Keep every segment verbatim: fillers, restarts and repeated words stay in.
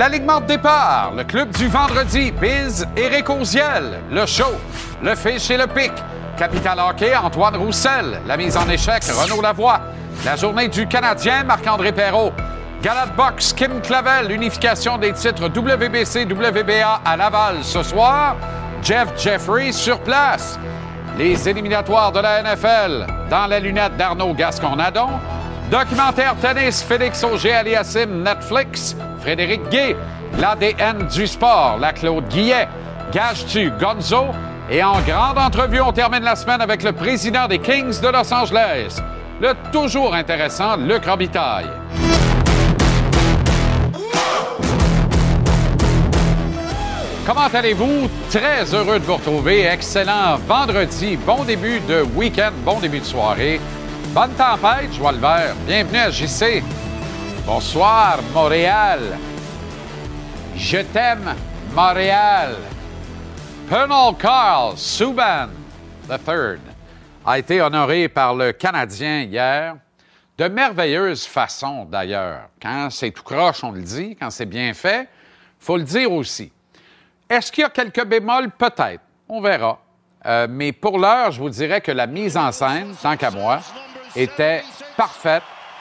L'alignement de départ, le club du vendredi, Biz, Éric Oziel, le show, le fiche et le pic, Capital Hockey, Antoine Roussel, la mise en échec, Renaud Lavoie, la journée du Canadien, Marc-André Perrault, Gala de boxe, Kim Clavel, l'unification des titres W B C, W B A à Laval ce soir, Jeff Jeffrey sur place, les éliminatoires de la N F L dans la lunette d'Arnaud Gascon-Nadon, documentaire tennis, Félix Auger-Aliassime, Netflix, Frédéric Guay, l'A D N du sport, la Claude Guillet, Gage-tu, Gonzo, et en grande entrevue, on termine la semaine avec le président des Kings de Los Angeles, le toujours intéressant Luc Robitaille. Comment allez-vous? Très heureux de vous retrouver. Excellent vendredi, bon début de week-end, bon début de soirée. Bonne tempête, Joie le vert. Bienvenue à J C. Bonsoir, Montréal. Je t'aime, Montréal. Pernal Carl Subban the third a été honoré par le Canadien hier. De merveilleuse façon, d'ailleurs. Quand c'est tout croche, on le dit. Quand c'est bien fait, il faut le dire aussi. Est-ce qu'il y a quelques bémols? Peut-être. On verra. Euh, mais pour l'heure, je vous dirais que la mise en scène, tant qu'à moi, était parfaite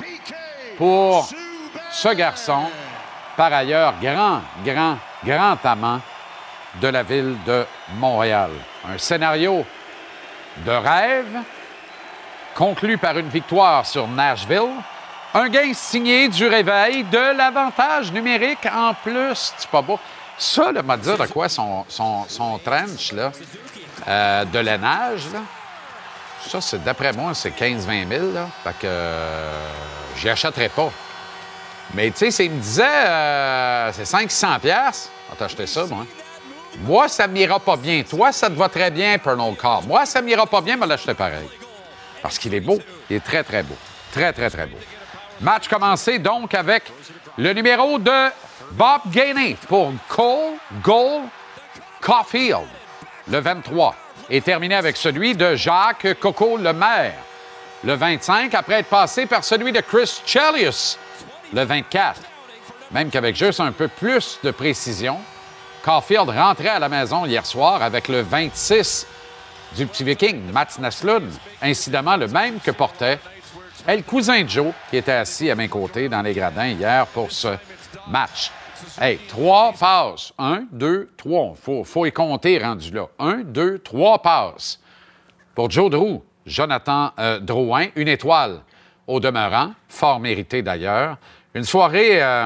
pour ce garçon, par ailleurs grand, grand, grand amant de la ville de Montréal. Un scénario de rêve, conclu par une victoire sur Nashville, un gain signé du réveil, de l'avantage numérique en plus. C'est pas beau. Ça, le m'a dit de quoi son, son, son trench là, euh, de lainage, là, ça, c'est, d'après moi, c'est quinze à vingt mille. Là, fait que euh, j'y achèterais pas. Mais tu sais, il me disait, euh, c'est cinq cents piastres. On va t'acheter ça, moi. Moi, ça ne m'ira pas bien. Toi, ça te va très bien, Pernal Carl. Moi, ça ne m'ira pas bien, mais l'acheter pareil. Parce qu'il est beau. Il est très, très beau. Très, très, très beau. Match commencé, donc, avec le numéro de Bob Gainey pour Cole Gold Caulfield, le vingt-trois. Et terminé avec celui de Jacques Coco Lemaire, le vingt-cinq, après être passé par celui de Chris Chelios, le vingt-quatre. Même qu'avec juste un peu plus de précision, Caulfield rentrait à la maison hier soir avec le vingt-six du petit Viking, Mats Naslund, incidemment le même que portait le cousin de Joe, qui était assis à mes côtés dans les gradins hier pour ce match. Hey, trois passes. Un, deux, trois. Faut, faut y compter rendu là. Un, deux, trois passes. Pour Joe Drew, Jonathan euh, Drouin, une étoile au demeurant, fort mérité d'ailleurs. Une soirée euh,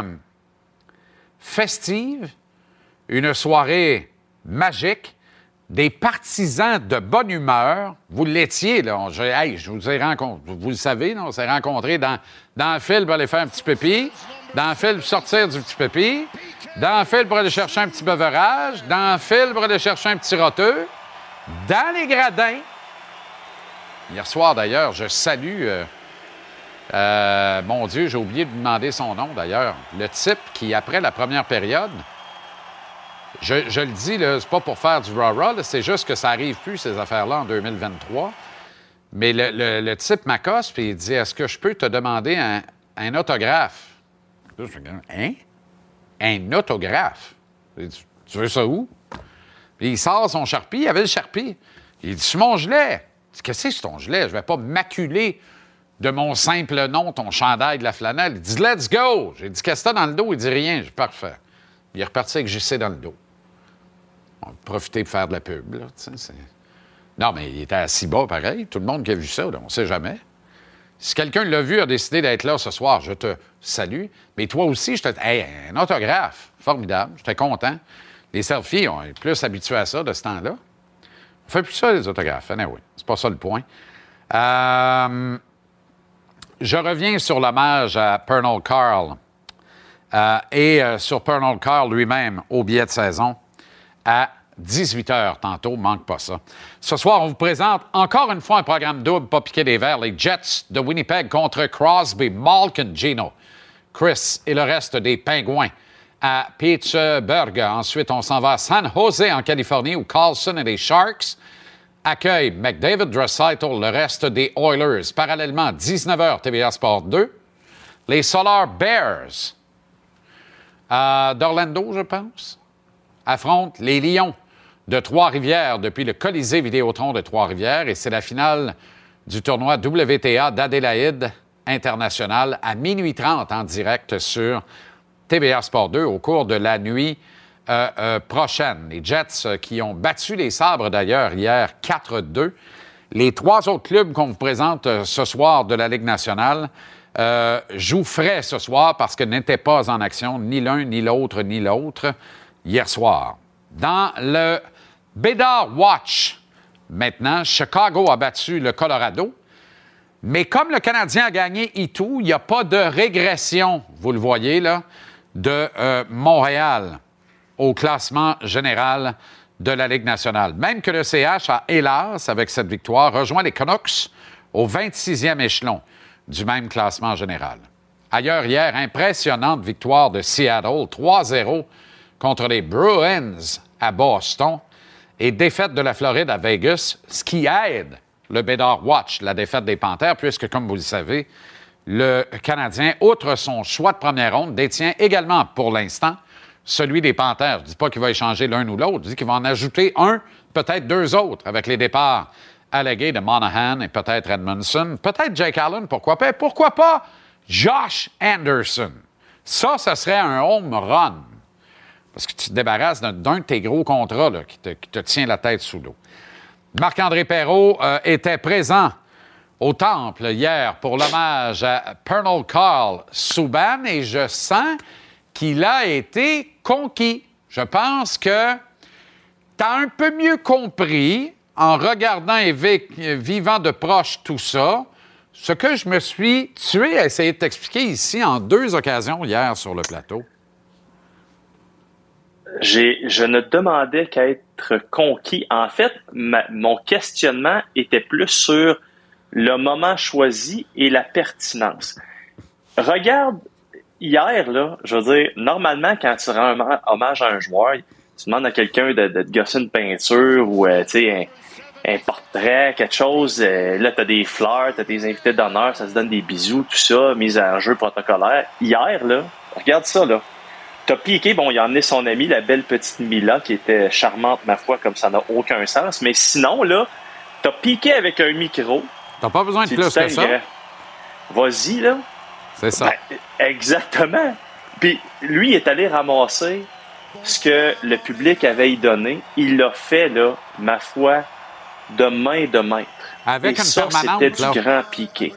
festive, une soirée magique, des partisans de bonne humeur. Vous l'étiez, là. On, je, hey, je vous ai rencontré, vous le savez, là, on s'est rencontrés dans, dans le fil pour aller faire un petit pépi. Dans le fil pour sortir du petit pépi, dans le fil pour aller chercher un petit beurrage, dans le fil pour aller chercher un petit roteux, dans les gradins. Hier soir, d'ailleurs, je salue, euh, euh, mon Dieu, j'ai oublié de vous demander son nom, d'ailleurs, le type qui, après la première période, je, je le dis, là, c'est pas pour faire du rah-rah, là, c'est juste que ça arrive plus, ces affaires-là, en deux mille vingt-trois. Mais le, le, le type m'accoste, puis il dit, est-ce que je peux te demander un, un autographe? Hein? Un autographe? Tu veux ça où? Puis il sort son Sharpie, il avait le Sharpie. Il dit, sur mon gilet. Je dis, qu'est-ce que c'est ton gilet? Je vais pas maculer de mon simple nom ton chandail de la flanelle. Il dit, let's go! J'ai dit, qu'est-ce que t'as dans le dos? Il dit, rien. J'ai dit, parfait. Il est reparti avec J C dans le dos. On va profiter pour faire de la pub, là. C'est... Non, mais il était assis bas, pareil. Tout le monde qui a vu ça, là, on ne sait jamais. Si quelqu'un l'a vu, a décidé d'être là ce soir, je te salue. Mais toi aussi, je te... Hey, un autographe, formidable, j'étais content. Les selfies, on est plus habitués à ça de ce temps-là. On fait plus ça, les autographes. Anyway, c'est pas ça le point. Euh... Je reviens sur l'hommage à Pernal Carl euh, et euh, sur Pernal Carl lui-même au billet de saison à dix-huit heures tantôt, manque pas ça. Ce soir, on vous présente encore une fois un programme double, pas piqué des verres, les Jets de Winnipeg contre Crosby, Malkin, Gino, Chris et le reste des Pingouins à Pittsburgh. Ensuite, on s'en va à San Jose, en Californie, où Carlson et les Sharks accueillent McDavid, Draisaitl, le reste des Oilers. Parallèlement, dix-neuf heures, T V A Sport deux, les Solar Bears euh, d'Orlando, je pense, affrontent les Lions de Trois-Rivières depuis le Colisée Vidéotron de Trois-Rivières. Et c'est la finale du tournoi W T A d'Adélaïde International à minuit trente en direct sur T V A Sport deux au cours de la nuit euh, euh, prochaine. Les Jets euh, qui ont battu les Sabres d'ailleurs hier quatre deux. Les trois autres clubs qu'on vous présente euh, ce soir de la Ligue nationale euh, jouent frais ce soir parce que n'étaient pas en action ni l'un, ni l'autre, ni l'autre hier soir. Dans le Bédard Watch, maintenant, Chicago a battu le Colorado. Mais comme le Canadien a gagné et tout, il n'y a pas de régression, vous le voyez là, de euh, Montréal au classement général de la Ligue nationale. Même que le C H a, hélas, avec cette victoire, rejoint les Canucks au vingt-sixième échelon du même classement général. Ailleurs, hier, impressionnante victoire de Seattle, trois zéro contre les Bruins à Boston et défaite de la Floride à Vegas, ce qui aide le Bédard Watch, la défaite des Panthères, puisque, comme vous le savez, le Canadien, outre son choix de première ronde, détient également, pour l'instant, celui des Panthères. Je ne dis pas qu'il va échanger l'un ou l'autre, je dis qu'il va en ajouter un, peut-être deux autres, avec les départs allégués de Monahan et peut-être Edmondson, peut-être Jake Allen, pourquoi pas, pourquoi pas Josh Anderson. Ça, ça serait un home run, parce que tu te débarrasses d'un, d'un de tes gros contrats là, qui, te, qui te tient la tête sous l'eau. Marc-André Perreault euh, était présent au Temple hier pour l'hommage à Pernell Carl Subban et je sens qu'il a été conquis. Je pense que tu as un peu mieux compris, en regardant et vi- vivant de proche tout ça, ce que je me suis tué à essayer de t'expliquer ici en deux occasions hier sur le plateau. J'ai, je ne demandais qu'à être conquis. En fait, ma, mon questionnement était plus sur le moment choisi et la pertinence. Regarde, hier, là, je veux dire, normalement, quand tu rends hommage à un joueur, tu demandes à quelqu'un de, de te gosser une peinture ou, euh, tu sais, un, un portrait, quelque chose. Euh, là, t'as des fleurs, t'as des invités d'honneur, ça se donne des bisous, tout ça, mise en jeu protocolaire. Hier, là, regarde ça, là. T'as Piqué, bon, il a emmené son amie, la belle petite Mila, qui était charmante, ma foi, comme ça n'a aucun sens. Mais sinon, là, t'as Piqué avec un micro. T'as pas besoin de plus que ça. Vas-y, là. C'est ça. Ben, exactement. Puis lui, il est allé ramasser ce que le public avait donné. Il l'a fait, là, ma foi, de main de maître. Avec Et une ça, permanente, c'était là. du grand Piqué.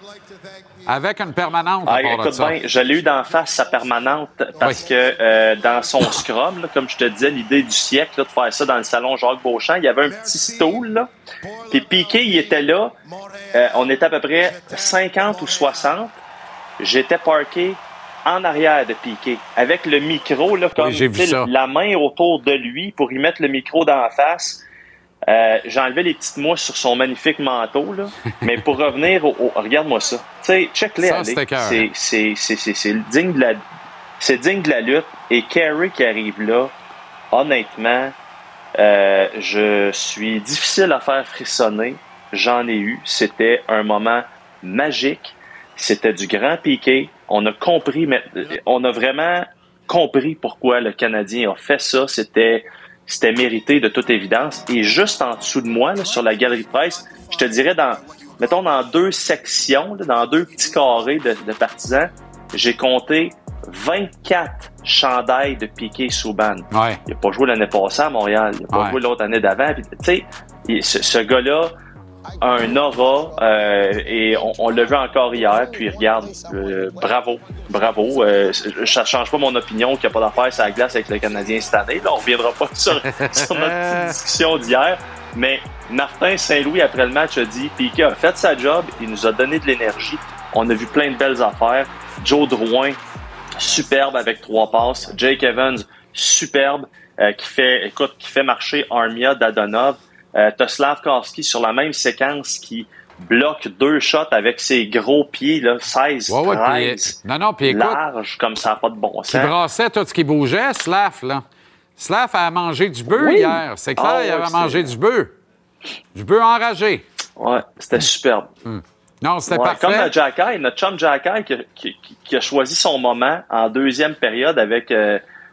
Avec une permanente. Ah, à part écoute de ça. bien, je l'ai eu d'en face, sa permanente, parce Oui. que euh, dans son scrum, là, comme je te disais, l'idée du siècle, là, de faire ça dans le salon Jacques-Beauchamp, il y avait un petit stool, là. Puis Piqué, il était là. Euh, on était à peu près cinquante ou soixante. J'étais parké en arrière de Piqué, avec le micro, là, comme Oui, j'ai vu ça. la main autour de lui pour y mettre le micro dans la face. Euh, J'enlevais les petites mouches sur son magnifique manteau, là. Mais pour revenir au, au regarde-moi ça. Tu sais, check-les, Ça, allez. c'était cœur. C'est, c'est, c'est, c'est, c'est digne de la, c'est digne de la lutte. Et Carey qui arrive là, honnêtement, euh, je suis difficile à faire frissonner. J'en ai eu. C'était un moment magique. C'était du grand Piqué. On a compris, mais on a vraiment compris pourquoi le Canadien a fait ça. C'était C'était mérité de toute évidence. Et juste en dessous de moi, là, sur la galerie de presse, je te dirais, dans, mettons, dans deux sections, là, dans deux petits carrés de, de partisans, j'ai compté vingt-quatre chandails de Piqué Subban. Ouais. Il n'a pas joué l'année passée à Montréal. Il n'a pas Ouais. joué l'autre année d'avant. Tu sais, ce, ce gars-là a un aura euh, et on, on l'a vu encore hier. Puis regarde, euh, bravo, bravo. Euh, ça ne change pas mon opinion qu'il n'y a pas d'affaire sur la glace avec le Canadien cette année. Là, on ne reviendra pas sur, sur notre petite discussion d'hier. Mais Martin Saint-Louis, après le match, a dit Piqué a fait sa job, il nous a donné de l'énergie. On a vu plein de belles affaires. Joe Drouin, superbe avec trois passes. Jake Evans, superbe, euh, qui fait, écoute, qui fait marcher Armia Dadonov. Euh, t'as Slavkovski sur la même séquence qui bloque deux shots avec ses gros pieds, là, seize, Ouais, ouais, treize, puis, non, non, puis écoute, large, comme ça n'a pas de bon qui sens. brassait tout ce qui bougeait, Slav, là. Slav a mangé du bœuf Oui. hier. C'est clair, Ah, il ouais, avait c'est- mangé du bœuf. Du bœuf enragé. Ouais, c'était superbe. Non, c'était Ouais, parfait. comme notre Jacky, notre chum Jacky qui, qui, qui- qui a choisi son moment en deuxième période avec euh,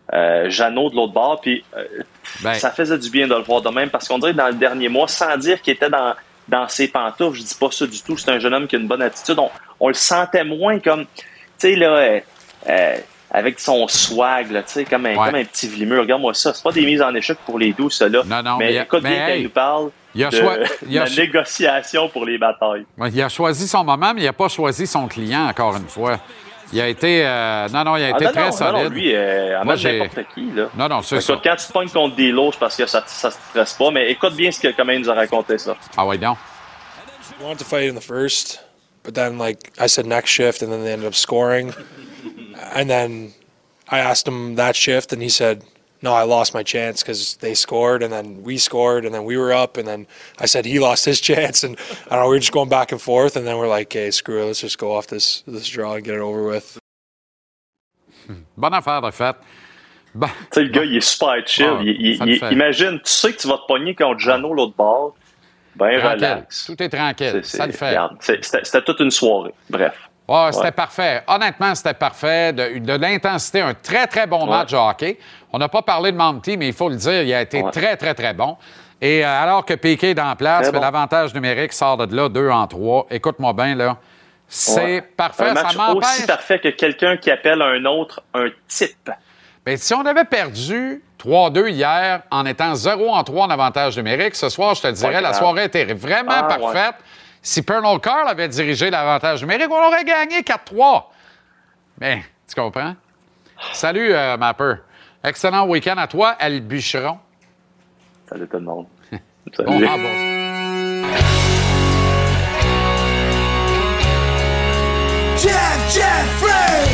euh, Jeannot de l'autre bord. Puis euh, ben. ça faisait du bien de le voir de même parce qu'on dirait que dans le dernier mois, sans dire qu'il était dans, dans ses pantoufles, je dis pas ça du tout, c'est un jeune homme qui a une bonne attitude. On, on le sentait moins comme, tu sais, là, euh, euh, avec son swag, là, tu sais, comme, ouais. comme un petit vlimeux. Regarde-moi ça, c'est pas des mises en échec pour les douze, ça, là. Non, non, mais, mais écoute mais bien hey, quand il nous parle il a de, choi- il a la cho- négociation pour les batailles. Ouais, il a choisi son moment, mais il n'a pas choisi son client, encore une fois. Il a été... Euh, non, non, il a ah, été non, très non, solide. Non, non, lui, euh, Moi, j'ai... n'importe qui, là. Non, non, c'est écoute, ça. Quand tu te pognes contre des lots, c'est parce que ça, ça se stresse pas, mais écoute bien ce que, comment il nous a raconté ça. Ah oui, donc. We wanted to fight in the first, but then, like, I said next shift, and then they ended up scoring. And then I asked him that shift, and he said, no, I lost my chance because they scored, and then we scored, and then we were up, and then I said he lost his chance, and I don't know, we were just going back and forth, and then we're like, okay, screw it, let's just go off this this draw and get it over with. Bonne affaire de fait. Bon. Tu sais, le gars, il est super chill. Ah, il, il, il, imagine, tu sais que tu vas te pogner contre Jeannot l'autre bord. Ben relax. Tout est tranquille. C'est, ça le fait. Regarde, c'était, c'était toute une soirée. Bref. Oh, c'était ouais. parfait. Honnêtement, c'était parfait. De, de l'intensité, un très, très bon match ouais. de hockey. On n'a pas parlé de Monty, mais il faut le dire, il a été ouais. très, très, très bon. Et euh, alors que Piquet est dans la place, bon. l'avantage numérique sort de là, deux en trois. Écoute-moi bien, là. C'est ouais. parfait. Un match ça m'empêche... aussi parfait que quelqu'un qui appelle un autre un type. Bien, si on avait perdu trois deux hier en étant zéro en trois en avantage numérique, ce soir, je te dirais, ouais, la soirée était vraiment ah, parfaite. Ouais. Si Pernell Carl avait dirigé l'avantage numérique, on aurait gagné quatre trois. Bien, tu comprends? Salut, euh, Mapper. Excellent week-end à toi, El Bûcheron. Salut tout le monde. Salut. Bon, ah, bon. Jeff Jeffrey!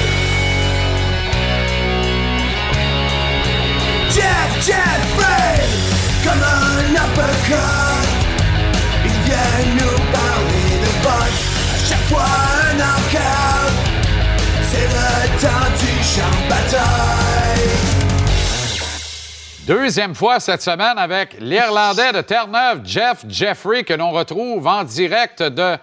Jeff Jeffrey! Comme un uppercut! Il vient nous parler de boxe, à chaque fois un knockout. C'est le temps du champ de bataille. Deuxième fois cette semaine avec l'Irlandais de Terre-Neuve, Jeff Jeffrey, que l'on retrouve en direct de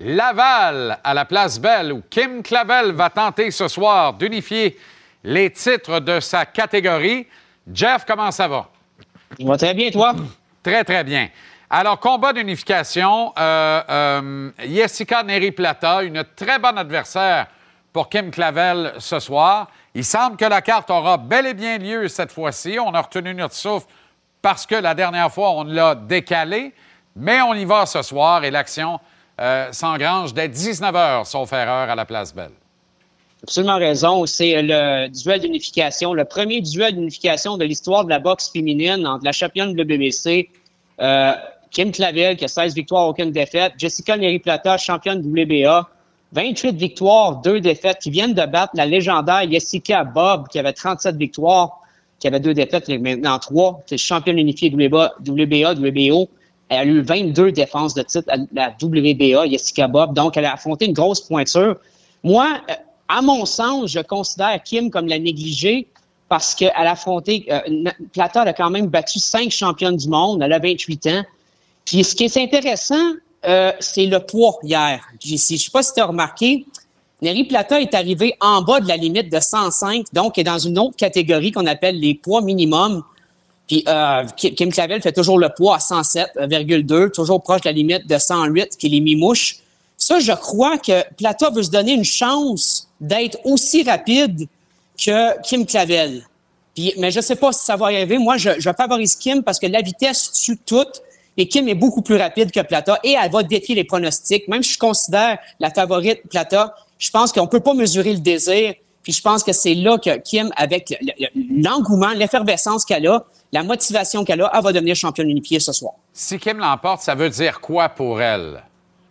Laval à la Place Belle, où Kim Clavel va tenter ce soir d'unifier les titres de sa catégorie. Jeff, comment ça va? Ça va très bien, toi? Très, très bien. Alors, combat d'unification, euh, euh, Jessica Neri-Plata, une très bonne adversaire pour Kim Clavel ce soir. Il semble que la carte aura bel et bien lieu cette fois-ci. On a retenu notre souffle parce que la dernière fois, on l'a décalé. Mais on y va ce soir et l'action euh, s'engrange dès dix-neuf heures, sauf erreur, à la Place Belle. Absolument raison. C'est le duel d'unification, le premier duel d'unification de l'histoire de la boxe féminine entre la championne W B C, euh, Kim Clavel, qui a seize victoires, aucune défaite, Jessica Neri-Plata, championne W B A, vingt-huit victoires, deux défaites, qui viennent de battre la légendaire Jessica Bob, qui avait trente-sept victoires, qui avait deux défaites, maintenant trois. C'est championne unifiée W B A, W B A, W B O. Elle a eu vingt-deux défenses de titre à la W B A, Jessica Bob. Donc, elle a affronté une grosse pointure. Moi, à mon sens, je considère Kim comme la négligée parce qu'elle a affronté... Euh, Plata, elle a quand même battu cinq championnes du monde. Elle a vingt-huit ans. Puis, ce qui est intéressant... Euh, c'est le poids hier. Je ne sais pas si tu as remarqué, Neri-Plata est arrivé en bas de la limite de cent cinq, donc est dans une autre catégorie qu'on appelle les poids minimums. Puis euh, Kim Clavel fait toujours le poids à cent sept virgule deux, toujours proche de la limite de cent huit, qui est les mi-mouches. Ça, je crois que Plata veut se donner une chance d'être aussi rapide que Kim Clavel. Puis, mais je ne sais pas si ça va arriver. Moi, je, je favorise Kim parce que la vitesse tue tout. Et Kim est beaucoup plus rapide que Plata et elle va défier les pronostics. Même si je considère la favorite Plata, je pense qu'on peut pas mesurer le désir. Puis je pense que c'est là que Kim, avec l'engouement, l'effervescence qu'elle a, la motivation qu'elle a, elle va devenir championne unifiée ce soir. Si Kim l'emporte, ça veut dire quoi pour elle?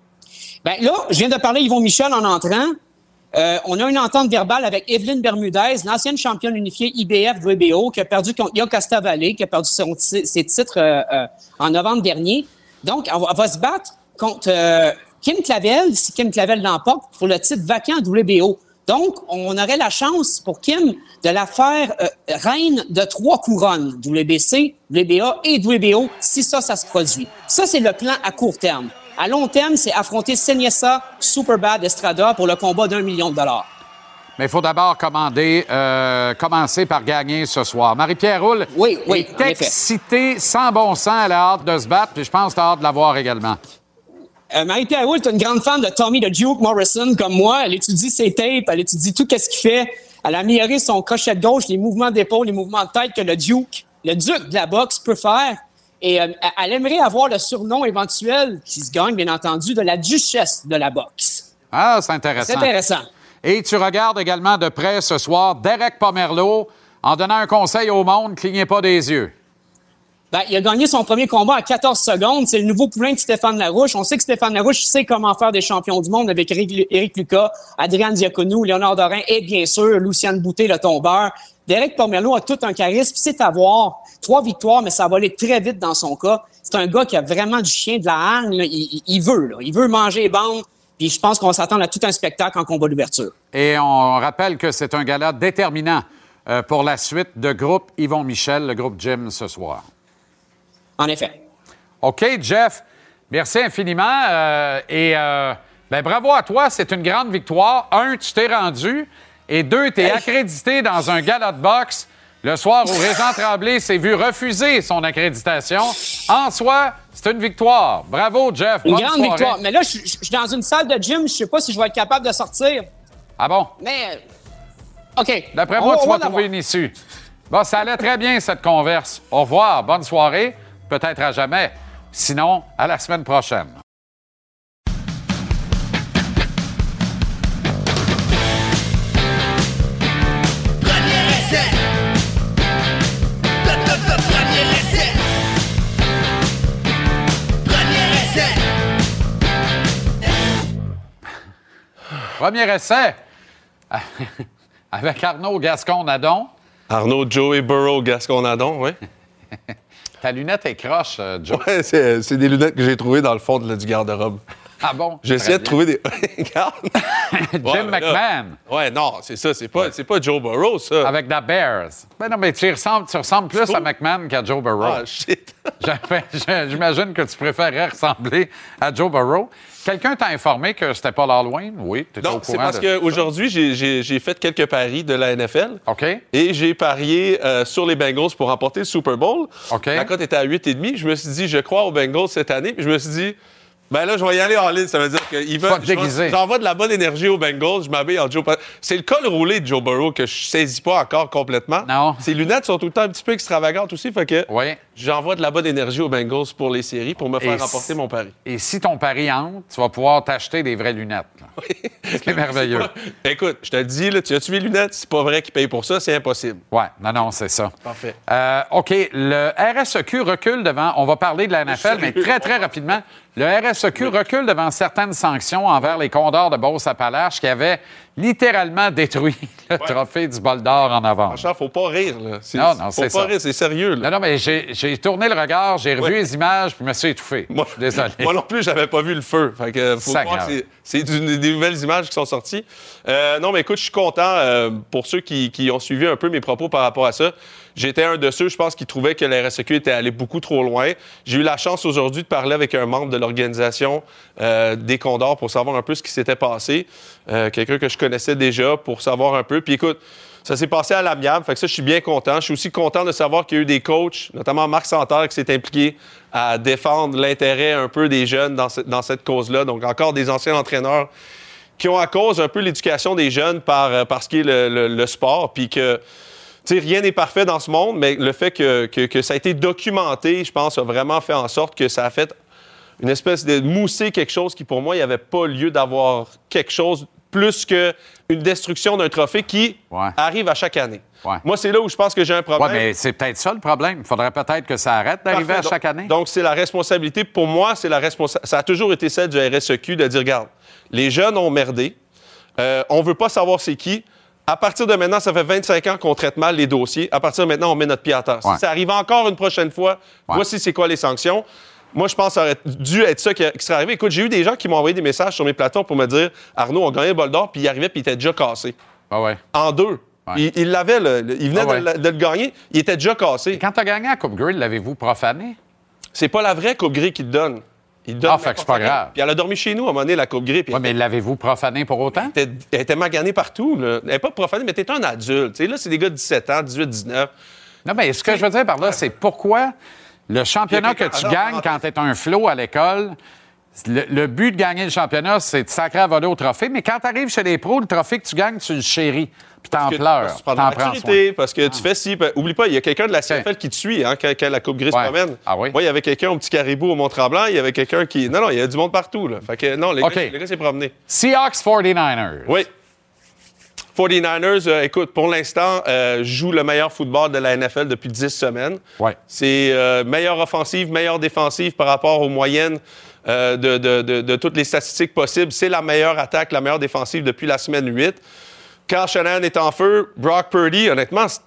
Bien là, je viens de parler Yvon Michel en entrant. Euh, on a une entente verbale avec Evelyne Bermudez, l'ancienne championne unifiée I B F W B O, qui a perdu contre Yocosta Valley, qui a perdu son t- ses titres euh, euh, en novembre dernier. Donc, elle va, elle va se battre contre euh, Kim Clavel, si Kim Clavel l'emporte, pour le titre vacant W B O. Donc, on aurait la chance pour Kim de la faire euh, reine de trois couronnes, W B C, W B A et W B O, si ça, ça se produit. Ça, c'est le plan à court terme. À long terme, c'est affronter Seniesa Superbad Estrada pour le combat d'un million de dollars. Mais il faut d'abord commander, euh, commencer par gagner ce soir. Marie-Pierre Houle Oui, oui, en est effet. excitée sans bon sens. Elle a hâte de se battre, puis je pense que tu as hâte de la voir également. Euh, Marie-Pierre Houle est une grande fan de Tommy de Duke Morrison, comme moi. Elle étudie ses tapes, elle étudie tout ce qu'il fait. Elle a amélioré son crochet de gauche, les mouvements d'épaule, les mouvements de tête que le Duke, le Duke de la boxe peut faire. Et euh, elle aimerait avoir le surnom éventuel, qui se gagne, bien entendu, de la duchesse de la boxe. Ah, c'est intéressant. C'est intéressant. Et tu regardes également de près ce soir Derek Pomerleau en donnant un conseil au monde, clignez pas des yeux. Ben, il a gagné son premier combat à quatorze secondes. C'est le nouveau poulain de Stéphane Larouche. On sait que Stéphane Larouche sait comment faire des champions du monde avec Éric, Éric Lucas, Adrian Diaconou, Léonard Dorin et bien sûr Luciane Boutet, le tombeur. Derek Pomerleau a tout un charisme. C'est à voir. Trois victoires, mais ça va aller très vite dans son cas. C'est un gars qui a vraiment du chien, de la hargne. Là. Il, il, il veut, là. Il veut manger les bandes. Puis je pense qu'on va s'attendre à tout un spectacle en combat d'ouverture. Et on rappelle que c'est un gala déterminant euh, pour la suite de groupe Yvon Michel, le groupe Jim, ce soir. En effet. OK, Jeff, merci infiniment. Euh, et euh, ben, bravo à toi, c'est une grande victoire. Un, tu t'es rendu. Et deux, tu es hey. accrédité dans un gala de boxe le soir où Régent Tremblay s'est vu refuser son accréditation. En soi, c'est une victoire. Bravo, Jeff. Une Bonne grande soirée. victoire. Mais là, je suis dans une salle de gym. Je sais pas si je vais être capable de sortir. Ah bon? Mais, OK. D'après on, moi, tu on vas va trouver une issue. Bon, ça allait très bien, cette converse. Au revoir. Bonne soirée. Peut-être à jamais. Sinon, à la semaine prochaine. Premier essai avec Arnaud Gascon-Nadon. Arnaud Joey Burrow Gascon-Nadon, oui. Ta lunette est croche, euh, Joe. Oui, c'est, c'est des lunettes que j'ai trouvées dans le fond de, du garde-robe. Ah bon? J'ai essayé de trouver des... Regarde! Jim ouais, McMahon. Oui, non, c'est ça. C'est pas, c'est pas Joe Burrow, ça. Avec The Bears. Ben non, mais tu ressembles, tu ressembles plus trouves? à McMahon qu'à Joe Burrow. Ah, shit! J'imagine que tu préférerais ressembler à Joe Burrow. Quelqu'un t'a informé que c'était pas l'Halloween? Oui, tu étais au Non, courant. c'est parce de qu'aujourd'hui, j'ai, j'ai, j'ai fait quelques paris de la N F L. OK. Et j'ai parié euh, sur les Bengals pour remporter le Super Bowl. OK. La cote était à huit virgule cinq. Je me suis dit, je crois aux Bengals cette année. Puis je me suis dit, ben là, je vais y aller en ligne. Ça veut dire qu'ils veulent. Pas te déguiser. J'envoie de la bonne énergie aux Bengals. Je m'habille en Joe. C'est le col roulé de Joe Burrow que je saisis pas encore complètement. Non. Ses lunettes sont tout le temps un petit peu extravagantes aussi. Fait que Oui. j'envoie de la bonne énergie aux Bengals pour les séries pour me faire Et remporter si- mon pari. Et si ton pari entre, tu vas pouvoir t'acheter des vraies lunettes. là. C'est merveilleux. C'est pas- Écoute, je te le dis, là, tu as-tu mes lunettes? C'est pas vrai qu'ils payent pour ça. C'est impossible. Ouais, non, non, c'est ça. Parfait. Euh, OK, le R S E Q recule devant, on va parler de la N F L, mais très, très rapidement. Le R S E Q recule devant certaines sanctions envers les Condors de Beauce-Appalaches qui avaient littéralement détruit le trophée du bol d'or en avant. Franchement, faut pas rire, là. C'est, Non, non, faut c'est pas ça. rire, c'est sérieux, là. Non, non, mais j'ai, j'ai tourné le regard, j'ai revu Ouais. les images, puis je me suis étouffé. Moi, Je suis désolé. Moi non plus, j'avais pas vu le feu. Fait que faut Ça croire que grave. c'est, c'est du- des nouvelles images qui sont sorties. Euh, non, mais écoute, je suis content euh, pour ceux qui, qui ont suivi un peu mes propos par rapport à ça. J'étais un de ceux, je pense, qui trouvait que la R S E Q était allé beaucoup trop loin. J'ai eu la chance aujourd'hui de parler avec un membre de l'organisation euh, des Condors pour savoir un peu ce qui s'était passé. Euh, quelqu'un que je connaissais déjà pour savoir un peu. Puis écoute, ça s'est passé à l'amiable, fait que ça, je suis bien content. Je suis aussi content de savoir qu'il y a eu des coachs, notamment Marc Santerre, qui s'est impliqué à défendre l'intérêt un peu des jeunes dans, ce- dans cette cause-là. Donc, encore des anciens entraîneurs qui ont à cause un peu l'éducation des jeunes par, euh, par ce qui est le, le- le sport, puis que, tu sais, rien n'est parfait dans ce monde, mais le fait que, que, que ça a été documenté, je pense, a vraiment fait en sorte que ça a fait une espèce de mousser quelque chose qui, pour moi, il n'y avait pas lieu d'avoir quelque chose plus qu'une destruction d'un trophée qui Ouais. arrive à chaque année. Ouais. Moi, c'est là où je pense que j'ai un Oui, problème. mais c'est peut-être ça le problème. Il faudrait peut-être que ça arrête d'arriver Parfait. à chaque Donc- année. Donc, c'est la responsabilité. Pour moi, c'est la responsabilité. Ça a toujours été celle du R S E Q de dire, regarde, les jeunes ont merdé. Euh, on veut pas savoir c'est qui. À partir de maintenant, ça fait vingt-cinq ans qu'on traite mal les dossiers. À partir de maintenant, on met notre pied à terre. Ouais. Si ça arrive encore une prochaine fois, Ouais. voici c'est quoi les sanctions. Moi, je pense que ça aurait dû être ça qui, qui serait arrivé. Écoute, j'ai eu des gens qui m'ont envoyé des messages sur mes plateformes pour me dire, Arnaud, on gagnait le bol d'or, puis il arrivait, puis il était déjà cassé. Ah ouais. En deux. Ouais. Il, il l'avait, le- le- il venait Ah ouais. de, le- de le gagner, il était déjà cassé. Quand tu as gagné la Coupe Grey, l'avez-vous profané? C'est pas la vraie Coupe Grey qu'il te donne. Il donne Ah, fait que c'est pas n'importe rien. grave. Puis elle a dormi chez nous à un moment donné, la Coupe Grey. Puis Oui, mais l'avez-vous profané pour autant? elle était, elle était maganée partout. Là. Elle n'est pas profanée, mais t'es un adulte. Tu sais, là, c'est des gars de dix-sept ans, dix-huit, dix-neuf. Non, mais ce que je veux dire par là, c'est pourquoi le championnat que tu gagnes quand tu es un flot à l'école, le, le but de gagner le championnat, c'est de sacrer à voler au trophée. Mais quand tu arrives chez les pros, le trophée que tu gagnes, tu le chéris. Puis t'en Parce que- pleures. parce que tu prends de T'en la prends maturité, soin. parce que tu fais ci. ben, oublie pas, il y a quelqu'un de la C F L qui te suit hein, quand, quand la Coupe Grey Ouais. se promène. Ah oui? Moi, il y avait quelqu'un au Petit Caribou au Mont-Tremblant, il y avait quelqu'un qui. Non, non, il y a du monde partout. Là. Fait que non, les OK. gars, les gars s'est promené. Seahawks forty-niners. Oui. forty-niners, euh, écoute, pour l'instant, euh, joue le meilleur football de la N F L depuis dix semaines. Ouais. C'est euh, meilleure offensive, meilleure défensive par rapport aux moyennes euh, de, de, de, de toutes les statistiques possibles. C'est la meilleure attaque, la meilleure défensive depuis la semaine huit. Kyle Shanahan est en feu. Brock Purdy, honnêtement, c'est-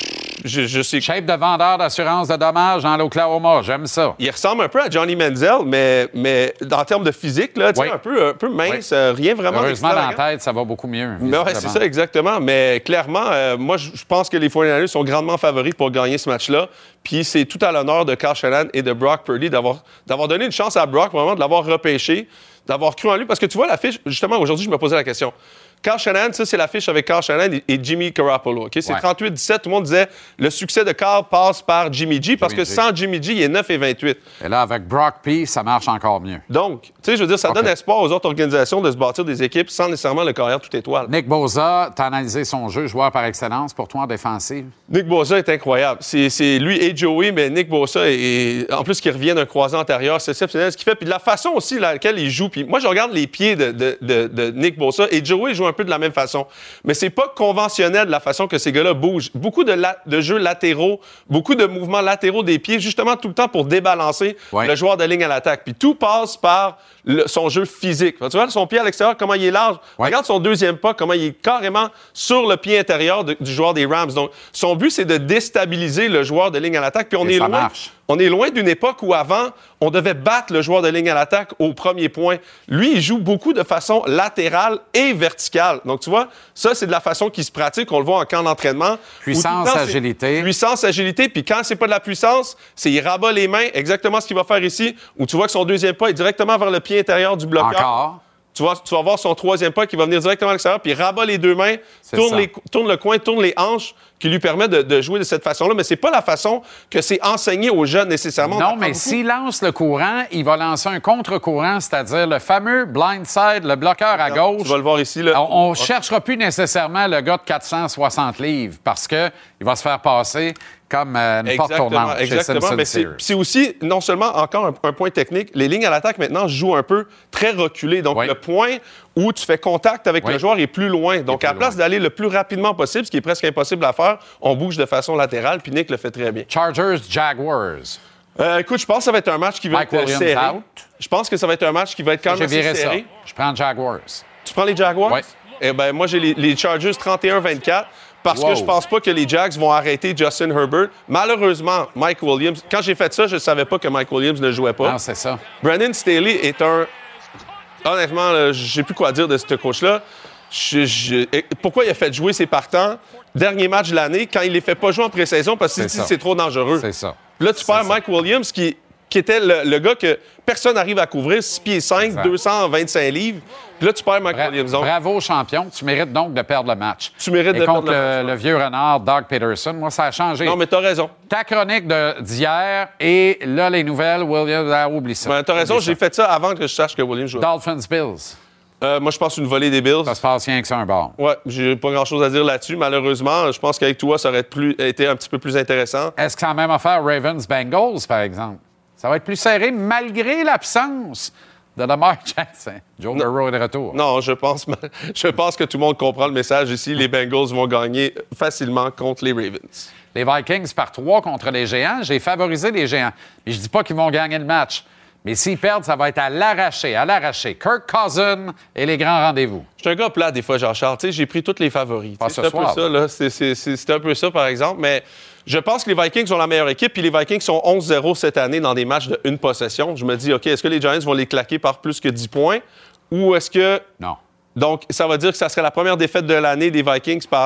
je, je sais Shape de vendeur d'assurance de dommages dans l'Oklahoma. J'aime ça. il ressemble un peu à Johnny Manziel, mais, mais en termes de physique, là, tu sais, Oui. un, peu, un peu mince, euh, rien vraiment Heureusement, dans la d'extravagant. tête, ça va beaucoup mieux. Mais ouais, c'est visiblement. ça, exactement. Mais clairement, euh, moi, je je pense que les forty-niners sont grandement favoris pour gagner ce match-là. Puis c'est tout à l'honneur de Kyle Shanahan et de Brock Purdy d'avoir, d'avoir donné une chance à Brock, vraiment, de l'avoir repêché, d'avoir cru en lui. Parce que tu vois, l'affiche, justement, aujourd'hui, je me posais la question. Kyle Shanahan, ça, c'est l'affiche avec Kyle Shanahan et, et Jimmy Garoppolo. OK? C'est Ouais. trente-huit dix-sept. Tout le monde disait le succès de Kyle passe par Jimmy G parce Jimmy que G. sans Jimmy G, il est neuf et vingt-huit. Et là, avec Brock P, ça marche encore mieux. Donc, tu sais, je veux dire, ça OK. donne espoir aux autres organisations de se bâtir des équipes sans nécessairement le carrière toute étoile. Nick Bosa, t'as analysé son jeu, joueur par excellence pour toi en défensive. Nick Bosa est incroyable. C'est, c'est lui et Joey, mais Nick Bosa, est, est- en plus, qui revient d'un croisé antérieur, c'est exceptionnel ce qu'il fait. Puis de la façon aussi à laquelle il joue. Puis moi, je regarde les pieds de, de- de- de Nick Bosa et Joey joue un peu de la même façon. Mais c'est pas conventionnel de la façon que ces gars-là bougent. Beaucoup de, la- de jeux latéraux, beaucoup de mouvements latéraux des pieds, justement tout le temps pour débalancer Ouais. le joueur de ligne à l'attaque. Puis tout passe par le- son jeu physique. Tu vois, son pied à l'extérieur, comment il est large. Ouais. Regarde son deuxième pas, comment il est carrément sur le pied intérieur de- du joueur des Rams. Donc, son but, c'est de déstabiliser le joueur de ligne à l'attaque. Puis on Et est ça loin. marche. On est loin d'une époque où avant, on devait battre le joueur de ligne à l'attaque au premier point. Lui, il joue beaucoup de façon latérale et verticale. Donc, tu vois, ça, c'est de la façon qui se pratique. On le voit en camp d'entraînement. Puissance, Où tout le temps, c'est agilité. Puissance, agilité. Puis quand c'est pas de la puissance, c'est il rabat les mains, exactement ce qu'il va faire ici, où tu vois que son deuxième pas est directement vers le pied intérieur du bloqueur. Encore. Tu vas, tu vas voir son troisième pas qui va venir directement à l'extérieur, puis il rabat les deux mains, C'est tourne, ça. les, tourne le coin, tourne les hanches, qui lui permet de, de jouer de cette façon-là. Mais c'est pas la façon que c'est enseigné aux jeunes nécessairement. On Non, apprend mais beaucoup. s'il lance le courant, il va lancer un contre-courant, c'est-à-dire le fameux blindside, le bloqueur à gauche. Tu vas le voir ici. Là. On ne cherchera plus nécessairement le gars de quatre cent soixante livres parce qu'il va se faire passer comme euh, une porte Exactement, tournante chez exactement. Simpson Mais c'est, Sears. c'est aussi, non seulement encore un, un point technique, les lignes à l'attaque maintenant jouent un peu très reculées. Donc, Oui. le point où tu fais contact avec Oui. le joueur est plus loin. Donc, plus à la place loin. d'aller le plus rapidement possible, ce qui est presque impossible à faire, on bouge de façon latérale, puis Nick le fait très bien. Chargers, Jaguars. Euh, écoute, je pense que ça va être un match qui va Mike être Williams serré. out. Je pense que ça va être un match qui va être quand J'ai même assez viré ça. serré. Je prends Jaguars. Tu prends les Jaguars? Oui. Eh ben, moi, j'ai les, les Chargers trente et un vingt-quatre parce Wow. que je pense pas que les Jags vont arrêter Justin Herbert. Malheureusement, Mike Williams, quand j'ai fait ça, je savais pas que Mike Williams ne jouait pas. Non, c'est ça. Brandon Staley est un... Honnêtement, là, je sais plus quoi dire de ce coach-là. Je- je- eh, Pourquoi il a fait jouer ses partants? Dernier match de l'année, quand il les fait pas jouer en pré-saison parce qu'il C'est dit ça. que c'est trop dangereux. C'est ça. Là, tu C'est perds ça. Mike Williams, qui, qui était le, le gars que personne n'arrive à couvrir, six pieds cinq, Exact. deux cent vingt-cinq livres. Puis là, tu perds Mike Bra- Williams. Donc, Bravo, champion. Tu mérites donc de perdre le match. Tu mérites Et de contre perdre le le, match, ouais. le vieux renard, Doug Peterson, moi, ça a changé. non, mais t'as raison. Ta chronique de- d'hier et là, les nouvelles, Williams, ah, oublie ça. Ben, t'as raison, Oublie j'ai ça. fait ça avant que je sache que Williams jouait. Dolphins, Bills. Euh, moi, je pense une volée des Bills. Ça se passe rien que ça, un bord. Ouais, j'ai pas grand-chose à dire là-dessus. Malheureusement, je pense qu'avec toi, ça aurait plus, été un petit peu plus intéressant. Est-ce que c'est la même affaire Ravens-Bengals, par exemple? Ça va être plus serré malgré l'absence de Lamar Jackson. Joe Burrow est de retour. Non, je pense, je pense que tout le monde comprend le message ici. Les Bengals vont gagner facilement contre les Ravens. Les Vikings par trois contre les Géants. J'ai favorisé les Géants. Mais je dis pas qu'ils vont gagner le match. Mais s'ils perdent, ça va être à l'arraché, à l'arraché. Kirk Cousins et les grands rendez-vous. Je suis un gars plat, des fois, Jean-Charles. Tu sais, j'ai pris tous les favoris. Pas Tu sais, ce c'est un soir. peu ça, là. C'est, c'est, c'est, c'est un peu ça, par exemple. Mais je pense que les Vikings sont la meilleure équipe. Puis les Vikings sont onze zéro cette année dans des matchs de une possession. Je me dis, OK, est-ce que les Giants vont les claquer par plus que dix points? Ou est-ce que... Non. Donc, ça va dire que ça serait la première défaite de l'année des Vikings par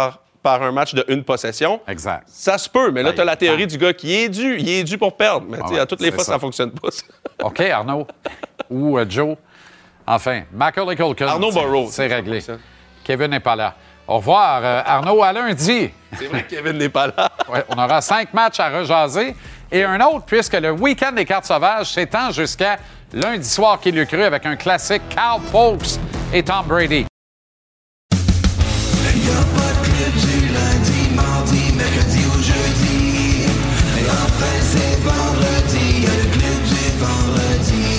par un match de une possession. Exact. Ça se peut, mais là, Ben, tu as la théorie ben. du gars qui est dû. Il est dû pour perdre. Mais Ah tu sais, ouais, à toutes les c'est fois, ça. ça ne fonctionne pas. ça. OK, Arnaud. Ou euh, Joe. Enfin, Macaulay Culkin. Arnaud c'est- Burrow. C'est réglé. Kevin n'est pas là. Au revoir, euh, Arnaud, à lundi. C'est vrai que Kevin n'est pas là. Ouais, on aura cinq matchs à rejaser et un autre, puisque le week-end des cartes sauvages s'étend jusqu'à lundi soir, qui l'eût cru, avec un classique Carl Folks et Tom Brady. Y'a pas de club du lundi, mardi, mercredi ou jeudi. Et enfin c'est vendredi, y'a le club du vendredi.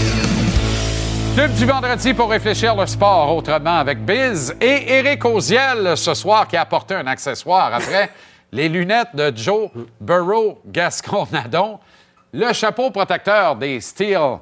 Club du vendredi pour réfléchir le sport autrement avec Biz et Éric Oziel ce soir, qui a apporté un accessoire après les lunettes de Joe Burrow Gascon-Nadon, le chapeau protecteur des Steelers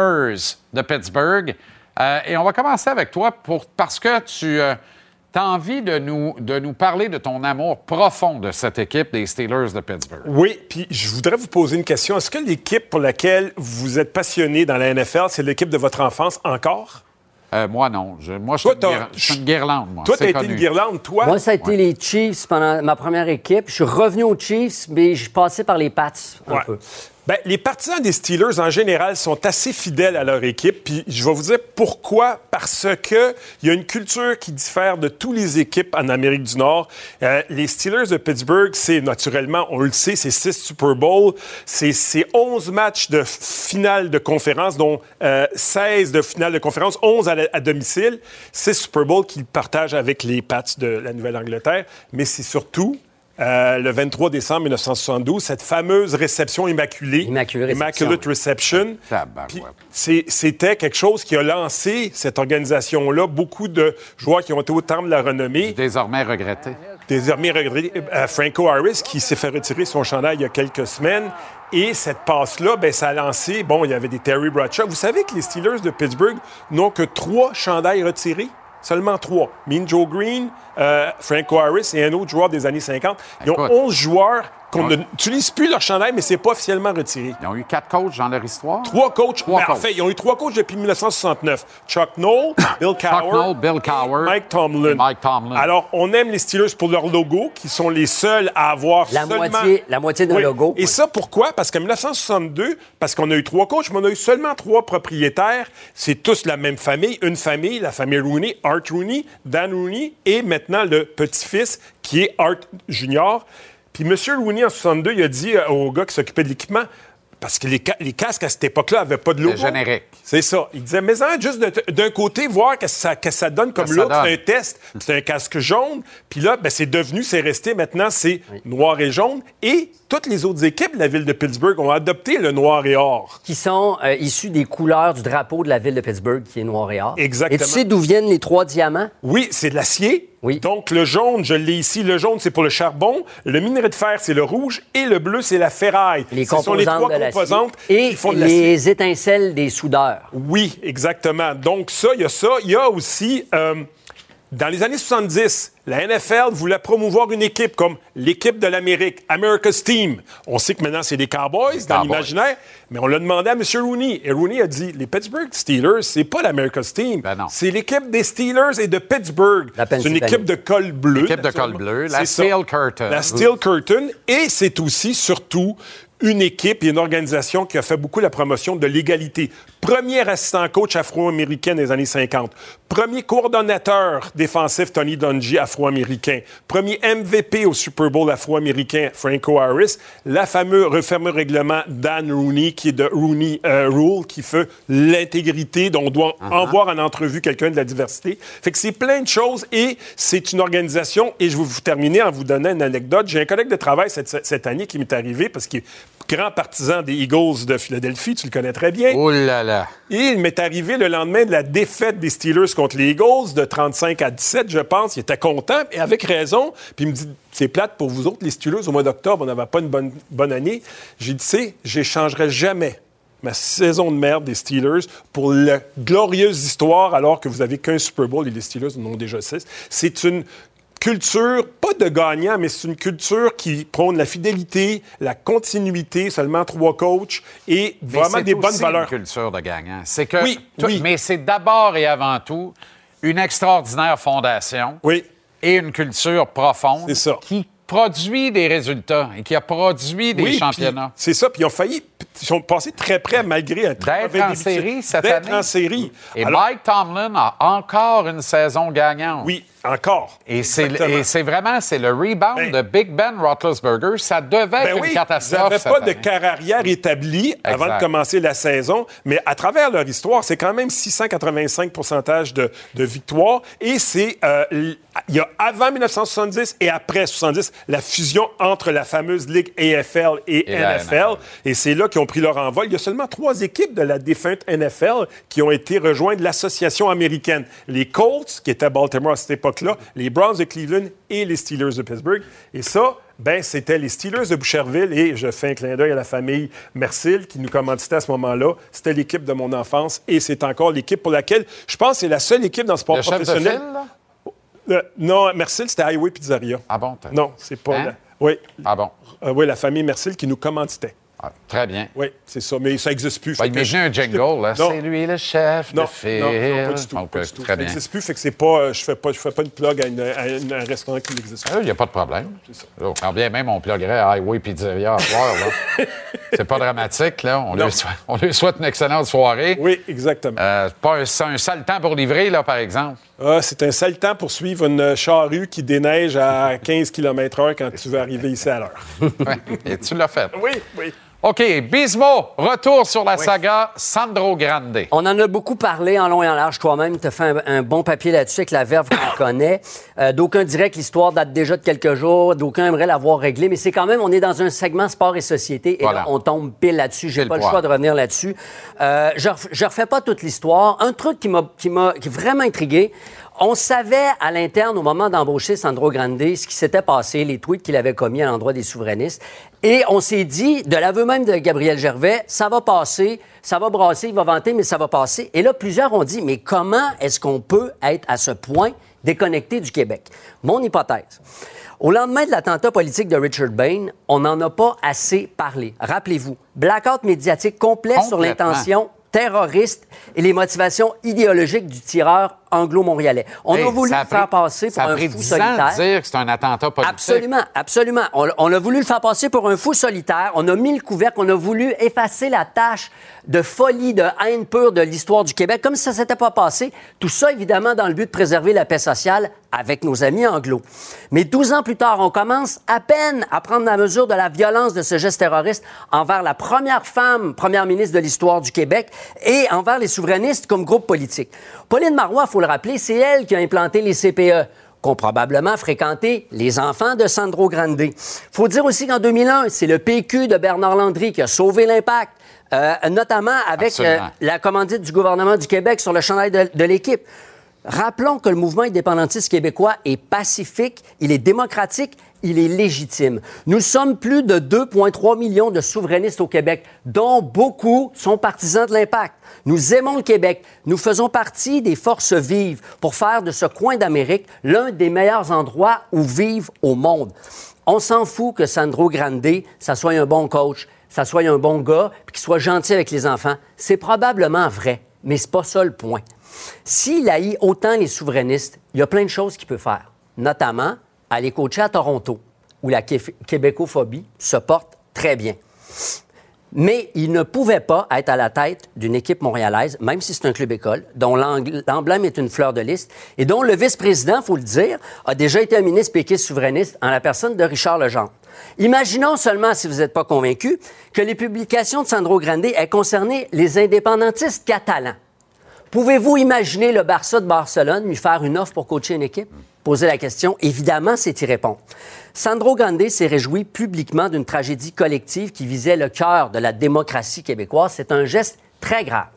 de Pittsburgh. Euh, et on va commencer avec toi pour, parce que tu euh, as envie de nous, de nous parler de ton amour profond de cette équipe des Steelers de Pittsburgh. Oui, puis je voudrais vous poser une question. Est-ce que l'équipe pour laquelle vous êtes passionné dans la N F L, c'est l'équipe de votre enfance encore? Euh, moi, non. Je, moi, je suis une, Toi, guir- t'as- je suis une guirlande, moi. Toi, C'est tu as été connu. une guirlande, toi? Moi, ça a été les Chiefs pendant ma première équipe. Je suis revenu aux Chiefs, mais je passais par les Pats un Ouais. peu. Ben, les partisans des Steelers, en général, sont assez fidèles à leur équipe. Puis je vais vous dire pourquoi. Parce que il y a une culture qui diffère de toutes les équipes en Amérique du Nord. Euh, les Steelers de Pittsburgh, c'est naturellement, on le sait, c'est six Super Bowls. C'est, c'est onze matchs de finale de conférence, dont euh, seize de finale de conférence, onze à, la- à domicile. six Super Bowls qu'ils partagent avec les Pats de la Nouvelle-Angleterre. Mais c'est surtout... Euh, le vingt-trois décembre mille neuf cent soixante-douze, cette fameuse réception immaculée. Immaculée réception. Immaculate Reception. Tabarouette. Puis c'est- c'était quelque chose qui a lancé cette organisation-là. Beaucoup de joueurs qui ont été au temple de la renommée. Désormais regretté. Désormais regretté. Euh, Franco Harris, qui s'est fait retirer son chandail il y a quelques semaines. Et cette passe-là, ben, ça a lancé... Bon, il y avait des Terry Bradshaw. Vous savez que les Steelers de Pittsburgh n'ont que trois chandails retirés? Seulement trois. Mean Joe Green, euh, Franco Harris et un autre joueur des années cinquante. Ils ont Écoute. onze joueurs qu'on n'utilise plus leur chandail, mais c'est pas officiellement retiré. Ils ont eu quatre coachs dans leur histoire. Trois coachs. Trois Ben, en coachs. fait, ils ont eu trois coachs depuis mille neuf cent soixante-neuf. Chuck Noll, Bill Cowher, Noll, Bill Cowher et Mike Tomlin. et Mike Tomlin. Alors, on aime les Steelers pour leur logo, qui sont les seuls à avoir La seulement... moitié- la moitié d'un Oui. logo. Et ça, pourquoi? Parce qu'en mille neuf cent soixante-deux, parce qu'on a eu trois coachs, mais on a eu seulement trois propriétaires. C'est tous la même famille, une famille, la famille Rooney, Art Rooney, Dan Rooney, et maintenant le petit-fils, qui est Art Junior. Puis M. Rooney, en soixante-deux, il a dit euh, au gars qui s'occupait de l'équipement, parce que les, ca- les casques, à cette époque-là, n'avaient pas de logo. générique. C'est ça. Il disait, mais hein, juste de- d'un côté, voir que ça, que ça donne comme Que ça look. donne. C'est un test. C'est un casque jaune. Puis là, ben, c'est devenu, c'est resté. Maintenant, c'est noir et jaune. Et toutes les autres équipes de la ville de Pittsburgh ont adopté le noir et or. Qui sont euh, issus des couleurs du drapeau de la ville de Pittsburgh, qui est noir et or. Exactement. Et tu sais d'où viennent les trois diamants? Oui, c'est de l'acier. Oui. Donc, le jaune, je l'ai ici. Le jaune, c'est pour le charbon. Le minerai de fer, c'est le rouge. Et le bleu, c'est la ferraille. Les Ce sont les composantes trois de l'acier. composantes Et qui font de l'acier. les étincelles des soudeurs. Oui, exactement. Donc ça, il y a ça. Il y a aussi, euh, dans les années soixante-dix, la N F L voulait promouvoir une équipe comme l'équipe de l'Amérique, America's Team. On sait que maintenant, c'est des Cowboys dans Cowboys. l'imaginaire, mais on l'a demandé à M. Rooney. Et Rooney a dit, les Pittsburgh Steelers, c'est pas l'America's Team. Ben non. C'est l'équipe des Steelers et de Pittsburgh. La C'est une Pennsylvanie. équipe de col bleu. L'équipe de naturellement. col bleu, la C'est ça. Steel Curtain. La Steel Curtain. Et c'est aussi, surtout, une équipe et une organisation qui a fait beaucoup la promotion de l'égalité. Premier assistant coach afro-américain des années cinquante. Premier coordonnateur défensif, Tony Dungy, afro-américain. Premier M V P au Super Bowl afro-américain, Franco Harris. La fameuse, le fameux règlement Dan Rooney, qui est de Rooney euh, Rule, qui fait l'intégrité, dont on doit en voir en entrevue quelqu'un de la diversité. Fait que c'est plein de choses et c'est une organisation. Et je vais vous terminer en vous donnant une anecdote. J'ai un collègue de travail cette, cette année qui m'est arrivé parce qu'il est grand partisan des Eagles de Philadelphie, tu le connais très bien. Oh là là. Et il m'est arrivé le lendemain de la défaite des Steelers contre les Eagles de trente-cinq à dix-sept, je pense. Il était content, et avec raison. Puis il me dit, c'est plate pour vous autres, les Steelers, au mois d'octobre, on n'avait pas une bonne, bonne année. J'ai dit, tu sais, j'échangerai jamais ma saison de merde des Steelers pour la glorieuse histoire, alors que vous avez qu'un Super Bowl et les Steelers en ont déjà six. C'est une culture, pas de gagnant, mais c'est une culture qui prône la fidélité, la continuité, seulement trois coachs et Mais vraiment c'est des bonnes aussi valeurs. une culture de gagnant. C'est que, Oui, tout- oui. mais c'est d'abord et avant tout une extraordinaire fondation Oui. et une culture profonde C'est ça. qui produit des résultats et qui a produit des Oui, championnats. puis C'est ça, puis ils ont failli, ils sont passés très près malgré un très D'être mauvais en début de série cette D'être année. en série. Et Alors, Mike Tomlin a encore une saison gagnante. Oui, encore. Et c'est, Exactement. et c'est vraiment, c'est le rebound Ben, de Big Ben Roethlisberger. Ça devait être Ben une oui, catastrophe. ils n'avaient cette pas de année. carrière arrière établie avant Exact. de commencer la saison, mais à travers leur histoire, c'est quand même six cent quatre-vingt-cinq pourcentage de, de victoires. Et c'est, euh, l- il y a avant dix-neuf cent soixante-dix et après soixante-dix, la fusion entre la fameuse Ligue A F L et, Et la N F L. N F L. Et c'est là qu'ils ont pris leur envol. Il y a seulement trois équipes de la défunte N F L qui ont été rejointes de l'association américaine. Les Colts, qui étaient à Baltimore à cette époque-là, les Browns de Cleveland et les Steelers de Pittsburgh. Et ça, ben, c'était les Steelers de Boucherville, et je fais un clin d'œil à la famille Mercil qui nous commanditait à ce moment-là. C'était l'équipe de mon enfance et c'est encore l'équipe pour laquelle, je pense, c'est la seule équipe dans le sport Le chef de professionnel. file, là? Euh, non, Mercil, c'était Highway Pizzeria. Ah bon? t'as- Non, c'est pas... Hein? la- Oui. Ah bon? Euh, oui, la famille Mercil qui nous commanditait. Ah, très bien. Oui, c'est ça, mais ça n'existe plus. Va Fait que- imaginer un jingle, là. Non. C'est lui le chef Non, de file. non, non, pas du tout. Donc, pas euh, du tout. Très Ça bien. n'existe plus, fait que c'est pas, euh, je fais pas, je fais pas une plug à, une- à une- à un restaurant qui n'existe pas. Il n'y a pas de problème. Là, quand bien même, on pluguerait à Highway Pizzeria à soir, là. C'est pas dramatique, là. On Non. lui, souhaite, on lui souhaite une excellente soirée. Oui, exactement. Euh, pas un, c'est un sale temps pour livrer, là, par exemple. Ah, c'est un sale temps pour suivre une charrue qui déneige à quinze kilomètres heure quand tu veux arriver ici à l'heure. Ouais. Et tu l'as fait. Oui, oui. OK, Bismo, retour sur la saga Sandro Grande. On en a beaucoup parlé en long et en large. Toi-même, tu as fait un, un bon papier là-dessus avec la verve qu'on connaît. Euh, d'aucuns diraient que l'histoire date déjà de quelques jours. D'aucuns aimeraient l'avoir réglée. Mais c'est quand même, on est dans un segment sport et société. Et Voilà. là, on tombe pile là-dessus. J'ai Pile pas le poil. choix de revenir là-dessus. Euh, je, ref- je refais pas toute l'histoire. Un truc qui m'a, qui m'a qui est vraiment intrigué. On savait à l'interne, au moment d'embaucher Sandro Grande, ce qui s'était passé, les tweets qu'il avait commis à l'endroit des souverainistes. Et on s'est dit, de l'aveu même de Gabriel Gervais, ça va passer, ça va brasser, il va vanter, mais ça va passer. Et là, plusieurs ont dit, mais comment est-ce qu'on peut être à ce point déconnecté du Québec? Mon hypothèse. Au lendemain de l'attentat politique de Richard Bain, on n'en a pas assez parlé. Rappelez-vous, blackout médiatique complet sur Complètement. l'intention terroriste et les motivations idéologiques du tireur anglo-montréalais. On Hey, a voulu ça le a pris- faire passer pour ça a un pris fou dix ans solitaire. de dire que c'est un attentat politique. Absolument, absolument. On, on a voulu le faire passer pour un fou solitaire. On a mis le couvercle. On a voulu effacer la tâche de folie, de haine pure de l'histoire du Québec, comme si ça ne s'était pas passé. Tout ça, évidemment, dans le but de préserver la paix sociale avec nos amis anglo. Mais douze ans plus tard, on commence à peine à prendre la mesure de la violence de ce geste terroriste envers la première femme première ministre de l'histoire du Québec et envers les souverainistes comme groupe politique. Pauline Marois, il faut le rappeler, c'est elle qui a implanté les C P E, qu'ont probablement fréquenté les enfants de Sandro Grande. Il faut dire aussi qu'en deux mille un, c'est le P Q de Bernard Landry qui a sauvé l'Impact, euh, notamment avec euh, Absolument. la commandite du gouvernement du Québec sur le chandail de, de l'équipe. Rappelons que le mouvement indépendantiste québécois est pacifique, il est démocratique, il est légitime. Nous sommes plus de deux virgule trois millions de souverainistes au Québec, dont beaucoup sont partisans de l'Impact. Nous aimons le Québec. Nous faisons partie des forces vives pour faire de ce coin d'Amérique l'un des meilleurs endroits où vivre au monde. On s'en fout que Sandro Grande, ça soit un bon coach, ça soit un bon gars, puis qu'il soit gentil avec les enfants. C'est probablement vrai, mais c'est pas ça le point. S'il haït autant les souverainistes, il y a plein de choses qu'il peut faire, notamment aller coacher à Toronto, où la qué- québécophobie se porte très bien. Mais il ne pouvait pas être à la tête d'une équipe montréalaise, même si c'est un club-école, dont l'eng- l'emblème est une fleur de lys, et dont le vice-président, il faut le dire, a déjà été un ministre péquiste souverainiste en la personne de Richard Legendre. Imaginons seulement, si vous n'êtes pas convaincu, que les publications de Sandro Grande aient concerné les indépendantistes catalans. Pouvez-vous imaginer le Barça de Barcelone lui faire une offre pour coacher une équipe? Poser la question, évidemment, c'est y répondre. Sandro Grande s'est réjoui publiquement d'une tragédie collective qui visait le cœur de la démocratie québécoise. C'est un geste très grave.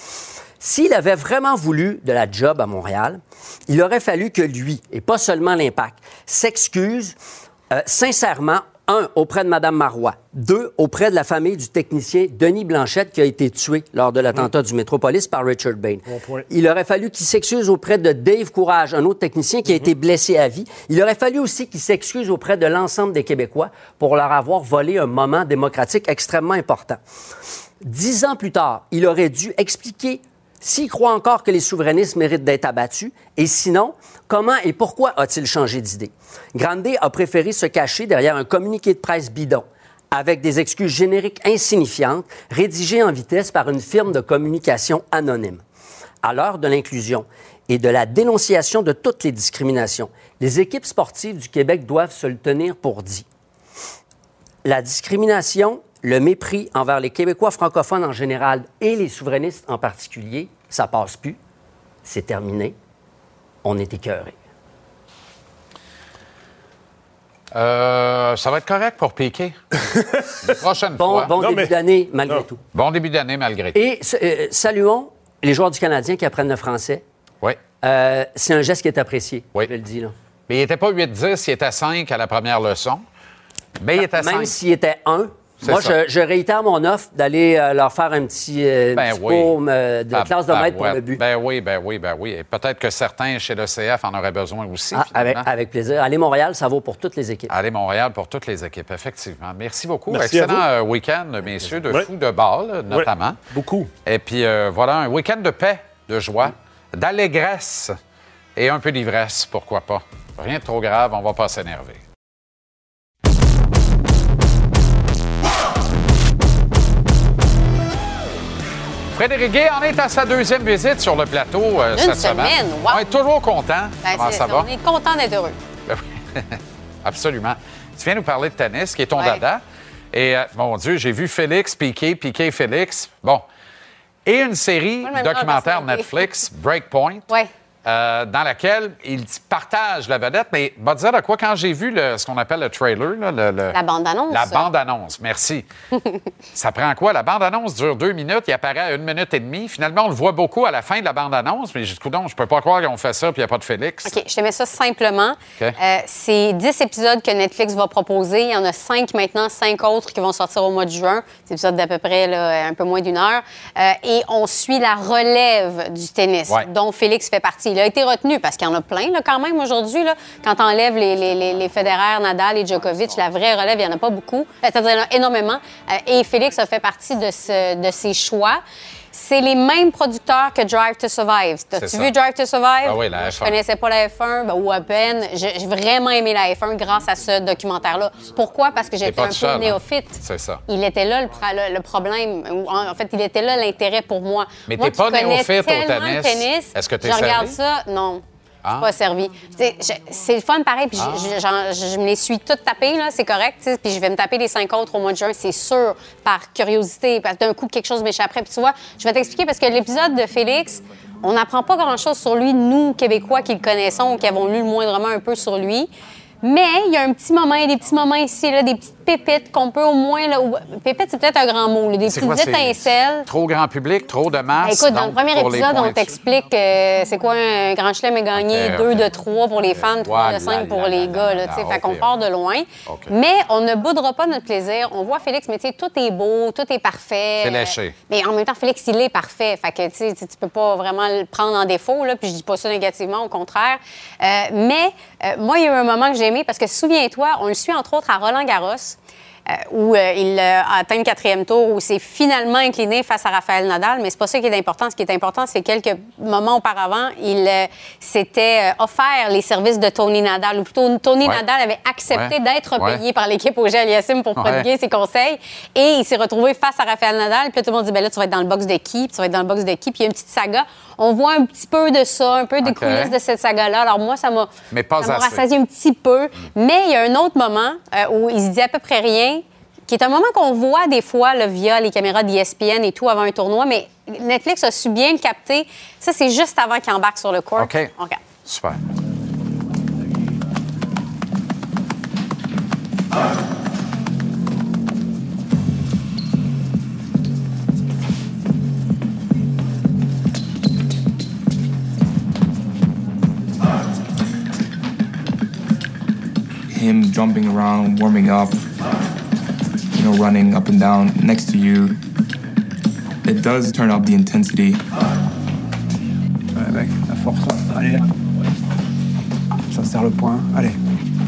S'il avait vraiment voulu de la job à Montréal, il aurait fallu que lui, et pas seulement l'Impact, s'excuse euh, sincèrement, un, auprès de Mme Marois, deux, auprès de la famille du technicien Denis Blanchette qui a été tué lors de l'attentat du Métropolis par Richard Bain. Bon point. Il aurait fallu qu'il s'excuse auprès de Dave Courage, un autre technicien qui a été blessé à vie. Il aurait fallu aussi qu'il s'excuse auprès de l'ensemble des Québécois pour leur avoir volé un moment démocratique extrêmement important. Dix ans plus tard, il aurait dû expliquer s'il croit encore que les souverainistes méritent d'être abattus, et sinon, comment et pourquoi a-t-il changé d'idée? Grandet a préféré se cacher derrière un communiqué de presse bidon, avec des excuses génériques insignifiantes, rédigées en vitesse par une firme de communication anonyme. À l'heure de l'inclusion et de la dénonciation de toutes les discriminations, les équipes sportives du Québec doivent se le tenir pour dit. La discrimination, le mépris envers les Québécois francophones en général et les souverainistes en particulier, ça passe plus. C'est terminé. On est écœurés. Euh, ça va être correct pour Piqué. Prochaine bon, fois. Bon Non, début mais... d'année, malgré non. tout. Bon début d'année, malgré tout. Et euh, saluons les joueurs du Canadien qui apprennent le français. Oui. Euh, c'est un geste qui est apprécié, Oui. je le dis. Là. Mais il n'était pas huit dix, il était cinq à la première leçon. Mais il était Même cinq. s'il était un, C'est moi, ça. je, je réitère mon offre d'aller euh, leur faire un petit, euh, Ben petit oui. cours euh, de Ah, classe de ben maître pour ouais. le but. Ben oui, ben oui, ben oui. Et peut-être que certains chez l'E C F en auraient besoin aussi. Ah, avec, finalement. avec plaisir. Aller Montréal, ça vaut pour toutes les équipes. Allez Montréal pour toutes les équipes, effectivement. Merci beaucoup. Merci à Excellent vous. euh, week-end, messieurs, de Oui. fous de bal, notamment. Ouais, beaucoup. Et puis euh, voilà, un week-end de paix, de joie, d'allégresse et un peu d'ivresse, pourquoi pas. Rien de trop grave, on va pas s'énerver. Frédéric Gay en est à sa deuxième visite sur le plateau euh, Une cette semaine, semaine. wow. On est toujours content. Ben, Comment c'est- ça va? On est content d'être heureux. Ben oui. Absolument. Tu viens nous parler de tennis, qui est ton Ouais. dada. Et, euh, mon Dieu, j'ai vu Félix, Piqué, Piqué, Félix. Bon. Et une série Moi, le même documentaire genre de Netflix, Breakpoint, Oui. euh, dans laquelle il partage la vedette. Mais, va dire de quoi, quand j'ai vu le, ce qu'on appelle le trailer, là, le, le- La bande-annonce. La bande-annonce, merci. Ça prend quoi? La bande-annonce dure deux minutes, il apparaît à une minute et demie. Finalement, on le voit beaucoup à la fin de la bande-annonce, mais je dis, coudonc, je peux pas croire qu'on fait ça puis il n'y a pas de Félix. OK, je te mets ça simplement. OK. Euh, c'est dix épisodes que Netflix va proposer. Il y en a cinq maintenant, cinq autres qui vont sortir au mois de juin. C'est épisodes d'à peu près là, un peu moins d'une heure. Euh, et on suit la relève du tennis, Ouais. dont Félix fait partie. Il a été retenu parce qu'il y en a plein là, quand même aujourd'hui. Là, quand on enlève les, les, les, les Federer, Nadal et Djokovic, la vraie relève, il n'y en a pas beaucoup. Euh, C'est-à-dire, il y en a énormément. Euh, et Félix a fait partie de, ce, de ces choix. C'est les mêmes producteurs que Drive to Survive. C'est T'as-tu ça. vu Drive to Survive? Ah oui, la F un. Je connaissais pas la F un, ben, ou à peine. J'ai j'ai vraiment aimé la F un grâce à ce documentaire-là. Pourquoi? Parce que T'es j'étais pas un tout peu seul, hein? néophyte. C'est ça. Il était là le, pra- le- le problème. Ou En en fait, il était là l'intérêt pour moi. Mais Moi t'es pas qui connais néophyte au tellement le tennis. tennis, Est-ce que t'es je regarde servi? ça, non. Je Ah. suis pas servi. Tu sais, je- C'est le fun pareil, puis je- je, j'en- je me les suis toutes tapées, là, c'est correct, tu sais, puis je vais me taper les cinq autres au mois de juin, c'est sûr, par curiosité, parce que d'un coup, quelque chose m'échapperait. Puis tu vois, je vais t'expliquer, parce que l'épisode de Félix, on n'apprend pas grand-chose sur lui, nous, Québécois, qui le connaissons, qui avons lu le moindrement un peu sur lui. Mais il y a un petit moment, il y a des petits moments ici, là, des petites pépites qu'on peut au moins... Là, ou- pépites, c'est peut-être un grand mot, là, des C'est petites quoi, c'est étincelles. Trop grand public, trop de masse. Écoute, dans le donc, premier pour les épisode, on pointus. t'explique euh, c'est quoi un grand chelem et gagné, Ok, deux ok. de trois pour les femmes, trois Ouais, de cinq là, pour là, les là, gars. là, Là, là, tu sais, fait ok, qu'on ok. part de loin. Ok. Mais on ne boudera pas notre plaisir. On voit Félix, mais tu sais, tout est beau, tout est parfait. C'est léché. Mais en même temps, Félix, il est parfait. Fait que tu sais, tu tu peux pas vraiment le prendre en défaut. Là, puis je dis pas ça négativement, au contraire. Euh, mais euh, moi, il y a eu un moment que j'ai aimé parce que souviens-toi, on le suit entre autres à Roland-Garros. Euh, où euh, il euh, a atteint le quatrième tour, où c'est finalement incliné face à Rafael Nadal. Mais c'est pas ça qui est important. Ce qui est important, c'est quelques moments auparavant, il euh, s'était euh, offert les services de Tony Nadal, ou plutôt Tony Ouais. Nadal avait accepté Ouais. d'être Ouais. payé par l'équipe Auger Aliassime pour Ouais. prodiguer ses conseils. Et il s'est retrouvé face à Rafael Nadal. Puis là, tout le monde dit, ben là, tu vas être dans le box de qui? Puis tu vas être dans le box de qui? Puis il y a une petite saga. On voit un petit peu de ça, un peu des OK. coulisses de cette saga-là. Alors moi, ça m'a Mais pas ça m'a assez. rassasié un petit peu. Mais il y a un autre moment euh, où il se dit à peu près rien, qui est un moment qu'on voit des fois là, via les caméras d'E S P N et tout avant un tournoi, mais Netflix a su bien le capter. Ça, c'est juste avant qu'il embarque sur le court. OK. On regarde. Super. Him jumping around, warming up, you know, running up and down next to you, it does turn up the intensity. Ouais, mec, la force. Allez, là. Ça serre le point. Allez.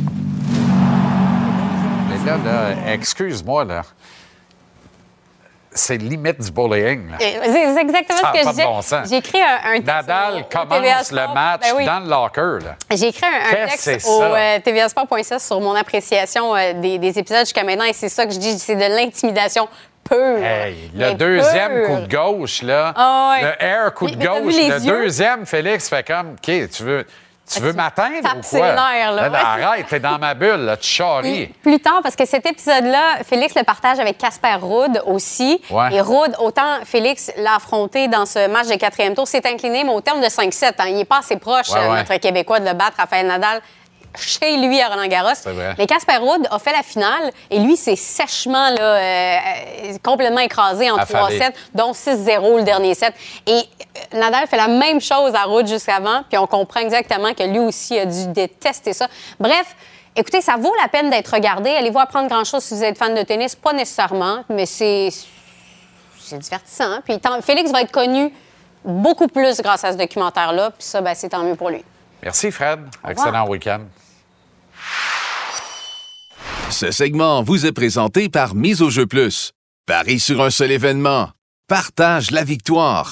Mais là, là, excuse-moi, là. c'est limite du bullying. Là. C'est c'est exactement Ça ce que a je pas de disais. bon sens. J'ai écrit un, un texte Nadal au, au commence T V A Sport. le match Ben oui. dans le locker. Là. J'ai écrit un, un Qu'est-ce texte que au c'est ça? euh, T V A Sport point C A sur mon appréciation euh, des, des épisodes jusqu'à maintenant et c'est ça que je dis, c'est de l'intimidation pure. Hey, le Mais deuxième pure. coup de gauche, là, Ah ouais. le air coup de Mais- mais t'as vu gauche, les le yeux? deuxième, Félix fait comme, OK, tu veux, tu veux tu m'atteindre tapes ou ses quoi? nerfs, là, ouais. Arrête, t'es dans ma bulle, là, tu charries. Et plus tard, parce que cet épisode-là, Félix le partage avec Casper Ruud aussi. Ouais. Et Ruud, autant Félix l'a affronté dans ce match de quatrième tour, s'est incliné, mais au terme de cinq sept, hein, il n'est pas assez proche, Ouais, euh, ouais. notre Québécois, de le battre, Rafael Nadal, chez lui à Roland-Garros. C'est vrai. Mais Casper Ruud a fait la finale et lui, c'est sèchement là, euh, euh, complètement écrasé en trois Affalé. sets, dont six zéro le dernier set. Et euh, Nadal fait la même chose à Ruud jusqu'avant, puis on comprend exactement que lui aussi a dû détester ça. Bref, écoutez, ça vaut la peine d'être regardé. Allez-vous apprendre grand-chose si vous êtes fan de tennis? Pas nécessairement, mais c'est, c'est divertissant. Puis tant- Félix va être connu beaucoup plus grâce à ce documentaire-là, puis ça, ben, c'est tant mieux pour lui. Merci, Fred. revoir. Excellent week-end. Ce segment vous est présenté par Mise au jeu plus. Parie sur un seul événement. Partage la victoire.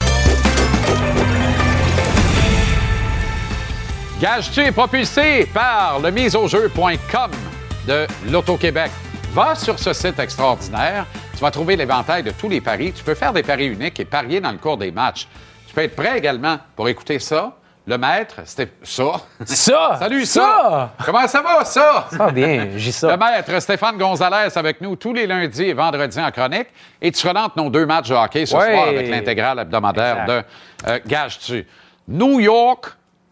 Gage-tu est propulsé par le mise au jeu point com de l'Auto-Québec. Va sur ce site extraordinaire. Tu vas trouver l'éventail de tous les paris. Tu peux faire des paris uniques et parier dans le cours des matchs. Tu peux être prêt également pour écouter ça. Le maître, c'était ça. Ça! Salut, ça! Ça! Comment ça va, ça? Ça va bien, j'ai ça. Le maître Stéphane Gonzalez avec nous tous les lundis et vendredis en chronique. Et tu relances nos deux matchs de hockey ce Ouais. soir avec l'intégrale hebdomadaire Exact. de euh, Gage-tu. New York,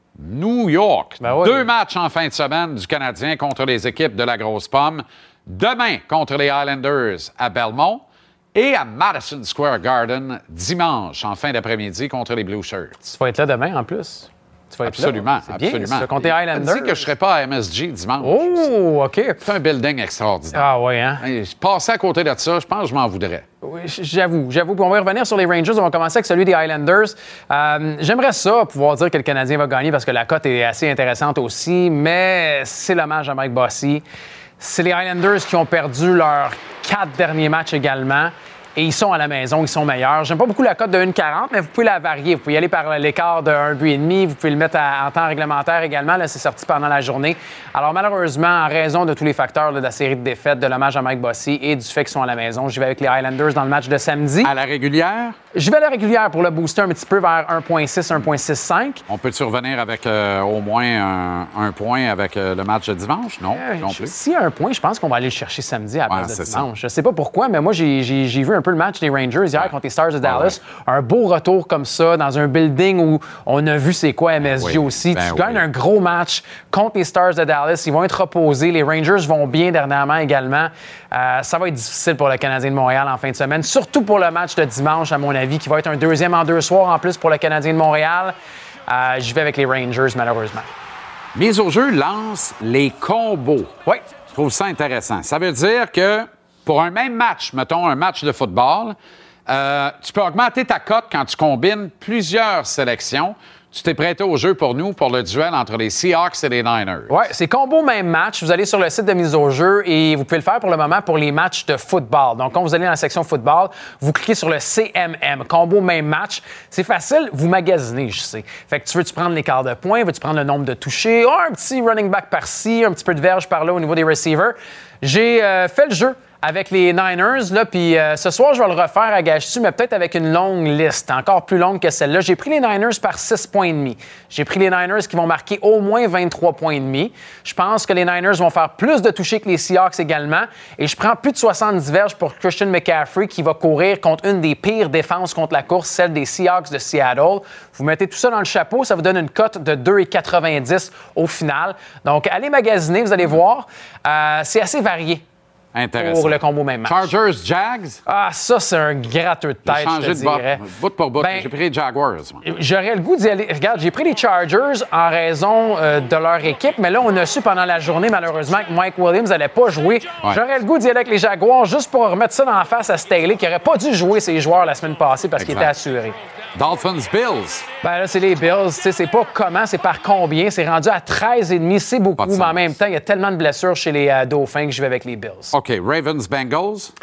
New York. Ben oui. Deux matchs en fin de semaine du Canadien contre les équipes de la Grosse Pomme. Demain contre les Islanders à Belmont. Et à Madison Square Garden dimanche en fin d'après-midi contre les Blue Shirts. Tu vas être là demain en plus. Tu vas être Absolument, là. C'est bien, absolument. tu vas compter Highlanders. Dis que je ne serai pas à M S G dimanche. Oh, OK. C'est un building extraordinaire. Ah ouais, hein? Hey, je passais à côté de ça, je pense que je m'en voudrais. Oui, j'avoue, j'avoue. Puis on va y revenir sur les Rangers. On va commencer avec celui des Highlanders. Euh, j'aimerais ça, pouvoir dire que le Canadien va gagner parce que la cote est assez intéressante aussi, mais c'est l'hommage à Mike Bossy. C'est les Highlanders qui ont perdu leurs quatre derniers matchs également. Et ils sont à la maison, ils sont meilleurs. J'aime pas beaucoup la cote de un virgule quarante, mais vous pouvez la varier. Vous pouvez y aller par l'écart de un but et demi. Vous pouvez le mettre à- en temps réglementaire également. Là, c'est sorti pendant la journée. Alors, malheureusement, en raison de tous les facteurs là, de la série de défaites, de l'hommage à Mike Bossy et du fait qu'ils sont à la maison, j'y vais avec les Highlanders dans le match de samedi. À la régulière, Je vais à la régulière pour le booster un petit peu vers un virgule six, un virgule soixante-cinq. on peut-tu revenir avec euh, au moins un, un point avec euh, le match de dimanche? Non, Euh, non je- plus. S'il y a un point, je pense qu'on va aller le chercher samedi à la Ouais, place de c'est ça. dimanche. Je sais pas pourquoi, mais moi, j'ai, j'ai- j'ai vu un peu le match des Rangers hier contre les Stars de Dallas. Un beau retour comme ça, dans un building où on a vu c'est quoi M S G Oui, aussi. ben tu gagnes oui. un gros match contre les Stars de Dallas. Ils vont être reposés. Les Rangers vont bien dernièrement également. Euh, ça va être difficile pour le Canadien de Montréal en fin de semaine, surtout pour le match de dimanche, à mon avis, qui va être un deuxième en deux soirs en plus pour le Canadien de Montréal. Euh, J'y vais avec les Rangers, malheureusement. Mise au jeu lance les combos. Oui. Je trouve ça intéressant. Ça veut dire que pour un même match, mettons un match de football, euh, tu peux augmenter ta cote quand tu combines plusieurs sélections. Tu t'es prêté au jeu pour nous pour le duel entre les Seahawks et les Niners. Oui, c'est combo même match. Vous allez sur le site de mise au jeu et vous pouvez le faire pour le moment pour les matchs de football. Donc, quand vous allez dans la section football, vous cliquez sur le C M M, combo même match. C'est facile, vous magasinez, je sais. Fait que tu veux-tu prendre les quarts de points, veux-tu prendre le nombre de touchés, oh, un petit running back par-ci, un petit peu de verge par-là au niveau des receivers. J'ai euh, fait le jeu avec les Niners, là, puis euh, ce soir, je vais le refaire à Gage-tu, mais peut-être avec une longue liste, encore plus longue que celle-là. J'ai pris les Niners par six points et demi. J'ai pris les Niners qui vont marquer au moins vingt-trois points et demi. Je pense que les Niners vont faire plus de touchés que les Seahawks également, et je prends plus de soixante-dix verges pour Christian McCaffrey qui va courir contre une des pires défenses contre la course, celle des Seahawks de Seattle. Vous mettez tout ça dans le chapeau, ça vous donne une cote de deux virgule quatre-vingt-dix au final. Donc, allez magasiner, vous allez voir. Euh, c'est assez varié. Intéressant. Pour le combo même match. Chargers, Jags. Ah, ça, c'est un gratteux de J'ai tête, je changé te de bout, dirais. bout pour bout. Ben, J'ai pris les Jaguars. moi. J'aurais le goût d'y aller. Regarde, j'ai pris les Chargers en raison euh, de leur équipe, mais là, on a su pendant la journée, malheureusement, que Mike Williams n'allait pas jouer. Ouais. J'aurais le goût d'y aller avec les Jaguars juste pour remettre ça dans la face à Staley, qui n'aurait pas dû jouer ses joueurs la semaine passée parce qu'il Exact. était assuré. Dolphins, Bills. Ben là, c'est les Bills. Tu sais, c'est pas comment, c'est par combien. C'est rendu à treize virgule cinq. C'est beaucoup, Pas de mais en sens. même temps, il y a tellement de blessures chez les euh, Dauphins que je vais avec les Bills. OK. Ravens, Bengals.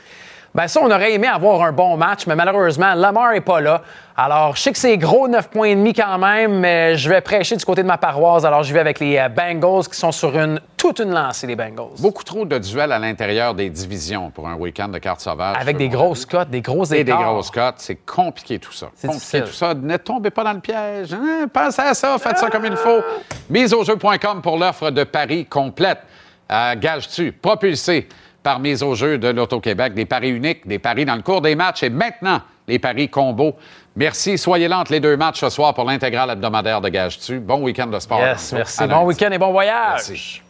Ben ça, on aurait aimé avoir un bon match, mais malheureusement, Lamar n'est pas là. Alors, je sais que c'est gros, neuf points et demi quand même, mais je vais prêcher du côté de ma paroisse. Alors, je vais avec les Bengals qui sont sur une toute une lancée, les Bengals. Beaucoup trop de duels à l'intérieur des divisions pour un week-end de cartes sauvages. Avec des grosses cotes, des gros écarts. Et des grosses cotes. C'est compliqué tout ça. C'est compliqué difficile. tout ça. Ne tombez pas dans le piège. Hein? Pensez à ça. Faites ça comme il faut. mise au jeu point com pour l'offre de paris complète. Euh, Gage-tu, propulsé par mise au jeu de l'Auto-Québec. Des paris uniques, des paris dans le cours des matchs et maintenant, les paris combos. Merci. Soyez là entre les deux matchs ce soir pour l'intégrale hebdomadaire de Gage-tu. Bon week-end de sport. Yes, merci. Bon week-end et bon voyage. Merci.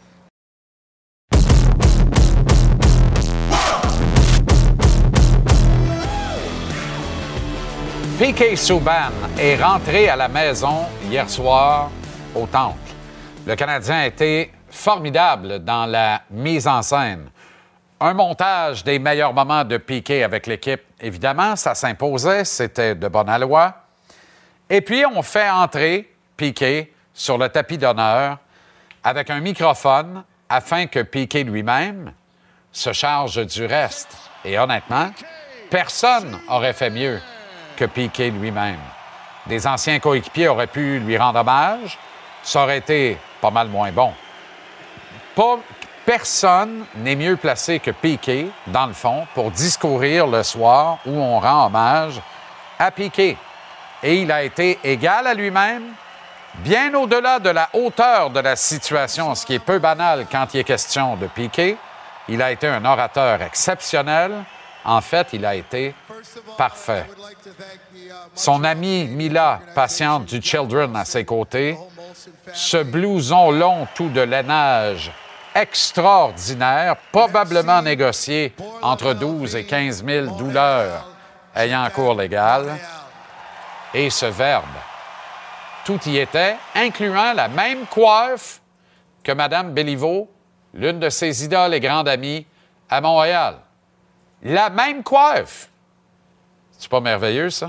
P K Subban est rentré à la maison hier soir au Temple. Le Canadien a été formidable dans la mise en scène. Un montage des meilleurs moments de P K avec l'équipe. Évidemment, ça s'imposait, c'était de bonne aloi. Et puis, on fait entrer P K sur le tapis d'honneur avec un microphone afin que P K lui-même se charge du reste. Et honnêtement, personne n'aurait fait mieux que P K lui-même. Des anciens coéquipiers auraient pu lui rendre hommage. Ça aurait été pas mal moins bon. Pas, personne n'est mieux placé que P K, dans le fond, pour discourir le soir où on rend hommage à P K. Et il a été égal à lui-même, bien au-delà de la hauteur de la situation, ce qui est peu banal quand il est question de P K. Il a été un orateur exceptionnel. En fait, il a été parfait. Son amie Mila, patiente du Children à ses côtés, ce blouson long tout de lainage extraordinaire, probablement négocié entre douze et quinze mille douleurs ayant cours légal, et ce verbe. Tout y était, incluant la même coiffe que Mme Béliveau, l'une de ses idoles et grandes amies à Montréal. La même coiffe. C'est pas merveilleux, ça?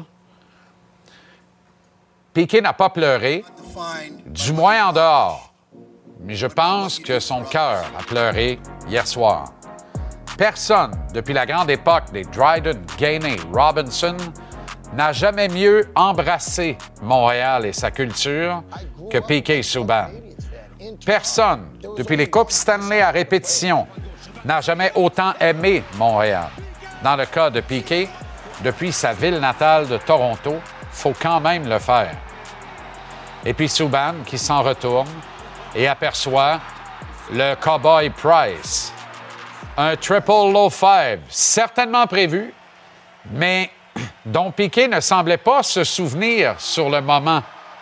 P K n'a pas pleuré, du moins en dehors. Mais je pense que son cœur a pleuré hier soir. Personne, depuis la grande époque des Dryden, Gainey, Robinson, n'a jamais mieux embrassé Montréal et sa culture que P K Subban. Personne, depuis les Coupes Stanley à répétition, n'a jamais autant aimé Montréal. Dans le cas de P K, depuis sa ville natale de Toronto, il faut quand même le faire. Et puis Subban qui s'en retourne et aperçoit le Cowboy Price. Un triple low five, certainement prévu, mais dont P K ne semblait pas se souvenir sur le moment,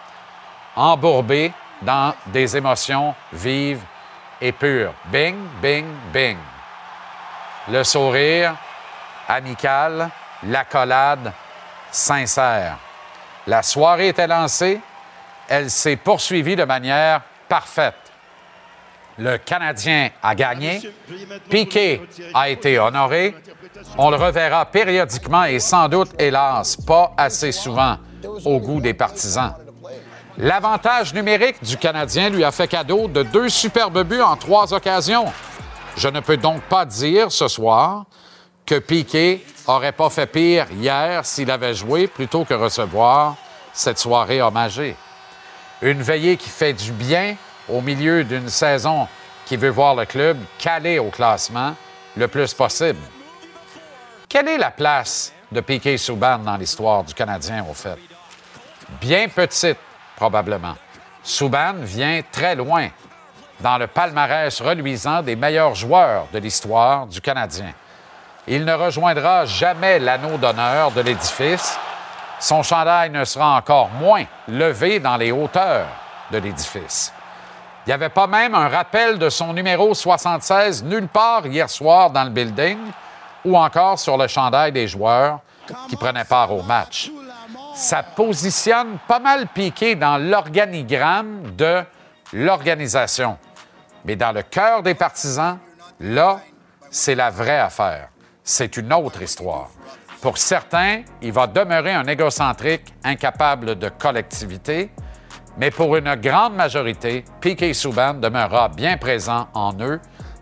embourbé dans des émotions vives et pures. Bing, bing, bing. Le sourire amical, l'accolade sincère. La soirée était lancée, elle s'est poursuivie de manière parfaite. Le Canadien a gagné, P K a été honoré. On le reverra périodiquement et sans doute, hélas, pas assez souvent au goût des partisans. L'avantage numérique du Canadien lui a fait cadeau de deux superbes buts en trois occasions. Je ne peux donc pas dire ce soir que P K n'aurait pas fait pire hier s'il avait joué plutôt que recevoir cette soirée hommagée. Une veillée qui fait du bien au milieu d'une saison qui veut voir le club calé au classement le plus possible. Quelle est la place de P K Subban dans l'histoire du Canadien, au fait? Bien petite, probablement. Subban vient très loin dans le palmarès reluisant des meilleurs joueurs de l'histoire du Canadien. Il ne rejoindra jamais l'anneau d'honneur de l'édifice. Son chandail ne sera encore moins levé dans les hauteurs de l'édifice. Il n'y avait pas même un rappel de son numéro soixante-seize nulle part hier soir dans le building ou encore sur le chandail des joueurs qui prenaient part au match. Ça positionne pas mal piqué dans l'organigramme de l'organisation. Mais dans le cœur des partisans, là, c'est la vraie affaire. C'est une autre histoire. Pour certains, il va demeurer un égocentrique incapable de collectivité, mais pour une grande majorité, P K Subban demeurera bien présent en eux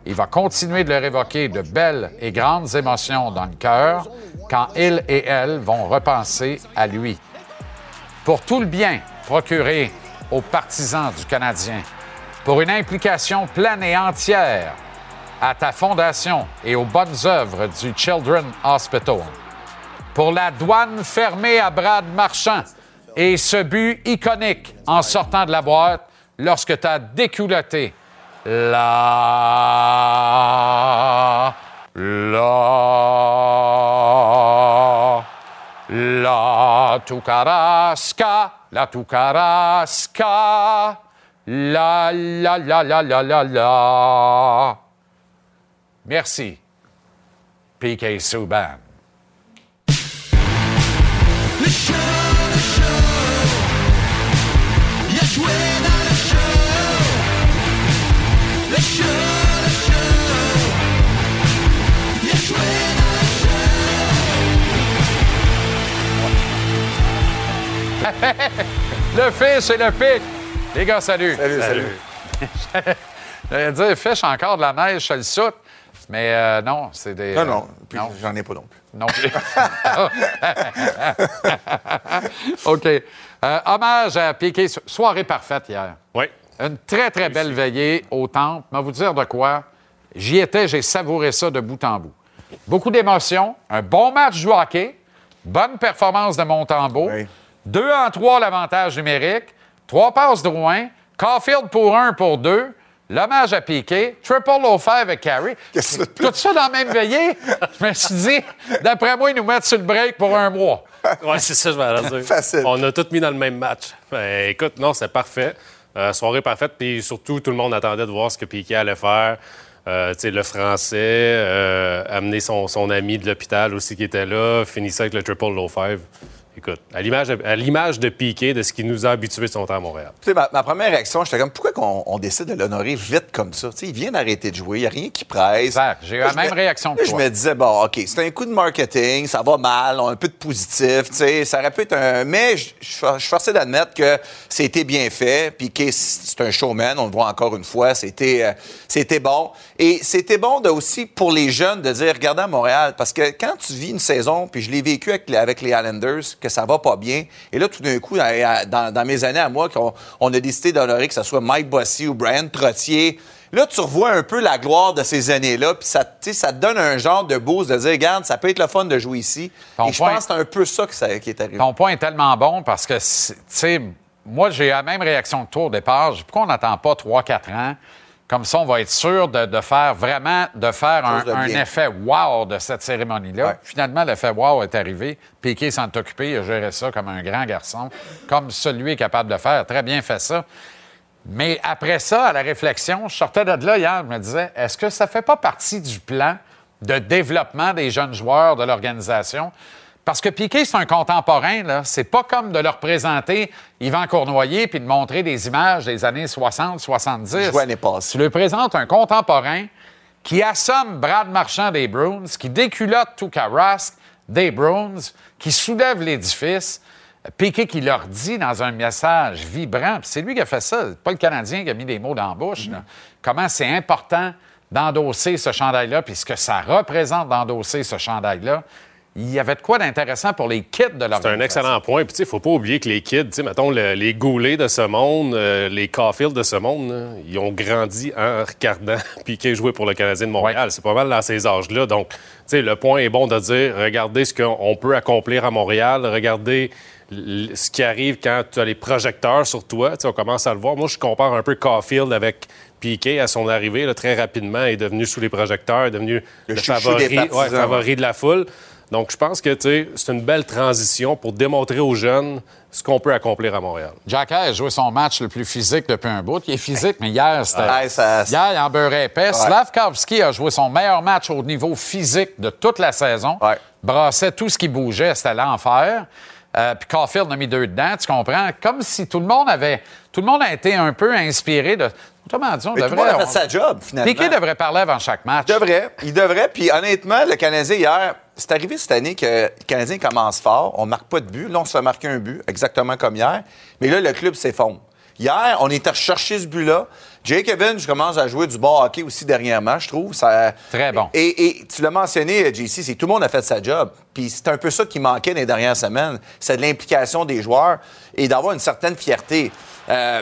Il va continuer de leur évoquer de belles et grandes émotions dans le cœur quand ils et elles vont repenser à lui. Pour tout le bien procuré aux partisans du Canadien, pour une implication pleine et entière à ta fondation et aux bonnes œuvres du Children's Hospital, pour la douane fermée à Brad Marchand et ce but iconique en sortant de la boîte lorsque tu as déculotté la... la... la Tucarasca, la Tucarasca, la la la la la la la. Merci, P K Subban. Le show, le show, il a joué dans le show. Le show, le show, il a joué dans Le fish et le pic. Les gars, salut. Salut, salut. J'allais dire, fish, encore de la neige, je le saute. Mais euh, non, c'est des... Non, non, euh, puis non. j'en ai pas non plus. Non plus. OK. Euh, hommage à Piqué. Soirée parfaite hier. Oui. Une très, très belle veillée au Temple. Mais vous dire de quoi? J'y étais, j'ai savouré ça de bout en bout. Beaucoup d'émotions, un bon match du hockey, bonne performance de Montembeault, Oui. deux en trois l'avantage numérique, trois passes de Drouin, Caulfield pour un pour deux, l'hommage à Piqué, triple oh five avec Carey. Qu'est-ce que tu- Tout ça dans la même veillée. Je me suis dit, d'après moi, ils nous mettent sur le break pour un mois. Oui, c'est ça, je vais aller dire. Facile. On a tout mis dans le même match. Ben, écoute, non, c'est parfait. Euh, soirée parfaite, puis surtout, tout le monde attendait de voir ce que Piqué allait faire. Euh, tu sais, le Français, euh, amener son, son ami de l'hôpital aussi qui était là, finissait avec le triple oh five. Écoute, à l'image, à l'image de Piqué, de ce qui nous a habitués de son temps à Montréal. Tu sais, ma, ma première réaction, j'étais comme, pourquoi qu'on, on décide de l'honorer vite comme ça? Tu sais, il vient d'arrêter de jouer, il n'y a rien qui presse. Exact. J'ai eu la Là, je même me- réaction que là, toi. Je me disais, bon, OK, c'est un coup de marketing, ça va mal, on a un peu de positif, tu sais, ça aurait pu être un... Mais je je suis forcé d'admettre que c'était bien fait, puis que c'est un showman, on le voit encore une fois, c'était, euh, c'était bon. Et c'était bon de, aussi pour les jeunes de dire, regardez à Montréal, parce que quand tu vis une saison, puis je l'ai vécu avec, les- avec les Islanders, que ça va pas bien, et là, tout d'un coup, dans, dans- dans mes années à moi, qu'on on a décidé d'honorer que ce soit Mike Bossy ou Brian Trottier, là, tu revois un peu la gloire de ces années-là, puis ça, tu sais, ça te donne un genre de boost de dire, regarde, ça peut être le fun de jouer ici. Ton et je point- pense que c'est un peu ça, que ça qui est arrivé. Ton point est tellement bon parce que, c'est- tu sais, moi, j'ai eu la même réaction que toi au départ. J'ai dit, pourquoi on n'attend pas trois quatre ans? Comme ça, on va être sûr de, de faire vraiment, de faire un, Chose de un bien. effet wow de cette cérémonie-là. Ouais. Finalement, l'effet wow est arrivé. Piqué s'en est occupé, il a géré ça comme un grand garçon, comme celui est capable de faire. Très bien fait ça. Mais après ça, à la réflexion, je sortais de là hier, je me disais, est-ce que ça fait pas partie du plan de développement des jeunes joueurs de l'organisation? Parce que Piqué, c'est un contemporain, là. C'est pas comme de leur présenter Yvan Cournoyer puis de montrer des images des années soixante, soixante-dix. Je jouais l'année passée. Tu lui présentes un contemporain qui assomme Brad Marchand des Bruins, qui déculotte Tuukka Rask des Bruins, qui soulève l'édifice. Piqué qui leur dit dans un message vibrant, puis c'est lui qui a fait ça, c'est pas le Canadien qui a mis des mots dans la bouche, là. Comment c'est important d'endosser ce chandail-là, puis ce que ça représente d'endosser ce chandail-là. Il y avait de quoi d'intéressant pour les kids de l'organisation. C'est un excellent point. Puis, tu sais, faut pas oublier que les kids, tu sais, mettons, le- les Goulet de ce monde, euh, les Caulfield de ce monde, là, ils ont grandi en regardant Piqué jouer pour le Canadien de Montréal. Ouais. C'est pas mal dans ces âges-là. Donc, tu sais, le point est bon de dire, regardez ce qu'on peut accomplir à Montréal, regardez l- ce qui arrive quand tu as les projecteurs sur toi. Tu sais, on commence à le voir. Moi, je compare un peu Caulfield avec Piqué à son arrivée, là, très rapidement, est devenu sous les projecteurs, est devenu Le le, chouchou favori, des partisans, ouais, favori de la foule. Donc, je pense que tu sais, c'est une belle transition pour démontrer aux jeunes ce qu'on peut accomplir à Montréal. Jack Hayes a joué son match le plus physique depuis un bout. Il est physique, mais hier, c'était... Ouais, ça- Hier, il en beurrait épais. Ouais. Slavkovski a joué son meilleur match au niveau physique de toute la saison. Ouais. Brassait tout ce qui bougeait. C'était l'enfer. Euh, puis Caulfield en a mis deux dedans, tu comprends? Comme si tout le monde avait... Tout le monde a été un peu inspiré de... Autrement dit, on Mais tout le devrait... monde a fait on- sa job, finalement. Piqué devrait parler avant chaque match. Il devrait. Il devrait. Puis honnêtement, le Canadien hier, c'est arrivé cette année que le Canadien commence fort. On ne marque pas de but. Là, on se fait marquer un but, exactement comme hier. Mais là, le club s'effondre. Hier, on est chercher ce but-là. Jake Evans, je commence à jouer du bon hockey aussi dernièrement, je trouve. Ça... Très bon. Et, et tu l'as mentionné, J C, c'est tout le monde a fait sa job. Puis c'est un peu ça qui manquait dans les dernières semaines. C'est de l'implication des joueurs et d'avoir une certaine fierté. Euh,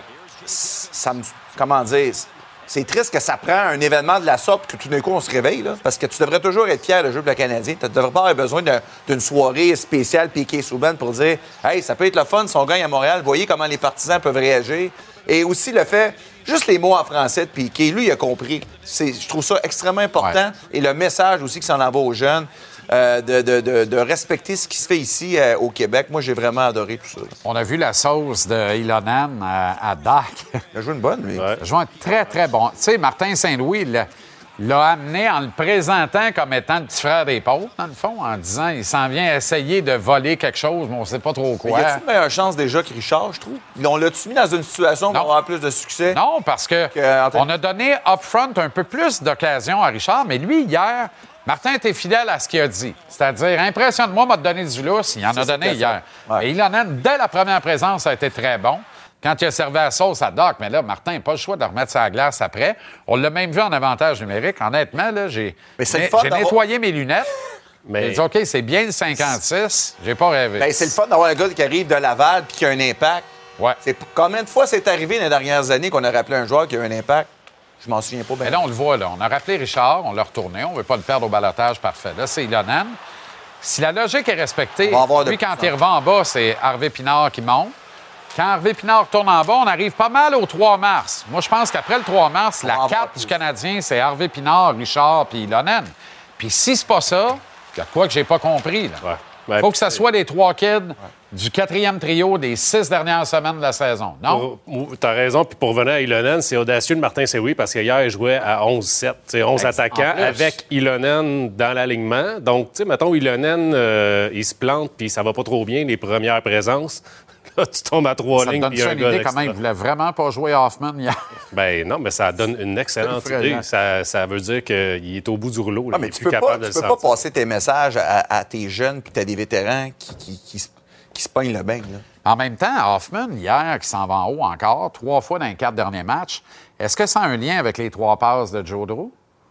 ça me... Comment dire... C'est triste que ça prend un événement de la sorte que tout d'un coup, on se réveille, là, parce que tu devrais toujours être fier de jouer pour le Canadien. Tu ne devrais pas avoir besoin de, d'une soirée spéciale Piqué Souban pour dire « Hey, ça peut être le fun si on gagne à Montréal. Voyez comment les partisans peuvent réagir. » Et aussi le fait, juste les mots en français de Piqué, lui, il a compris. C'est, je trouve ça extrêmement important. Ouais. Et le message aussi que ça en envoie aux jeunes. Euh, de, de, de, de respecter ce qui se fait ici euh, au Québec. Moi, j'ai vraiment adoré tout ça. On a vu la sauce de Ilonen à, à Dak. Il a joué une bonne, lui. Ouais. Il a joué un très, très bon. Tu sais, Martin Saint-Louis l'a, l'a amené en le présentant comme étant le petit frère des pauvres, dans le fond, en disant il s'en vient essayer de voler quelque chose, mais on ne sait pas trop quoi. Mais y a-t-il une meilleure chance déjà que Richard, je trouve? On l'a-tu mis dans une situation où on va avoir plus de succès? Non, parce que, que on a donné upfront un peu plus d'occasion à Richard, mais lui, hier... Martin était fidèle à ce qu'il a dit. C'est-à-dire, impressionne-moi, m'a donné du lousse. Il en a donné hier. Ouais. Et Ilonen, dès la première présence, a été très bon. Quand il a servi la sauce à Doc, mais là, Martin n'a pas le choix de remettre sa glace après. On l'a même vu en avantage numérique. Honnêtement, là, j'ai, mais c'est mais, j'ai nettoyé mes lunettes. Mais... J'ai dit, OK, c'est bien le cinquante-six. J'ai pas rêvé. Bien, c'est le fun d'avoir un gars qui arrive de Laval et qui a un impact. Ouais. C'est... Combien de fois c'est arrivé dans les dernières années qu'on a rappelé un joueur qui a un impact? Je m'en souviens pas bien. Mais là, on le voit, là. On a rappelé Richard, on l'a retourné. On ne veut pas le perdre au balotage parfait. Là, c'est Ilonen. Si la logique est respectée, lui, quand il revient en bas, c'est Harvey Pinard qui monte. Quand Harvey Pinard tourne en bas, on arrive pas mal au trois mars. Moi, je pense qu'après le trois mars, on la carte du Canadien, c'est Harvey Pinard, Richard puis Ilonen. Puis si c'est pas ça, il y a quoi que j'ai pas compris, là. Ouais. Il faut que ça soit les trois kids ouais. du quatrième trio des six dernières semaines de la saison, non? Tu as raison. Puis pour revenir à Ilonen, c'est audacieux de Martin Saint-Louis parce qu'hier, il jouait à onze sept. C'est onze ben, attaquants avec Ilonen dans l'alignement. Donc, tu sais, mettons, Ilonen, euh, il se plante puis ça va pas trop bien, les premières présences. Là, tu tombes à trois ça lignes. Ça donne ça une idée comment il voulait vraiment pas jouer Hoffman hier. Ben non, mais ça donne une excellente idée. Ça, ça veut dire qu'il est au bout du rouleau. Là. Ah, mais il est tu plus peux capable pas, de le tu peux sentir. pas passer tes messages à, à tes jeunes puis tu as des vétérans qui, qui, qui, qui, qui se pognent le bain. Là. En même temps, Hoffman, hier, qui s'en va en haut encore, trois fois dans les quatre derniers matchs, est-ce que ça a un lien avec les trois passes de Joe Drew?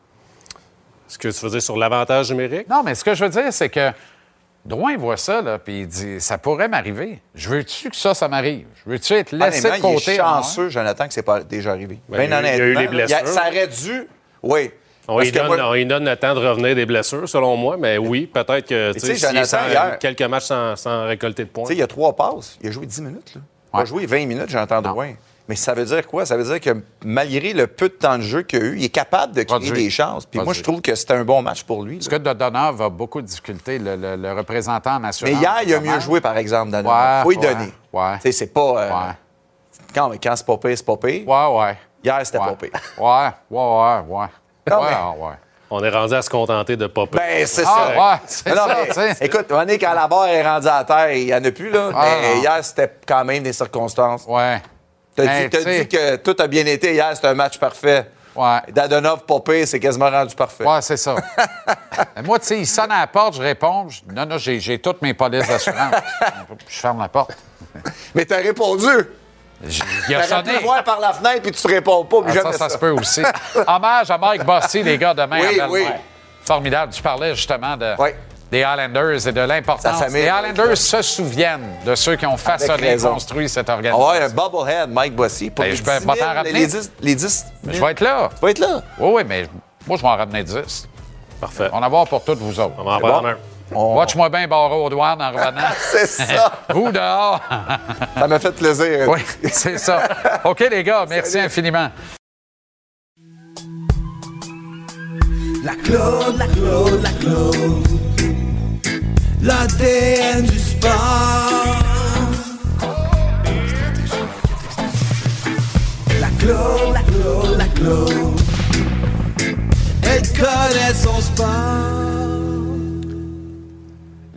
Ce que tu veux dire sur l'avantage numérique? Non, mais ce que je veux dire, c'est que Drouin voit ça, là, puis il dit « Ça pourrait m'arriver. Je veux-tu que ça, ça m'arrive? Je veux-tu être laissé de côté? » Il est chanceux, Jonathan, que c'est pas déjà arrivé. Ben, ben, il, il y a eu les blessures. Il a, ça aurait dû... Oui. On lui, donne, moi... on lui donne le temps de revenir des blessures, selon moi, mais oui, peut-être que tu sais, s'il est sans, hier... quelques matchs sans, sans récolter de points. Tu sais, il y a trois passes. Il a joué dix minutes. Là. Il ouais. a joué vingt minutes, j'entends Drouin. Mais ça veut dire quoi? Ça veut dire que malgré le peu de temps de jeu qu'il a eu, il est capable de créer des chances. Puis moi, je trouve que c'était un bon match pour lui. Parce que Dodonov a beaucoup de difficultés, le, le, le représentant national. Mais hier, il a mieux joué, par exemple, Dodonov. Il faut y ouais, donner. Ouais. Tu sais, c'est pas... Euh... Ouais. Quand, quand c'est pas pire, c'est pas pire. Ouais, ouais. Hier, c'était ouais. pas pire. Ouais, ouais, ouais, ouais. Non, ouais, mais... ouais. On est rendu à se contenter de pas pire. Ben, c'est ah, ça. Ouais, c'est non, ça, mais, écoute, on est quand la barre est rendue à terre, il n'y en a plus, là. Ah, mais non. Hier, c'était quand même des circonstances. Ouais. Tu as dit, dit que tout a bien été hier, c'était un match parfait. Ouais. Dadonov, pas pire, c'est quasiment rendu parfait. Ouais, c'est ça. Moi, tu sais, il sonne à la porte, je réponds. Je... Non, non, j'ai, j'ai toutes mes polices d'assurance. Je ferme la porte. Mais t'as répondu. J- il a sonné. Tu voir par la fenêtre puis tu te réponds pas. Ah, jamais ça, ça, ça se peut aussi. Hommage à Mike Bossy, les gars, demain. Oui, à oui. Formidable. Tu parlais justement de... Oui. des Highlanders et de l'importance. Les Highlanders se souviennent de ceux qui ont façonné et construit cette organisation. Ah ouais, un bubblehead, Mike Bossy. Pour ben, les je peux t'en ramener. Les dix, les dix je vais être là. Tu vas être là? Oui, oui, mais moi, je vais en ramener dix. Parfait. On va en avoir pour toutes vous autres. On va en prendre un. On... Watch-moi bien barreau aux douanes en revenant. C'est ça. Vous dehors. Ça m'a fait plaisir. Oui, c'est ça. OK, les gars, merci Salut. infiniment. La Claude, la Claude, la Claude, l'A D N du sport. La Claude, la Claude, la Claude, elle connaît son sport.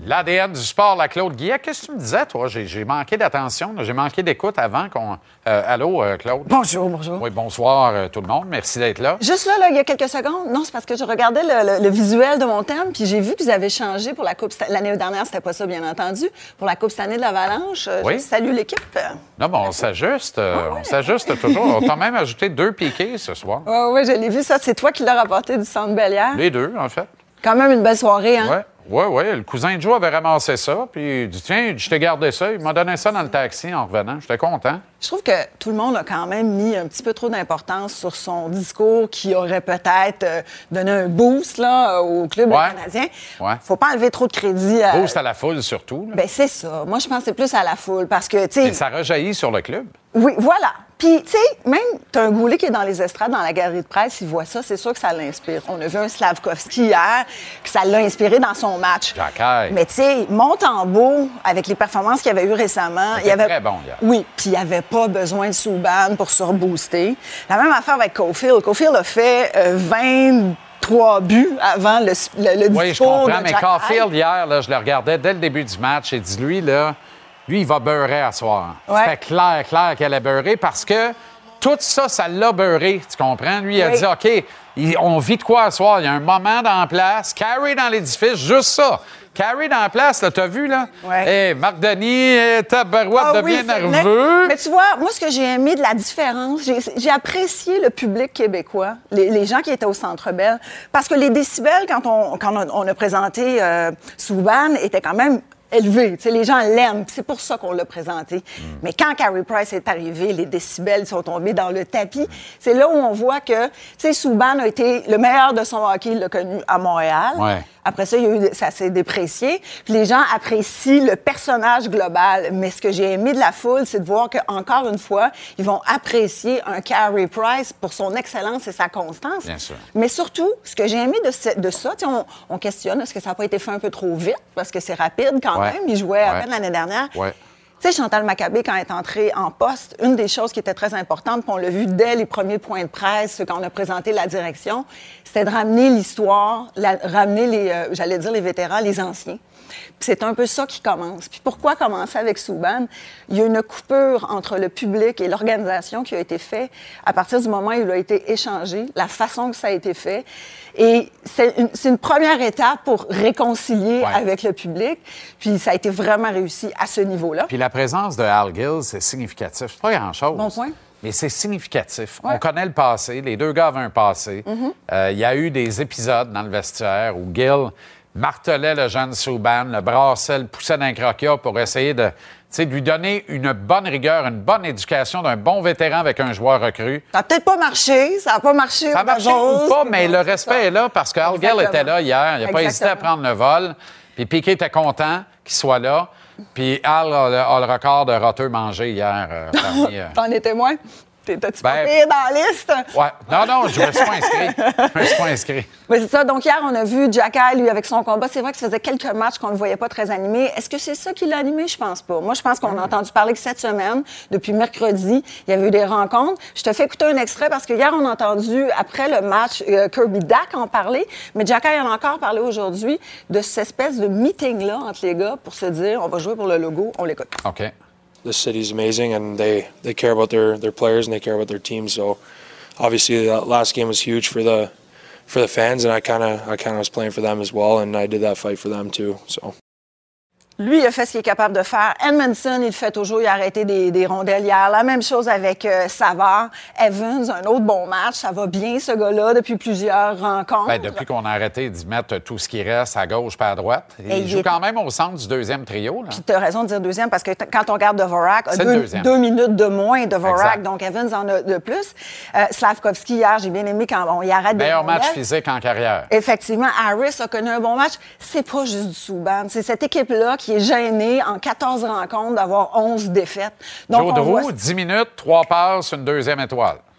L'A D N du sport, la Claude Guillet. Qu'est-ce que tu me disais, toi? J'ai, j'ai manqué d'attention, là. J'ai manqué d'écoute avant qu'on... Euh, allô, euh, Claude? Bonjour, bonjour. Oui, bonsoir euh, tout le monde. Merci d'être là. Juste là, là, il y a quelques secondes, non, c'est parce que je regardais le, le, le visuel de mon thème, puis j'ai vu que vous avez changé pour la Coupe... L'année dernière, c'était pas ça, bien entendu. Pour la Coupe cette année de l'Avalanche, Oui. je salue l'équipe. Non, bon, on s'ajuste. euh, on s'ajuste toujours. On t'a même ajouté deux piquets ce soir. Oui, oui, je l'ai vu, ça. C'est toi qui l'as rapporté du Centre Bellière. Les deux, en fait. Quand même une belle soirée, hein? Oui. Oui, oui. Le cousin de Joe avait ramassé ça, puis il dit tiens, je t'ai gardé ça. Il m'a donné ça dans le taxi en revenant. J'étais content. Je trouve que tout le monde a quand même mis un petit peu trop d'importance sur son discours qui aurait peut-être euh, donné un boost là, au club Ouais. canadien. Ouais. Faut pas enlever trop de crédit à... Boost à la foule, surtout. là. Ben c'est ça. Moi, je pense que c'est plus à la foule parce que, tu Mais sais... ça rejaillit sur le club. Oui, voilà. Puis, tu sais, même, t'as un Goulet qui est dans les estrades, dans la galerie de presse, il voit ça, c'est sûr que ça l'inspire. On a vu un Slavkovski hier, que ça l'a inspiré dans son match. Jacaille. Mais tu sais, Montembeault, avec les performances qu'il y avait eues récemment... Il était très bon hier. Oui, puis il n'y avait pas besoin de Subban pour se rebooster. La même affaire avec Caulfield. Caulfield a fait euh, vingt-trois buts avant le, le, le Oui, je discours comprends, de mais Jack Caulfield, hier, là, je le regardais dès le début du match et dit lui, là, lui, il va beurrer à soir. Ouais. C'était clair, clair qu'elle allait beurrer parce que tout ça, ça l'a beurré, tu comprends? Lui, il a Oui. dit, OK, il- on vit de quoi à soir? Il y a un moment dans la place, carry dans l'édifice, juste ça. Carry dans la place, là, t'as vu, là? Ouais. Hey, Marc Denis, eh, ta barouette Ah devient oui, c'est- nerveux. Mais, mais tu vois, moi, ce que j'ai aimé de la différence, j'ai, j'ai apprécié le public québécois, les, les gens qui étaient au Centre Bell, parce que les décibels, quand on, quand on, on a présenté euh, Subban, étaient quand même élevés. Tu sais, les gens l'aiment. C'est pour ça qu'on l'a présenté. Mm. Mais quand Carey Price est arrivé, les décibels sont tombés dans le tapis. C'est là où on voit que, tu sais, Subban a été le meilleur de son hockey, il l'a connu à Montréal. Ouais. Après ça, il y a eu, ça s'est déprécié. Puis les gens apprécient le personnage global. Mais ce que j'ai aimé de la foule, c'est de voir qu'encore une fois, ils vont apprécier un Carey Price pour son excellence et sa constance. Bien sûr. Mais surtout, ce que j'ai aimé de, ce- de ça, tu sais, on, on questionne, est-ce que ça n'a pas été fait un peu trop vite? Parce que c'est rapide quand Ouais. même. Il jouait à Ouais. peine l'année dernière. Ouais. Tu sais, Chantal Maccabé, quand elle est entrée en poste, une des choses qui était très importante, puis on l'a vu dès les premiers points de presse, quand on a présenté la direction, c'était de ramener l'histoire, la- ramener les, euh, j'allais dire les vétérans, les anciens. Puis c'est un peu ça qui commence. Puis pourquoi commencer avec Subban? Il y a une coupure entre le public et l'organisation qui a été faite à partir du moment où il a été échangé, la façon que ça a été fait. Et c'est une, c'est une première étape pour réconcilier Ouais. avec le public. Puis ça a été vraiment réussi à ce niveau-là. Puis la présence de Al Gill, c'est significatif. C'est pas grand-chose. Bon point. Mais c'est significatif. Ouais. On connaît le passé. Les deux gars avaient un passé. Euh, Mhm. Il y a eu des épisodes dans le vestiaire où Gill martelait le jeune Subban, le brassait, le poussait d'un croquia pour essayer de, tu sais, de lui donner une bonne rigueur, une bonne éducation d'un bon vétéran avec un joueur recru. Ça n'a peut-être pas marché, ça n'a pas marché. Ça a aux marché Devils, ou pas, puis mais bon, le c'est respect ça. est là parce que Al Gill Exactement. était là hier. Il n'a pas hésité à Exactement. prendre le vol. Puis Piquet était content qu'il soit là. Puis Al a le, a le record de roteux mangé hier euh, parmi... euh, T'en es témoin? T'es-tu pas Ben, payé dans la liste? Ouais. Non, non, je me suis pas inscrit. Je me suis pas inscrit. Mais c'est ça. Donc, hier, on a vu Jacky, lui, avec son combat. C'est vrai que ça faisait quelques matchs qu'on ne le voyait pas très animé. Est-ce que c'est ça qui l'a animé? Je pense pas. Moi, je pense qu'on a entendu parler que cette semaine, depuis mercredi, il y avait eu des rencontres. Je te fais écouter un extrait parce que hier, on a entendu, après le match, euh, Kirby Dack en parler. Mais Jacky en a encore parlé aujourd'hui de cette espèce de meeting-là entre les gars pour se dire, on va jouer pour le logo. On l'écoute. OK. This city's amazing, and they, they care about their, their players and they care about their team. So, obviously, that last game was huge for the for the fans, and I kind of I kind of was playing for them as well, and I did that fight for them too. So. Lui, il a fait ce qu'il est capable de faire. Edmondson, il le fait toujours. Il a arrêté des, des rondelles hier. La même chose avec euh, Savard. Evans, un autre bon match. Ça va bien, ce gars-là, depuis plusieurs rencontres. Ben, depuis qu'on a arrêté d'y mettre tout ce qui reste à gauche et à droite. Il, Et il joue est- quand même au centre du deuxième trio. Là. Puis tu as raison de dire deuxième, parce que t- quand on regarde Dvorak, a C'est le deux, deuxième. deux minutes de moins Dvorak, Exact. donc Evans en a de plus. Euh, Slavkovski, hier, j'ai bien aimé quand on y arrête des Meilleur match rondelles. physique en carrière. Effectivement, Harris a connu un bon match. C'est pas juste du Subban. C'est cette équipe-là qui est gênée en quatorze rencontres d'avoir onze défaites. Donc, Joe on voit- Drew, dix minutes, trois passes, une deuxième étoile.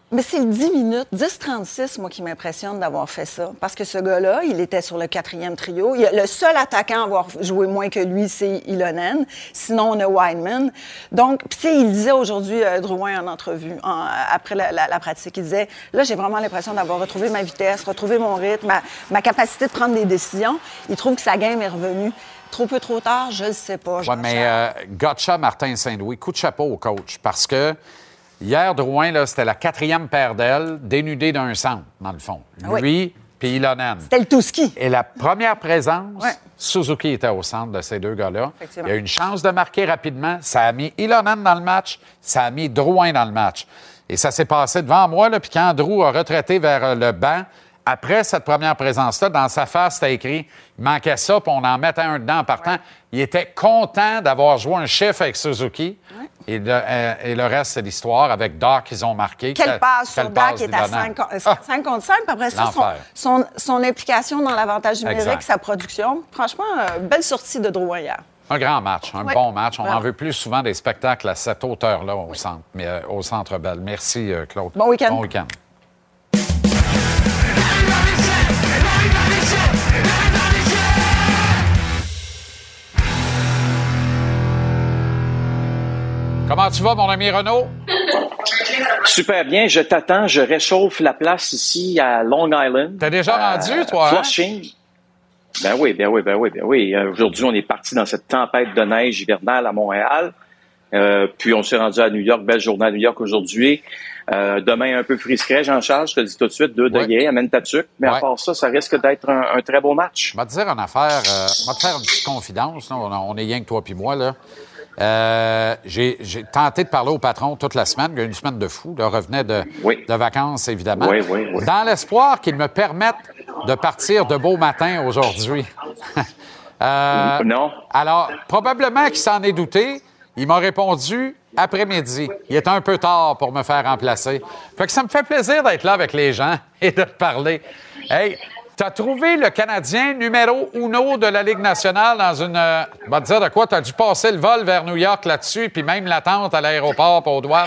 Mais c'est le dix minutes, dix trente-six, moi, qui m'impressionne d'avoir fait ça. Parce que ce gars-là, il était sur le quatrième trio. Il y a, le seul attaquant à avoir joué moins que lui, c'est Ilonen. Sinon, on a Wideman. Donc, tu sais, il disait aujourd'hui, euh, Drouin, en entrevue, en, après la, la, la pratique, il disait, là, j'ai vraiment l'impression d'avoir retrouvé ma vitesse, retrouvé mon rythme, ma, ma capacité de prendre des décisions. Il trouve que sa game est revenue. Trop peu, trop tard, je ne sais pas. Oui, mais euh, Gotcha, Martin Saint-Louis, coup de chapeau au coach, parce que hier, Drouin, là, c'était la quatrième paire d'ailes, dénudée d'un centre, dans le fond. Oui. Lui, puis Ilonen. C'était le tout-ski. Et la première présence, ouais. Suzuki était au centre de ces deux gars-là. Il y a eu une chance de marquer rapidement. Ça a mis Ilonen dans le match, ça a mis Drouin dans le match. Et ça s'est passé devant moi, là, puis quand Drew a retraité vers le banc, après cette première présence-là, dans sa face, c'était écrit « Il manquait ça, puis on en mettait un dedans en partant. Ouais. » Il était content d'avoir joué un chiffre avec Suzuki. Ouais. Et, le, euh, et le reste, c'est l'histoire. Avec Doc, ils ont marqué. Quelle passe sur Doc qui est à cinq contre cinq. Puis après ça, son, son, son implication dans l'avantage numérique, exact. Sa production. Franchement, euh, belle sortie de Drouin hier. Un grand match, un ouais. bon match. On ouais. en veut plus souvent des spectacles à cette hauteur-là au centre, mais, euh, au Centre Bell. Merci, euh, Claude. Bon week-end. Bon week-end. Comment tu vas, mon ami Renaud? Super bien. Je t'attends. Je réchauffe la place ici à Long Island. T'es déjà euh, rendu, toi? Flushing. Hein? Ben oui, ben oui, ben oui, ben oui. Aujourd'hui, on est parti dans cette tempête de neige hivernale à Montréal. Euh, puis on s'est rendu à New York. Belle journée à New York aujourd'hui. Euh, demain, un peu frisquet, Jean-Charles. Je te le dis tout de suite. Deux ouais. degrés. Amène ta tuque. Mais ouais. à part ça, ça risque d'être un, un très beau match. Je vais te dire une affaire. Euh, je vais te faire une petite confidence. Là. On, on est rien que toi puis moi, là. Euh, j'ai, j'ai tenté de parler au patron toute la semaine. Il y a une semaine de fou. Il revenait de, oui. de vacances, évidemment. Oui, oui, oui. Dans l'espoir qu'il me permette de partir de beau matin aujourd'hui. euh, non. Alors, probablement qu'il s'en est douté. Il m'a répondu après-midi. Il était un peu tard pour me faire remplacer. Fait que ça me fait plaisir d'être là avec les gens et de te parler. Hey, t'as trouvé le Canadien numéro uno de la Ligue nationale dans une... Euh, on va te dire de quoi? T'as dû passer le vol vers New York là-dessus, puis même l'attente à l'aéroport pour aux douanes.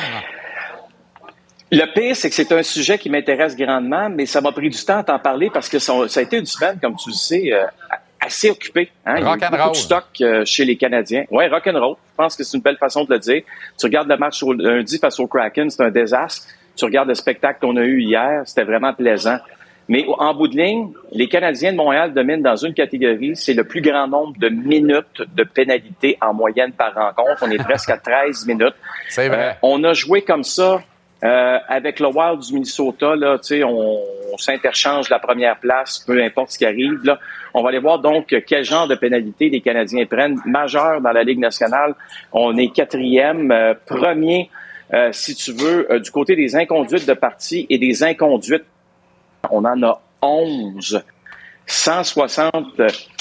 Le pire, c'est que c'est un sujet qui m'intéresse grandement, mais ça m'a pris du temps à t'en parler parce que ça, ça a été une semaine, comme tu le sais, euh, assez occupée. Hein? Il y a eu beaucoup de stock euh, chez les Canadiens. Oui, rock'n'roll. Je pense que c'est une belle façon de le dire. Tu regardes le match au lundi face au Kraken, c'est un désastre. Tu regardes le spectacle qu'on a eu hier, c'était vraiment plaisant. Mais en bout de ligne, les Canadiens de Montréal dominent dans une catégorie, c'est le plus grand nombre de minutes de pénalité en moyenne par rencontre. On est presque à treize minutes. C'est vrai. Euh, on a joué comme ça euh, avec le Wild du Minnesota. Là, on, on s'interchange la première place, peu importe ce qui arrive. Là. On va aller voir donc quel genre de pénalité les Canadiens prennent. Majeur dans la Ligue nationale, on est quatrième, euh, premier, euh, si tu veux, euh, du côté des inconduites de partie et des inconduites. On en a onze. cent soixante,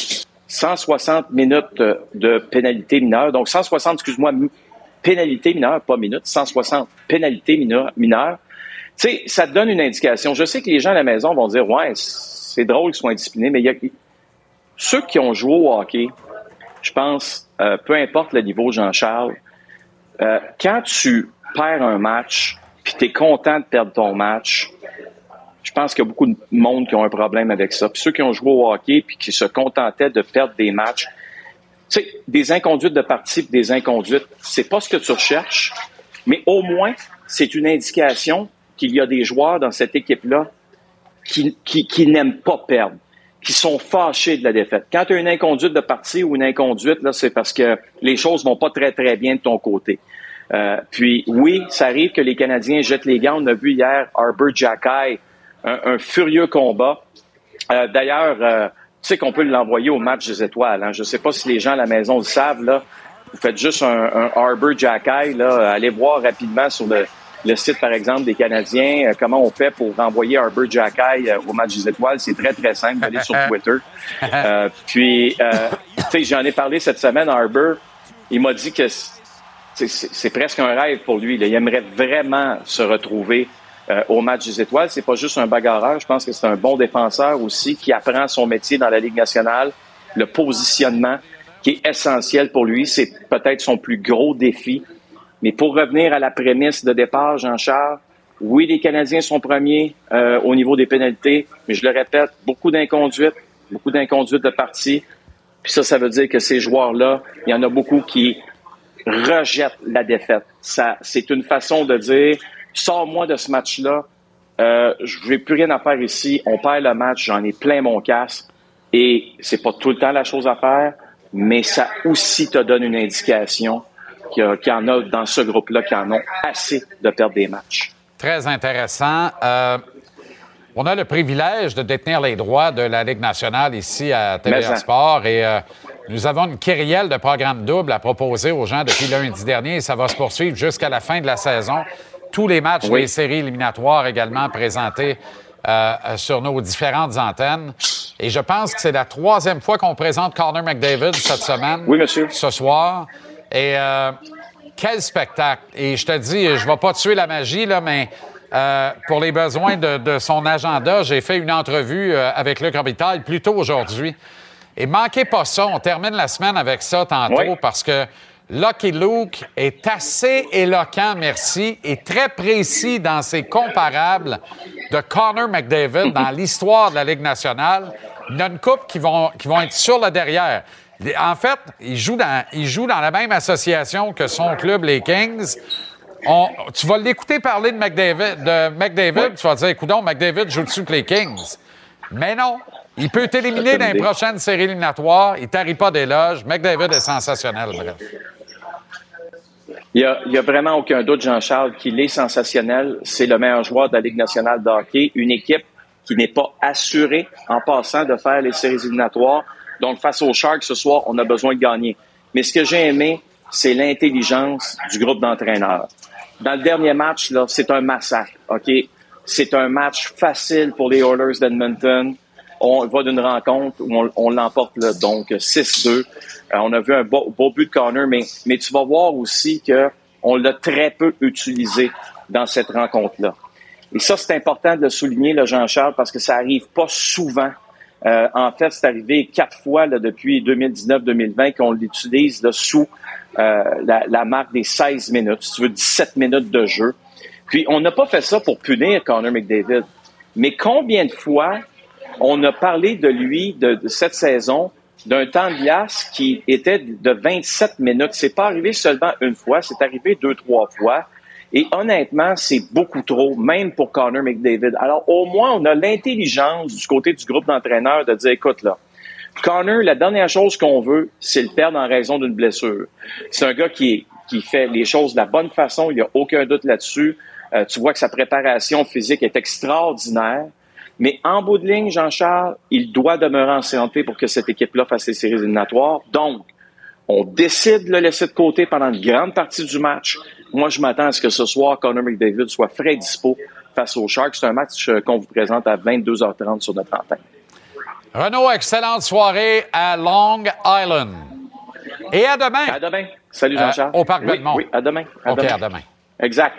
cent soixante minutes de pénalité mineure. Donc, cent soixante, excuse-moi, pénalité mineure, pas minutes, cent soixante pénalités mineures. Tu sais, ça te donne une indication. Je sais que les gens à la maison vont dire, ouais, c'est drôle qu'ils soient indisciplinés, mais il y a ceux qui ont joué au hockey, je pense, euh, peu importe le niveau, Jean-Charles, euh, quand tu perds un match, puis tu es content de perdre ton match, je pense qu'il y a beaucoup de monde qui ont un problème avec ça. Puis ceux qui ont joué au hockey puis qui se contentaient de perdre des matchs, tu sais, des inconduites de partie et des inconduites, c'est pas ce que tu recherches, mais au moins, c'est une indication qu'il y a des joueurs dans cette équipe-là qui, qui, qui n'aiment pas perdre, qui sont fâchés de la défaite. Quand tu as une inconduite de partie ou une inconduite, là, c'est parce que les choses vont pas très, très bien de ton côté. Euh, puis, oui, ça arrive que les Canadiens jettent les gants. On a vu hier Arbor Xhekaj, Un, un furieux combat. Euh, d'ailleurs, euh, tu sais qu'on peut l'envoyer au match des étoiles. Hein? Je ne sais pas si les gens à la maison le savent. Là, vous faites juste un, un Arbor Xhekaj. Là, allez voir rapidement sur le, le site, par exemple, des Canadiens, euh, comment on fait pour renvoyer Arbor Xhekaj euh, au match des étoiles. C'est très, très simple. Allez sur Twitter. Euh, puis, euh, tu sais, j'en ai parlé cette semaine à Arbor. Il m'a dit que c'est, c'est presque un rêve pour lui. Là. Il aimerait vraiment se retrouver Euh, au match des étoiles. C'est pas juste un bagarreur. Je pense que c'est un bon défenseur aussi qui apprend son métier dans la Ligue nationale. Le positionnement qui est essentiel pour lui, c'est peut-être son plus gros défi. Mais pour revenir à la prémisse de départ, Jean-Charles, Oui, les Canadiens sont premiers euh, au niveau des pénalités, mais je le répète, beaucoup d'inconduites, beaucoup d'inconduites de partie. Puis ça, ça veut dire que ces joueurs-là, il y en a beaucoup qui rejettent la défaite. Ça, c'est une façon de dire, sors-moi de ce match-là, euh, je n'ai plus rien à faire ici, on perd le match, j'en ai plein mon casque. Et c'est pas tout le temps la chose à faire, mais ça aussi te donne une indication qu'il y, qu'il y en a dans ce groupe-là qui en ont assez de perdre des matchs. Très intéressant. Euh, on a le privilège de détenir les droits de la Ligue nationale ici à T V R Sport et euh, nous avons une kyrielle de programmes doubles à proposer aux gens depuis lundi dernier et ça va se poursuivre jusqu'à la fin de la saison. Tous les matchs oui. des séries éliminatoires également présentés euh, sur nos différentes antennes. Et je pense que c'est la troisième fois qu'on présente Connor McDavid cette semaine. Oui, monsieur. Ce soir. Et euh, quel spectacle! Et je te dis, je ne vais pas tuer la magie, là, mais euh, pour les besoins de, de son agenda, j'ai fait une entrevue euh, avec Luc Robitaille plus tôt aujourd'hui. Et manquez pas ça, on termine la semaine avec ça tantôt oui. parce que Lucky Luke est assez éloquent, merci, et très précis dans ses comparables de Connor McDavid dans l'histoire de la Ligue nationale. Il y en a une couple qui vont, qui vont être sur le derrière. En fait, il joue dans, il joue dans la même association que son club, les Kings. On, tu vas l'écouter parler de McDavid, de McDavid oui. tu vas te dire, écoute, McDavid joue dessus que les Kings. Mais non, il peut t'éliminer dans les prochaines séries éliminatoires. Il ne tarit pas d'éloges. McDavid est sensationnel, bref. Il n'y a, a vraiment aucun doute, Jean-Charles, qu'il est sensationnel. C'est le meilleur joueur de la Ligue nationale de hockey. Une équipe qui n'est pas assurée en passant de faire les séries éliminatoires. Donc, face aux Sharks ce soir, on a besoin de gagner. Mais ce que j'ai aimé, c'est l'intelligence du groupe d'entraîneurs. Dans le dernier match, là, c'est un massacre, OK? C'est un match facile pour les Oilers d'Edmonton. On va d'une rencontre où on, on l'emporte là, donc six deux. Euh, on a vu un beau, beau but de Connor, mais, mais tu vas voir aussi qu'on l'a très peu utilisé dans cette rencontre-là. Et ça, c'est important de le souligner, là, Jean-Charles, parce que ça arrive pas souvent. Euh, en fait, c'est arrivé quatre fois là, depuis deux mille dix-neuf deux mille vingt qu'on l'utilise là, sous euh, la, la marque des seize minutes, si tu veux, dix-sept minutes de jeu. Puis, on n'a pas fait ça pour punir Connor McDavid. Mais combien de fois on a parlé de lui, de, de cette saison, d'un temps de glace qui était de vingt-sept minutes. C'est pas arrivé seulement une fois, c'est arrivé deux, trois fois. Et honnêtement, c'est beaucoup trop, même pour Connor McDavid. Alors, au moins, on a l'intelligence du côté du groupe d'entraîneurs de dire, écoute, là, Connor, la dernière chose qu'on veut, c'est le perdre en raison d'une blessure. C'est un gars qui, est, qui fait les choses de la bonne façon, il n'y a aucun doute là-dessus. Euh, tu vois que sa préparation physique est extraordinaire. Mais en bout de ligne, Jean-Charles, il doit demeurer en santé pour que cette équipe-là fasse les séries éliminatoires. Donc, on décide de le laisser de côté pendant une grande partie du match. Moi, je m'attends à ce que ce soir, Connor McDavid soit frais et dispo face aux Sharks. C'est un match qu'on vous présente à vingt-deux heures trente sur notre antenne. Renaud, excellente soirée à Long Island. Et à demain. À demain. Salut, Jean-Charles. Euh, au Parc oui, Belmont. Oui, à demain. À OK, demain. à demain. Exact.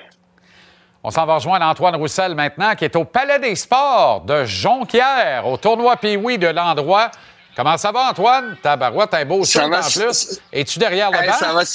On s'en va rejoindre Antoine Roussel maintenant, qui est au Palais des Sports de Jonquière, au tournoi Pee-Wee de l'endroit. Comment ça va, Antoine? Tabarouette, un beau show en plus. Es-tu derrière le hey, banc? Ça va...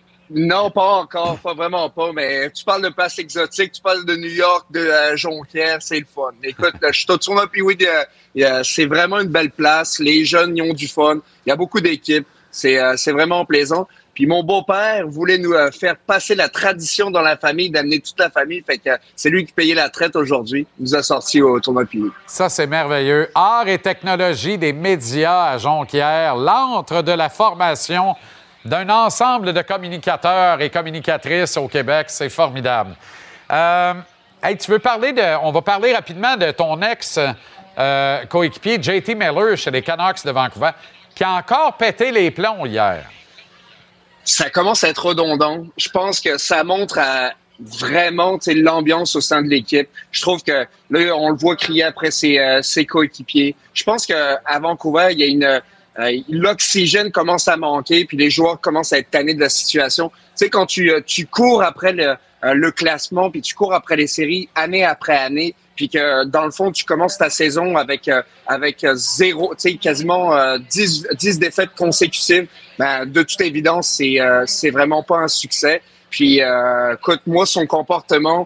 Non, pas encore, pas vraiment pas, mais tu parles de place exotique, tu parles de New York, de euh, Jonquière, c'est le fun. Écoute, là, je suis au tournoi Pee-Wee, euh, c'est vraiment une belle place, les jeunes, ils ont du fun, il y a beaucoup d'équipes, c'est euh, c'est vraiment plaisant. Puis mon beau-père voulait nous euh, faire passer la tradition dans la famille, d'amener toute la famille. Fait que euh, c'est lui qui payait la traite aujourd'hui. Il nous a sortis au tournoi Pee-Wee. Ça, c'est merveilleux. Art et technologie des médias à Jonquière, l'antre de la formation d'un ensemble de communicateurs et communicatrices au Québec. C'est formidable. Euh, hey, tu veux parler de... On va parler rapidement de ton ex-coéquipier euh, J T Miller chez les Canucks de Vancouver, qui a encore pété les plombs hier. Ça commence à être redondant. Je pense que ça montre à vraiment l'ambiance au sein de l'équipe. Je trouve que là, on le voit crier après ses, euh, ses coéquipiers. Je pense qu'à Vancouver, il y a une euh, l'oxygène commence à manquer, puis les joueurs commencent à être tannés de la situation. Tu sais, quand tu, tu cours après le, euh, le classement, puis tu cours après les séries année après année, puis que dans le fond, tu commences ta saison avec euh, avec zéro, tu sais, quasiment euh, dix, dix défaites consécutives, ben, de toute évidence, c'est euh, c'est vraiment pas un succès. Puis, euh, écoute, moi, son comportement,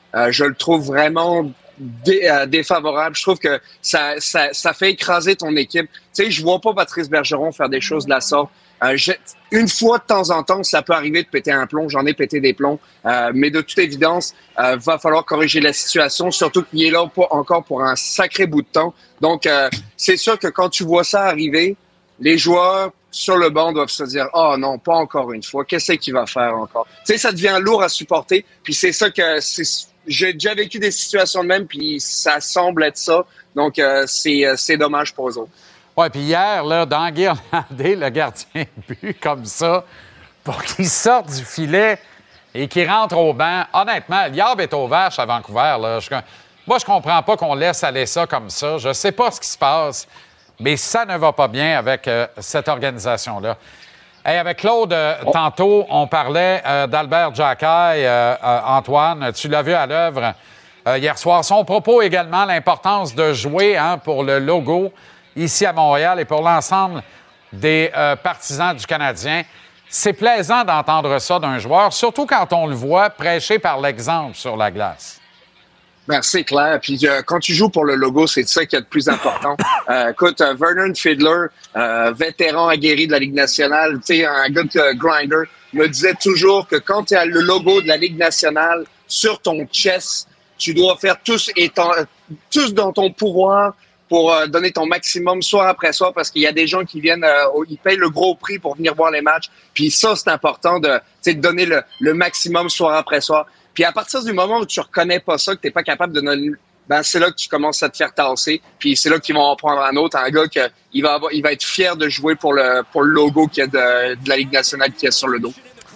euh, je le trouve vraiment dé, euh, défavorable. Je trouve que ça, ça, ça fait écraser ton équipe. Tu sais, je vois pas Patrice Bergeron faire des choses de la sorte. Euh, je, une fois de temps en temps, ça peut arriver de péter un plomb. J'en ai pété des plombs. Euh, mais de toute évidence, euh, va falloir corriger la situation, surtout qu'il est là pour, encore pour un sacré bout de temps. Donc, euh, c'est sûr que quand tu vois ça arriver, les joueurs sur le banc doivent se dire « Oh non, pas encore une fois. Qu'est-ce qu'il va faire encore? » Tu sais, ça devient lourd à supporter. Puis c'est ça que... c'est, j'ai déjà vécu des situations de même, puis ça semble être ça. Donc, euh, c'est, c'est dommage pour eux autres. Oui, puis hier, là, d'enguirlander le gardien de but comme ça pour qu'il sorte du filet et qu'il rentre au banc. Honnêtement, l'herbe est aux vaches à Vancouver. Là. Je, moi, je comprends pas qu'on laisse aller ça comme ça. Je sais pas ce qui se passe, mais ça ne va pas bien avec euh, cette organisation-là. Hey, avec Claude, euh, oh. tantôt, on parlait euh, d'Albert Xhekaj. Euh, euh, Antoine, tu l'as vu à l'œuvre euh, hier soir. Son propos également, l'importance de jouer hein, pour le logo ici à Montréal et pour l'ensemble des euh, partisans du Canadien. C'est plaisant d'entendre ça d'un joueur, surtout quand on le voit prêcher par l'exemple sur la glace. Ben, c'est clair. Puis euh, quand tu joues pour le logo, c'est ça qui est le plus important. Euh, écoute, euh, Vernon Fiedler, euh, vétéran aguerri de la Ligue nationale, tu sais, un gars de grinder, me disait toujours que quand tu as le logo de la Ligue nationale sur ton chest, tu dois faire tous, étant, tous dans ton pouvoir pour euh, donner ton maximum soir après soir, parce qu'il y a des gens qui viennent, euh, ils payent le gros prix pour venir voir les matchs. Puis ça, c'est important de, de donner le, le maximum soir après soir. Puis à partir du moment où tu reconnais pas ça, que t'es pas capable de donner, ben c'est là que tu commences à te faire tasser. Puis c'est là qu'ils vont en prendre un autre, un gars que il va avoir, il va être fier de jouer pour le pour le logo qu'il y a de, de la Ligue nationale qui est sur le dos.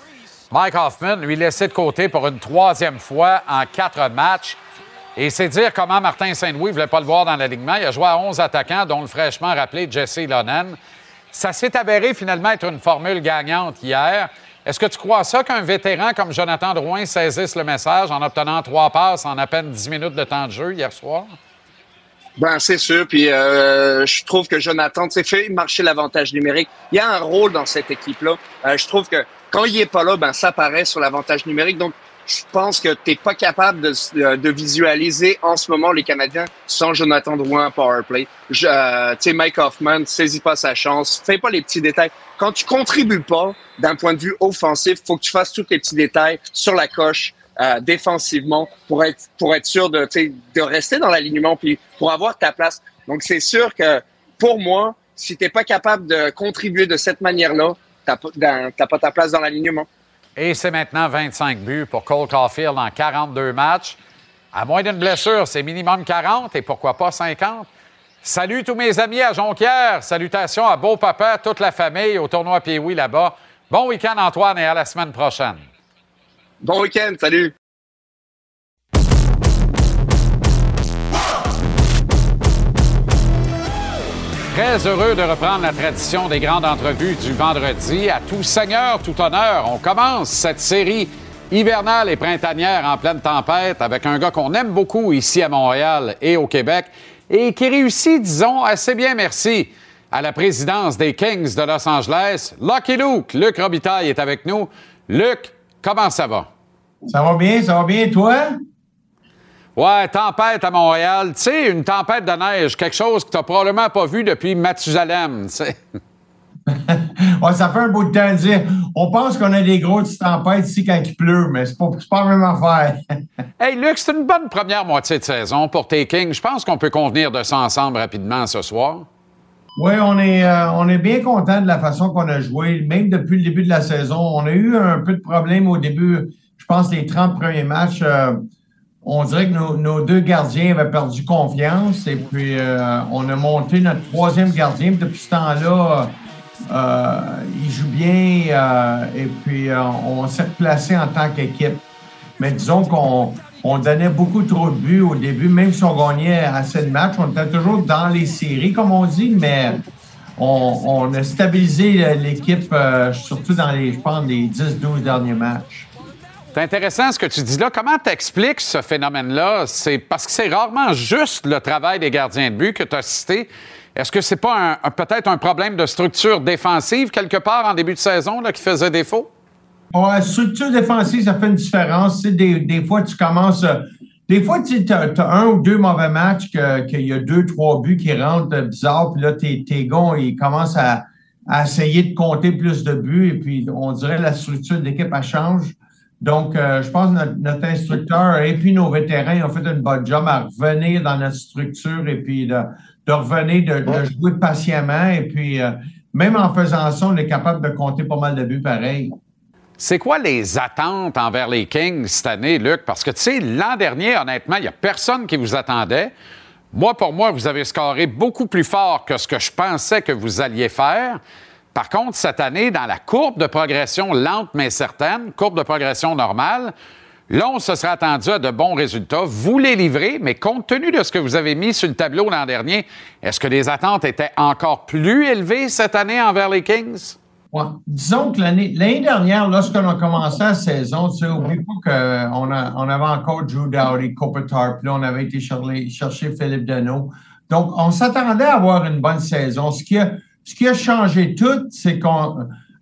Mike Hoffman, lui laissé de côté pour une troisième fois en quatre matchs. Et c'est dire comment Martin Saint-Louis ne voulait pas le voir dans l'alignement. Il a joué à onze attaquants, dont le fraîchement rappelé Jesse Lonen. Ça s'est avéré finalement être une formule gagnante hier. Est-ce que tu crois ça qu'un vétéran comme Jonathan Drouin saisisse le message en obtenant trois passes en à peine dix minutes de temps de jeu hier soir? Ben c'est sûr. Puis euh, je trouve que Jonathan, tu sais, fait marcher l'avantage numérique. Il y a un rôle dans cette équipe-là. Euh, je trouve que quand il est pas là, ben ça paraît sur l'avantage numérique. Donc je pense que tu n'es pas capable de, de visualiser en ce moment les Canadiens sans Jonathan Drouin en powerplay. Euh, tu sais, Mike Hoffman, saisis pas sa chance, fais pas les petits détails. Quand tu contribues pas d'un point de vue offensif, faut que tu fasses tous les petits détails sur la coche euh, défensivement pour être pour être sûr de de rester dans l'alignement puis pour avoir ta place. Donc c'est sûr que pour moi, si t'es pas capable de contribuer de cette manière-là, t'as pas t'as pas ta place dans l'alignement. Et c'est maintenant vingt-cinq buts pour Cole Caulfield en quarante-deux matchs. À moins d'une blessure, c'est minimum quarante et pourquoi pas cinquante. Salut tous mes amis à Jonquière. Salutations à Beau Papa, toute la famille au tournoi Pee-Wee là-bas. Bon week-end, Antoine, et à la semaine prochaine. Bon week-end, salut. Très heureux de reprendre la tradition des grandes entrevues du vendredi. À tout seigneur, tout honneur, on commence cette série hivernale et printanière en pleine tempête avec un gars qu'on aime beaucoup ici à Montréal et au Québec et qui réussit, disons, assez bien, merci, à la présidence des Kings de Los Angeles. Lucky Luke, Luc Robitaille est avec nous. Luc, comment ça va? Ça va bien, ça va bien, toi? Ouais, tempête à Montréal. Tu sais, une tempête de neige, quelque chose que tu n'as probablement pas vu depuis Mathusalem, tu sais. Ouais, ça fait un bout de temps de dire. On pense qu'on a des grosses tempêtes ici quand il pleut, mais c'est pas, c'est pas la même affaire. Hey, Luc, c'est une bonne première moitié de saison pour tes Kings. Je pense qu'on peut convenir de ça ensemble rapidement ce soir. Oui, on est, euh, on est bien content de la façon qu'on a joué, même depuis le début de la saison. On a eu un peu de problème au début, je pense, les trente premiers matchs. Euh, On dirait que nos, nos deux gardiens avaient perdu confiance et puis euh, on a monté notre troisième gardien. Depuis ce temps-là, euh, il joue bien euh, et puis euh, on s'est replacé en tant qu'équipe. Mais disons qu'on on donnait beaucoup trop de buts au début, même si on gagnait assez de matchs. On était toujours dans les séries, comme on dit, mais on, on a stabilisé l'équipe, euh, surtout dans les, je pense, les dix douze derniers matchs. C'est intéressant ce que tu dis là. Comment t'expliques ce phénomène-là? C'est parce que c'est rarement juste le travail des gardiens de but que tu as cité. Est-ce que c'est pas un, un, peut-être un problème de structure défensive quelque part en début de saison là, qui faisait défaut? Ouais, structure défensive, ça fait une différence. Tu sais, des, des fois, tu commences des fois, tu as, as un ou deux mauvais matchs qu'il que y a deux, trois buts qui rentrent bizarres, puis là, tes, tes gars, ils commencent à, à essayer de compter plus de buts, et puis on dirait la structure de l'équipe, elle change. Donc, euh, je pense que notre, notre instructeur et puis nos vétérans ont fait une bonne job à revenir dans notre structure et puis de, de revenir, de, de jouer patiemment. Et puis, euh, même en faisant ça, on est capable de compter pas mal de buts pareil. C'est quoi les attentes envers les Kings cette année, Luc? Parce que, tu sais, l'an dernier, honnêtement, il n'y a personne qui vous attendait. Moi, pour moi, vous avez scoré beaucoup plus fort que ce que je pensais que vous alliez faire. Par contre, cette année, dans la courbe de progression lente mais certaine, courbe de progression normale, là, on se serait attendu à de bons résultats. Vous les livrez, mais compte tenu de ce que vous avez mis sur le tableau l'an dernier, est-ce que les attentes étaient encore plus élevées cette année envers les Kings? Ouais. Disons que l'année, l'année dernière, lorsqu'on a commencé la saison, tu sais, oublie pas qu'on a, on avait encore Drew Doughty, Kopitar, puis là, on avait été chercher, chercher Philippe Danault. Donc, on s'attendait à avoir une bonne saison. Ce qui a Ce qui a changé tout, c'est qu'à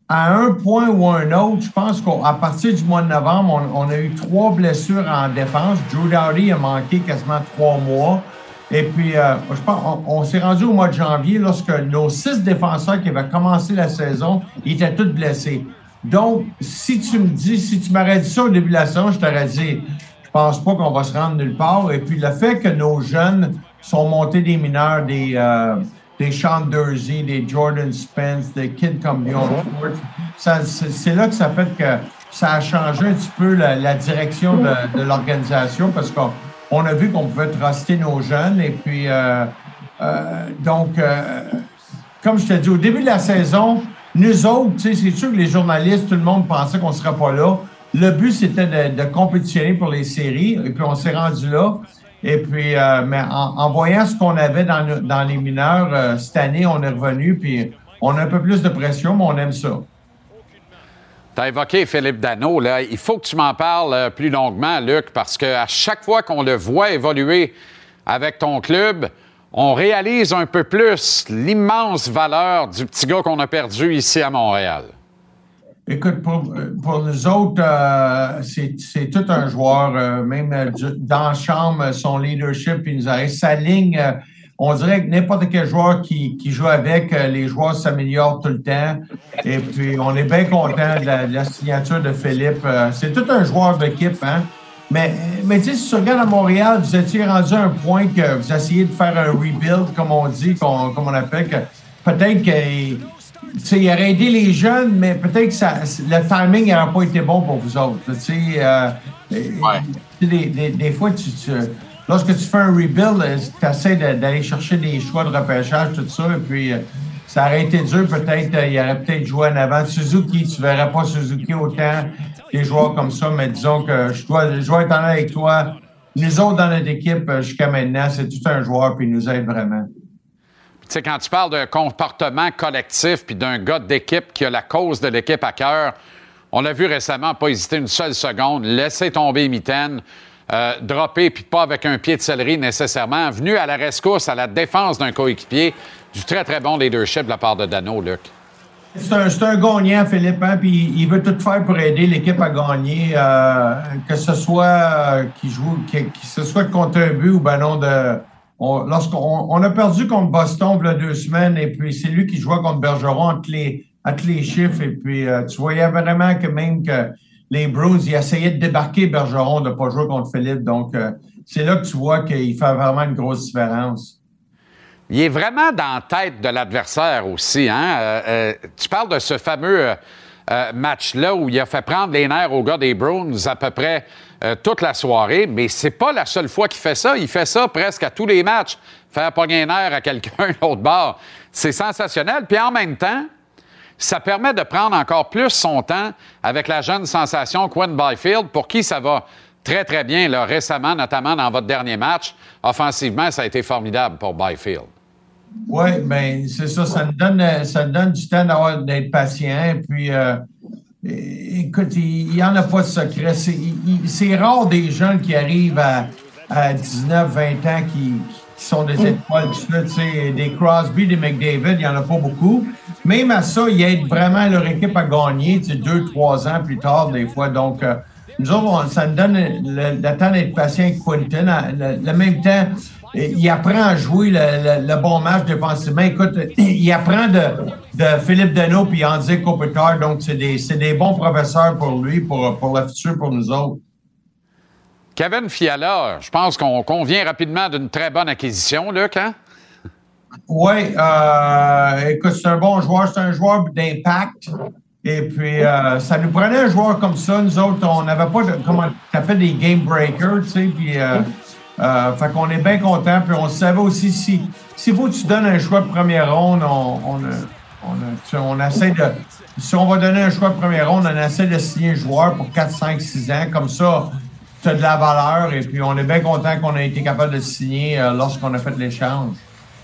un point ou un autre, je pense qu'à partir du mois de novembre, on, on a eu trois blessures en défense. Drew Doughty a manqué quasiment trois mois. Et puis, euh, je pense on, on s'est rendu au mois de janvier lorsque nos six défenseurs qui avaient commencé la saison étaient tous blessés. Donc, si tu me dis, si tu m'aurais dit ça au début de la saison, je t'aurais dit, je pense pas qu'on va se rendre nulle part. Et puis, le fait que nos jeunes sont montés des mineurs, des... Euh, des Sean Durzi, des Jordan Spence, des kids comme Dion Ford. C'est là que ça fait que ça a changé un petit peu la, la direction de, de l'organisation parce qu'on on a vu qu'on pouvait truster nos jeunes. Et puis, euh, euh, donc, euh, comme je te dis, au début de la saison, nous autres, c'est sûr que les journalistes, tout le monde pensait qu'on ne serait pas là. Le but, c'était de, de compétitionner pour les séries. Et puis, on s'est rendu là. Et puis, euh, mais en, en voyant ce qu'on avait dans, dans les mineurs, euh, cette année, on est revenu, puis on a un peu plus de pression, mais on aime ça. Tu as évoqué Philippe Danault, là. Il faut que tu m'en parles plus longuement, Luc, parce qu'à chaque fois qu'on le voit évoluer avec ton club, on réalise un peu plus l'immense valeur du petit gars qu'on a perdu ici à Montréal. Écoute, pour, pour nous autres, euh, c'est, c'est tout un joueur, euh, même euh, dans la chambre, son leadership, il nous arrive. Sa ligne, euh, on dirait que n'importe quel joueur qui, qui joue avec, euh, les joueurs s'améliorent tout le temps. Et puis, on est bien content de la, de la signature de Philippe. Euh, c'est tout un joueur d'équipe, hein? Mais, mais tu sais, si tu regardes à Montréal, vous étiez rendu à un point que vous essayez de faire un rebuild, comme on dit, qu'on, comme on appelle, que peut-être que... Tu sais, il aurait aidé les jeunes, mais peut-être que ça, le timing n'aurait pas été bon pour vous autres. Tu sais, euh, ouais. des, des, des fois, tu, tu, lorsque tu fais un rebuild, tu essaies de, d'aller chercher des choix de repêchage, tout ça, et puis ça aurait été dur. Peut-être, il aurait peut-être joué en avant. Suzuki, tu ne verrais pas Suzuki autant, des joueurs comme ça, mais disons que je dois, je dois être honnête avec toi. Nous autres, dans notre équipe, jusqu'à maintenant, c'est tout un joueur, puis il nous aide vraiment. Tu sais, quand tu parles d'un comportement collectif puis d'un gars d'équipe qui a la cause de l'équipe à cœur, on l'a vu récemment, pas hésiter une seule seconde, laisser tomber mitaine, euh, dropper puis pas avec un pied de céleri nécessairement, venu à la rescousse, à la défense d'un coéquipier, du très, très bon leadership de la part de Danault, Luc. C'est un, c'est un gagnant, Philippe, hein, puis il veut tout faire pour aider l'équipe à gagner, euh, que ce soit euh, qu'il joue, que, que ce soit contre un but ou ben non de... On, lorsqu'on on a perdu contre Boston il y a deux semaines, et puis c'est lui qui jouait contre Bergeron entre les, entre les chiffres. Et puis euh, tu voyais vraiment que même que les Bruins, ils essayaient de débarquer Bergeron, de ne pas jouer contre Philippe. Donc, euh, c'est là que tu vois qu'il fait vraiment une grosse différence. Il est vraiment dans la tête de l'adversaire aussi. Hein? Euh, euh, tu parles de ce fameux euh, euh, match-là où il a fait prendre les nerfs aux gars des Bruins à peu près euh, toute la soirée, mais c'est pas la seule fois qu'il fait ça. Il fait ça presque à tous les matchs, faire pogner un nerf à quelqu'un l'autre bord. C'est sensationnel. Puis en même temps, ça permet de prendre encore plus son temps avec la jeune sensation Quinn Byfield, pour qui ça va très, très bien là, récemment, notamment dans votre dernier match. Offensivement, ça a été formidable pour Byfield. Oui, bien, c'est ça. Ça nous donne, ça nous donne du temps d'avoir, d'être patient. Puis, euh, écoute, il n'y en a pas de secret. C'est, il, c'est rare des jeunes qui arrivent à, à dix-neuf vingt ans qui, qui sont des étoiles. Tu sais, des Crosby, des McDavid, il n'y en a pas beaucoup. Même à ça, ils aident vraiment leur équipe à gagner, tu sais, deux, trois ans plus tard, des fois. Donc, euh, nous autres, on, ça nous donne le, le temps d'être patient avec Quinton. Le, le même temps, il apprend à jouer le, le, le bon match défensivement. Écoute, il apprend de, de Philippe Danault puis Andy Kopitar. Donc, c'est des, c'est des bons professeurs pour lui, pour, pour le futur, pour nous autres. Kevin Fiala, je pense qu'on convient rapidement d'une très bonne acquisition, Luc, hein? Oui, euh, écoute, c'est un bon joueur, c'est un joueur d'impact. Et puis, euh, ça nous prenait un joueur comme ça. Nous autres, on n'avait pas, de, comment tu as fait des game breakers, tu sais, puis euh, euh, fait qu'on est bien content. Puis on savait aussi, si s'il faut que tu donnes un choix de première ronde, on, on, on, on, on essaie de, si on va donner un choix de première ronde, on essaie de signer un joueur pour quatre, cinq, six ans, comme ça, tu as de la valeur. Et puis, on est bien content qu'on ait été capable de le signer euh, lorsqu'on a fait l'échange.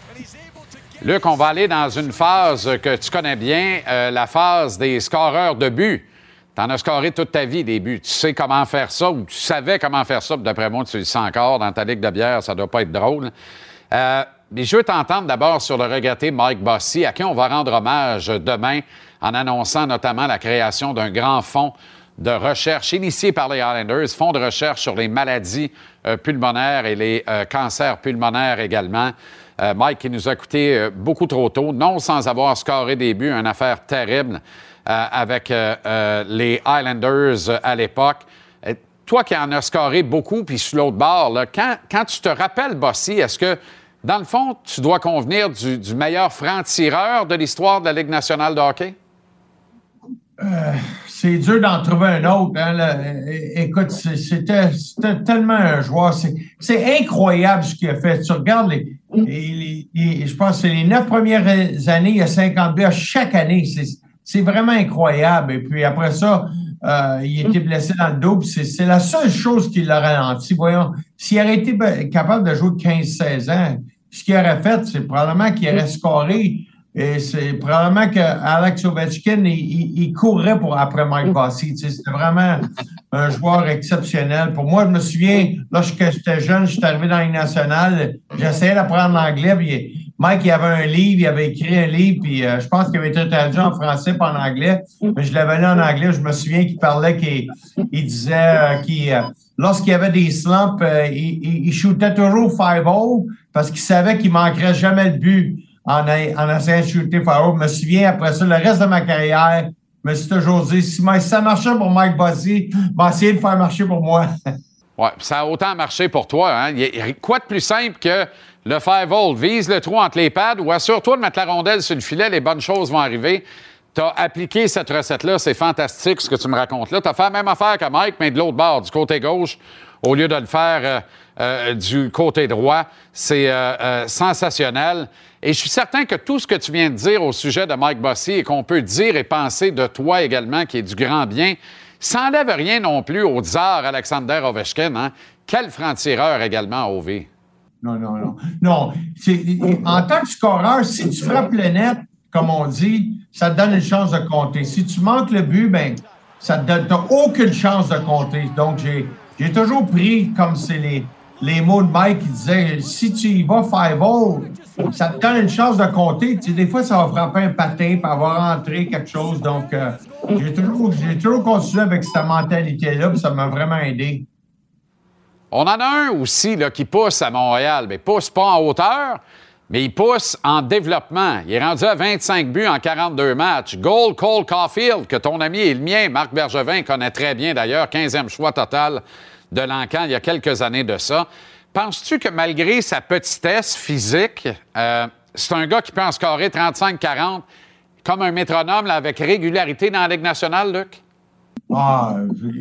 Luc, on va aller dans une phase que tu connais bien, euh, la phase des scoreurs de but. Tu en as scoré toute ta vie, des buts. Tu sais comment faire ça, ou tu savais comment faire ça, d'après moi, tu le sais encore. Dans ta ligue de bière, ça doit pas être drôle. Euh, mais je veux t'entendre d'abord sur le regretté Mike Bossy, à qui on va rendre hommage demain en annonçant notamment la création d'un grand fonds de recherche initié par les Islanders, fonds de recherche sur les maladies euh, pulmonaires et les euh, cancers pulmonaires également. Euh, Mike qui nous a coûté euh, beaucoup trop tôt, non sans avoir scoré des buts, une affaire terrible euh, avec euh, euh, les Islanders euh, à l'époque. Euh, toi qui en as scoré beaucoup, puis sur l'autre bord, là, quand, quand tu te rappelles Bossy, est-ce que, dans le fond, tu dois convenir du, du meilleur franc-tireur de l'histoire de la Ligue nationale de hockey? Euh, c'est dur d'en trouver un autre. Hein, là. Écoute, c'était, c'était tellement un joueur. C'est, c'est incroyable ce qu'il a fait. Tu regardes, les, les, les, je pense que c'est les neuf premières années, il y a cinquante buts à chaque année. C'est, c'est vraiment incroyable. Et puis après ça, euh, il était blessé dans le dos. C'est, c'est la seule chose qui l'a ralenti. Voyons, s'il aurait été capable de jouer quinze seize ans, ce qu'il aurait fait, c'est probablement qu'il aurait scoré. Et c'est probablement qu'Alex Ovechkin, il, il, il courait pour après Mike Bossy. Tu sais, c'était vraiment un joueur exceptionnel. Pour moi, je me souviens, lorsque j'étais jeune, je suis arrivé dans la Ligue nationale, j'essayais d'apprendre l'anglais. Puis Mike, il avait un livre, il avait écrit un livre, puis euh, je pense qu'il avait été traduit en français pas en anglais. Mais je l'avais lu en anglais. Je me souviens qu'il parlait, qu'il il disait euh, qu'il... Euh, lorsqu'il y avait des slumps, euh, il, il, il shootait toujours five oh parce qu'il savait qu'il manquerait jamais le but. En, en essayant de shooter Faro. Je me souviens, après ça, le reste de ma carrière, je me suis toujours dit, si, si ça marchait pour Mike Bossy, je vais essayer de faire marcher pour moi. Oui, ça a autant marché pour toi. Hein? Il y a quoi de plus simple que le five-hole? Vise le trou entre les pads ou assure-toi de mettre la rondelle sur le filet, les bonnes choses vont arriver. Tu as appliqué cette recette-là, c'est fantastique ce que tu me racontes là. Tu as fait la même affaire que Mike, mais de l'autre bord, du côté gauche, au lieu de le faire euh, euh, du côté droit. C'est euh, euh, sensationnel. Et je suis certain que tout ce que tu viens de dire au sujet de Mike Bossy et qu'on peut dire et penser de toi également, qui est du grand bien, ça n'enlève rien non plus au tsar Alexander Ovechkin. Hein? Quel franc-tireur également, O V. Non, non, non. Non, c'est, en tant que scoreur, si tu frappes le net, comme on dit, ça te donne une chance de compter. Si tu manques le but, ben ça te donne, t'as aucune chance de compter. Donc, j'ai, j'ai toujours pris comme c'est les... les mots de Mike qui disaient, si tu y vas five-oh, ça te donne une chance de compter. Tu sais, des fois, ça va frapper un patin, puis avoir rentré quelque chose. Donc, euh, j'ai, toujours, j'ai toujours continué avec cette mentalité-là, puis ça m'a vraiment aidé. On en a un aussi là, qui pousse à Montréal. Mais pousse pas en hauteur, mais il pousse en développement. Il est rendu à vingt-cinq buts en quarante-deux matchs. Goal Cole Caulfield, que ton ami et le mien, Marc Bergevin, connaît très bien d'ailleurs, quinzième choix total de l'Encan il y a quelques années de ça. Penses-tu que malgré sa petitesse physique, euh, c'est un gars qui peut en scorer trente-cinq quarante comme un métronome là, avec régularité dans la Ligue nationale, Luc? Ah,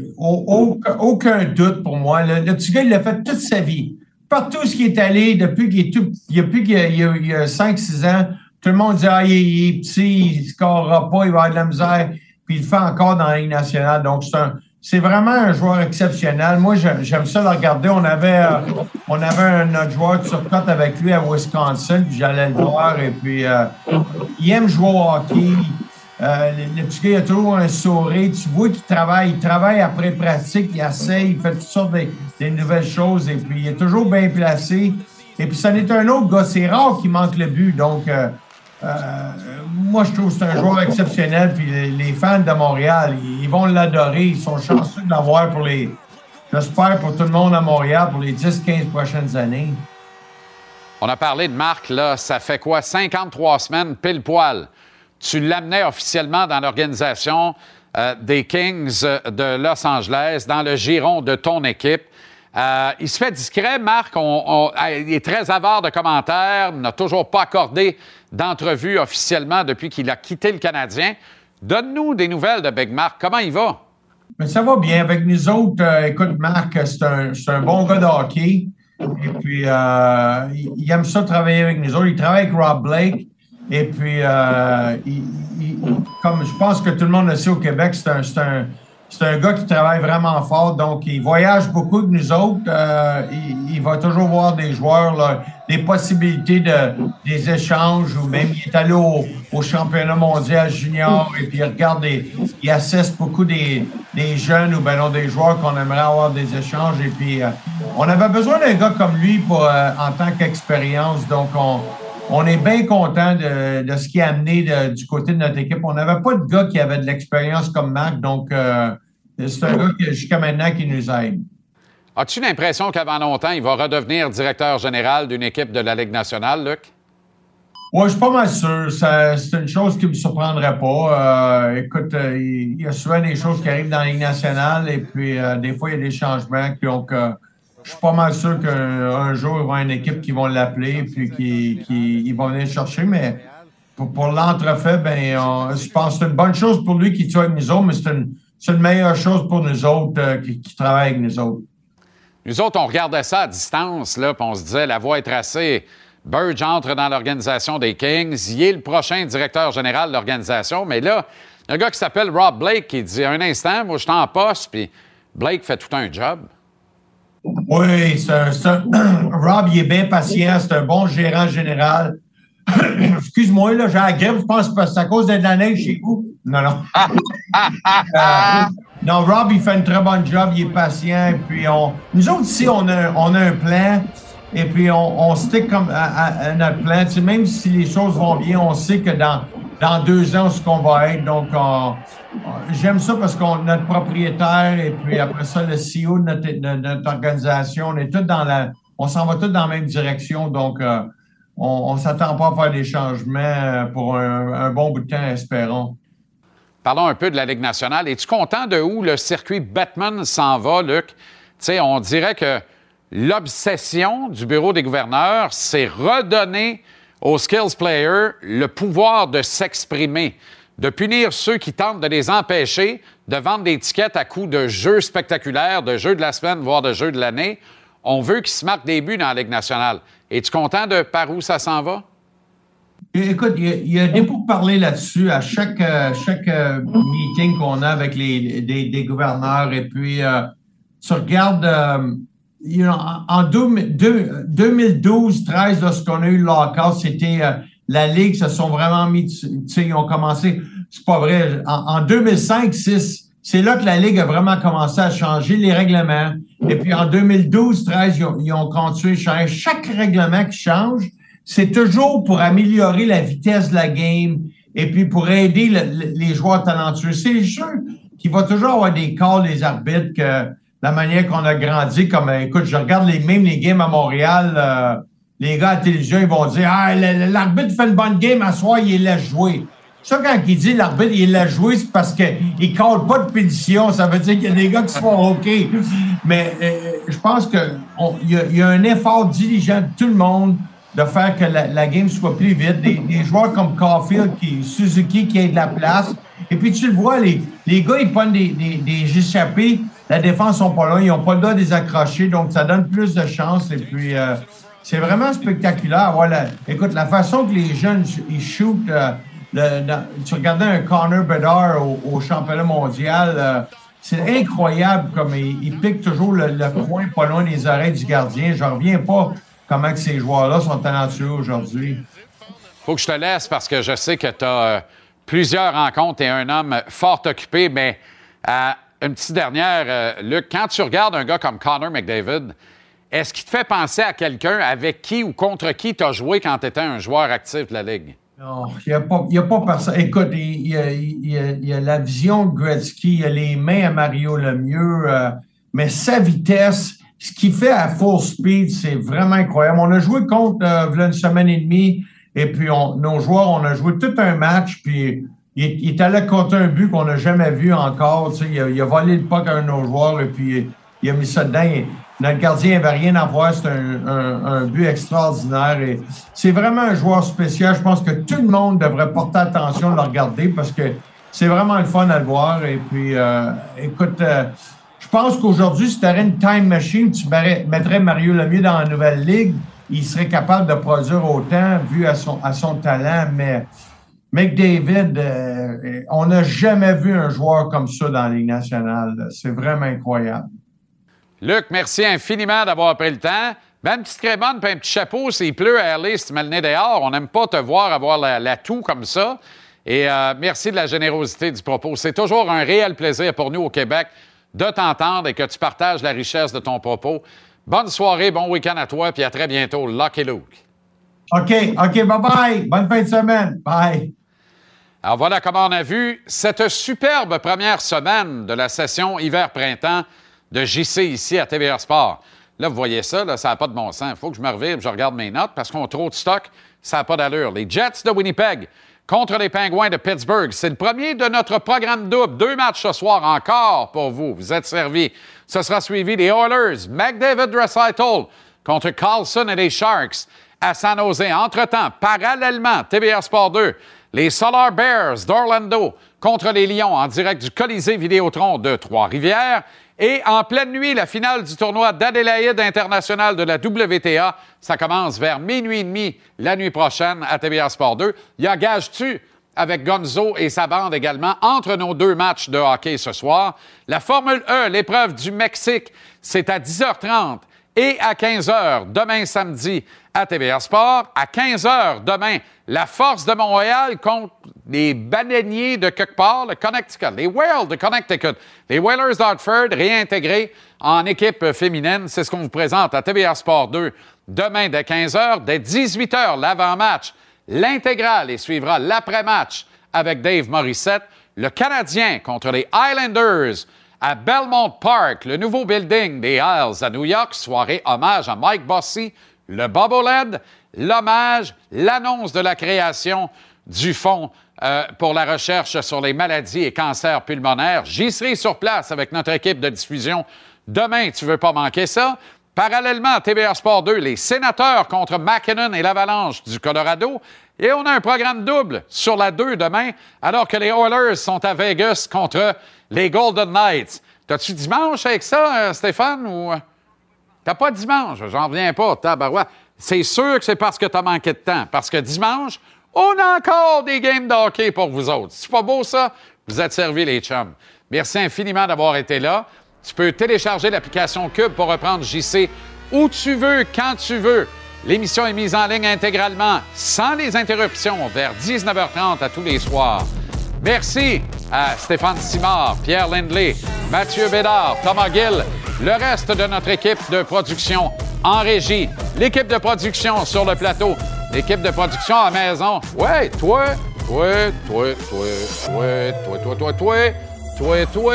aucun, aucun doute pour moi. Le, le petit gars, il l'a fait toute sa vie. Partout ce qui est allé, depuis qu'il est tout, depuis qu'il y a, il y a cinq six ans, tout le monde dit « Ah, il est, il est petit, il ne scorera pas, il va avoir de la misère. » Puis il le fait encore dans la Ligue nationale. Donc, c'est un... C'est vraiment un joueur exceptionnel. Moi, j'aime, j'aime ça le regarder. On avait, euh, on avait un autre joueur de surcote avec lui à Wisconsin, puis j'allais le voir. Et puis, euh, il aime jouer au hockey. Euh, le, le petit gars, il a toujours un sourire. Tu vois qu'il travaille. Il travaille après pratique. Il essaye. Il fait toutes sortes de, de nouvelles choses. Et puis, il est toujours bien placé. Et puis, ça n'est un autre gars. C'est rare qu'il manque le but. Donc, euh, Euh, moi, je trouve que c'est un joueur exceptionnel. Puis les, les fans de Montréal, ils, ils vont l'adorer. Ils sont chanceux de l'avoir pour les... J'espère pour tout le monde à Montréal pour les dix quinze prochaines années. On a parlé de Marc, là. Ça fait quoi? cinquante-trois semaines, pile poil. Tu l'amenais officiellement dans l'organisation euh, des Kings de Los Angeles, dans le giron de ton équipe. Euh, il se fait discret, Marc. On, on, il est très avare de commentaires. Il n'a toujours pas accordé d'entrevue officiellement depuis qu'il a quitté le Canadien. Donne-nous des nouvelles de Big Marc. Comment il va? Mais ça va bien. Avec nous autres, euh, écoute, Marc, c'est un, c'est un bon gars de hockey. Et puis, euh, il, il aime ça travailler avec nous autres. Il travaille avec Rob Blake. Et puis, euh, il, il, comme je pense que tout le monde le sait au Québec, c'est un, c'est un, c'est un gars qui travaille vraiment fort. Donc, il voyage beaucoup avec nous autres. Euh, il, il va toujours voir des joueurs, là, des possibilités de des échanges, ou même il est allé au, au championnat mondial junior et puis il regarde des, il assiste beaucoup des, des jeunes ou ben non, des joueurs qu'on aimerait avoir des échanges. Et puis, euh, on avait besoin d'un gars comme lui pour, euh, en tant qu'expérience. Donc, on On est bien content de, de ce qui a amené de, du côté de notre équipe. On n'avait pas de gars qui avait de l'expérience comme Marc, donc euh, c'est un gars qui, jusqu'à maintenant qui nous aide. As-tu l'impression qu'avant longtemps, il va redevenir directeur général d'une équipe de la Ligue nationale, Luc? Oui, je suis pas mal sûr. Ça, c'est une chose qui ne me surprendrait pas. Euh, écoute, euh, il, il y a souvent des choses qui arrivent dans la Ligue nationale et puis euh, des fois, il y a des changements. Donc, euh, je suis pas mal sûr qu'un jour, il va y avoir une équipe qui va l'appeler puis qui, qui ils vont venir le chercher. Mais pour, pour l'entrefait, ben, on, je pense que c'est une bonne chose pour lui qui soit avec nous autres, mais c'est une, c'est une meilleure chose pour nous autres euh, qui, qui travaillent avec nous autres. Nous autres, on regardait ça à distance, là, puis on se disait, la voie est tracée. Burge entre dans l'organisation des Kings. Il est le prochain directeur général de l'organisation. Mais là, il y a un gars qui s'appelle Rob Blake qui dit, un instant, moi, je suis en poste, puis Blake fait tout un job. Oui, c'est un, c'est un... Rob, il est bien patient. C'est un bon gérant général. Excuse-moi, là, j'ai la grève. Je pense que c'est à cause de la neige chez vous. Non, non. euh, non, Rob, il fait un très bon job. Il est patient. Et puis, on... nous autres, ici, on a, on a un plan. Et puis, on, on stick comme à, à, à notre plan. Tu sais, même si les choses vont bien, on sait que dans, dans deux ans, ce qu'on va être. Donc, on, j'aime ça parce qu'on notre propriétaire et puis après ça, le C E O de notre, de notre organisation, on est tous dans la... On s'en va tous dans la même direction. Donc, euh, on ne s'attend pas à faire des changements pour un, un bon bout de temps, espérons. Parlons un peu de la Ligue nationale. Es-tu content de où le circuit Bettman s'en va, Luc? Tu sais, on dirait que l'obsession du bureau des gouverneurs, c'est redonner aux skills players le pouvoir de s'exprimer, de punir ceux qui tentent de les empêcher de vendre des tickets à coups de jeux spectaculaires, de jeux de la semaine, voire de jeux de l'année. On veut qu'ils se marquent des buts dans la Ligue nationale. Es-tu content de par où ça s'en va? Écoute, il y a, il y a des pourparlers là-dessus à chaque, euh, chaque euh, meeting qu'on a avec les, des, des gouverneurs. Et puis, euh, tu regardes... Euh, You know, en deux, deux, deux mille douze treize, lorsqu'on a eu le lockout, c'était euh, la Ligue se sont vraiment mis, tu sais, ils ont commencé, c'est pas vrai, en, en deux mille cinq six, c'est là que la Ligue a vraiment commencé à changer les règlements. Et puis en deux mille douze treize, ils ont, ils ont continué à changer. Chaque règlement qui change, c'est toujours pour améliorer la vitesse de la game et puis pour aider le, le, les joueurs talentueux. C'est sûr qu'il va toujours avoir des calls, les arbitres, que la manière qu'on a grandi, comme, écoute, je regarde les, même les games à Montréal, euh, les gars à la télévision, ils vont dire, ah, l'arbitre fait une bonne game, à soir, il laisse jouer. Ça, quand il dit l'arbitre, il laisse jouer, c'est parce qu'il ne colle pas de pétition. Ça veut dire qu'il y a des gars qui se font OK. Mais euh, je pense qu'il y, y a un effort diligent de tout le monde de faire que la, la game soit plus vite. Des, des joueurs comme Caulfield, qui, Suzuki, qui a de la place. Et puis, tu le vois, les, les gars, ils prennent des, des, des échappés. La défense sont pas là, ils n'ont pas le droit de les accrocher, donc ça donne plus de chance. Et puis, euh, c'est vraiment spectaculaire. Voilà. Écoute, la façon que les jeunes, ils shootent, euh, le, le, tu regardais un Connor Bedard au, au championnat mondial, euh, c'est incroyable comme il, il pique toujours le, le coin pas loin des oreilles du gardien. Je ne reviens pas comment que ces joueurs-là sont talentueux aujourd'hui. Faut que je te laisse parce que je sais que tu as euh, plusieurs rencontres et un homme fort occupé, mais... Euh, Une petite dernière, euh, Luc, quand tu regardes un gars comme Connor McDavid, est-ce qu'il te fait penser à quelqu'un avec qui ou contre qui tu as joué quand tu étais un joueur actif de la Ligue? Non, il n'y a, a pas personne. Écoute, il y, a, il, y a, il y a la vision de Gretzky, il y a les mains à Mario Lemieux, euh, mais sa vitesse, ce qu'il fait à full speed, c'est vraiment incroyable. On a joué contre euh, une semaine et demie, et puis on, nos joueurs, on a joué tout un match, puis il, il est allé compter un but qu'on n'a jamais vu encore. Tu sais, il, a, il a volé le puck à un de nos joueurs, et puis il a mis ça dedans. Il, notre gardien n'avait rien à voir. C'est un, un, un but extraordinaire. Et c'est vraiment un joueur spécial. Je pense que tout le monde devrait porter attention de le regarder parce que c'est vraiment le fun à le voir. Et puis, euh, écoute, euh, je pense qu'aujourd'hui, si tu avais une time machine, tu mettrais Mario Lemieux dans la nouvelle ligue, il serait capable de produire autant vu à son, à son talent. Mais McDavid, euh, on n'a jamais vu un joueur comme ça dans la Ligue nationale. C'est vraiment incroyable. Luc, merci infiniment d'avoir pris le temps. Ben, une petite crébonne et un petit chapeau, s'il pleut à L A, si tu mets le nez dehors. On n'aime pas te voir avoir la, la toux comme ça. Et euh, merci de la générosité du propos. C'est toujours un réel plaisir pour nous au Québec de t'entendre et que tu partages la richesse de ton propos. Bonne soirée, bon week-end à toi, puis à très bientôt. Lucky Luke. OK, OK, bye-bye. Bonne fin de semaine. Bye. Alors voilà comment on a vu cette superbe première semaine de la session hiver-printemps de J C ici à T V R Sport. Là, vous voyez ça, là, ça n'a pas de bon sens. Il faut que je me revire et je regarde mes notes parce qu'on a trop de stock, ça n'a pas d'allure. Les Jets de Winnipeg contre les Penguins de Pittsburgh. C'est le premier de notre programme double. Deux matchs ce soir encore pour vous. Vous êtes servis. Ce sera suivi des Oilers, McDavid Draisaitl contre Carlson et les Sharks à San Jose. Entre-temps, parallèlement, T V R Sport deux, les Solar Bears d'Orlando contre les Lions en direct du Colisée Vidéotron de Trois-Rivières. Et en pleine nuit, la finale du tournoi d'Adélaïde international de la W T A. Ça commence vers minuit et demi la nuit prochaine à T V R Sport deux. Il y a Gage-tu avec Gonzo et sa bande également entre nos deux matchs de hockey ce soir. La Formule E, l'épreuve du Mexique, c'est à dix heures trente et à quinze heures demain samedi à T V R Sport. À quinze heures demain, la Force de Montréal contre les Baleiniers de quelque part, le Connecticut, les Whales de Connecticut, les Whalers d'Hartford réintégrés en équipe féminine. C'est ce qu'on vous présente à T V R Sport deux demain dès quinze heures. Dès dix-huit heures, l'avant-match, l'intégrale et suivra l'après-match avec Dave Morissette. Le Canadien contre les Islanders à Belmont Park, le nouveau building des Isles à New York. Soirée hommage à Mike Bossy, le Bobblehead, l'hommage, l'annonce de la création du fonds euh, pour la recherche sur les maladies et cancers pulmonaires. J'y serai sur place avec notre équipe de diffusion demain. Tu veux pas manquer ça? Parallèlement à T V R Sport deux, les Sénateurs contre McKinnon et l'Avalanche du Colorado. Et on a un programme double sur la deux demain, alors que les Oilers sont à Vegas contre les Golden Knights. T'as-tu dimanche avec ça, Stéphane, ou... T'as pas dimanche, j'en reviens pas, tabarouette. C'est sûr que c'est parce que t'as manqué de temps. Parce que dimanche, on a encore des games de hockey pour vous autres. C'est pas beau, ça? Vous êtes servis, les chums. Merci infiniment d'avoir été là. Tu peux télécharger l'application Cube pour reprendre J C où tu veux, quand tu veux. L'émission est mise en ligne intégralement, sans les interruptions, vers dix-neuf heures trente à tous les soirs. Merci à Stéphane Simard, Pierre Lindley, Mathieu Bédard, Thomas Gill, le reste de notre équipe de production en régie, l'équipe de production sur le plateau, l'équipe de production à la maison. Ouais, toi, toi, toi, toi, toi, toi, toi, toi, toi, toi, toi,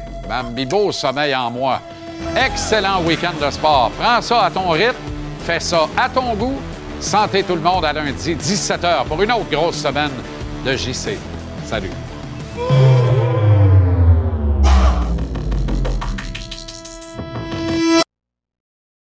Bambibo sommeil en moi. Excellent week-end de sport. Prends ça à ton rythme, fais ça à ton goût. Santé tout le monde à lundi, dix-sept heures, pour une autre grosse semaine de J C. Salut.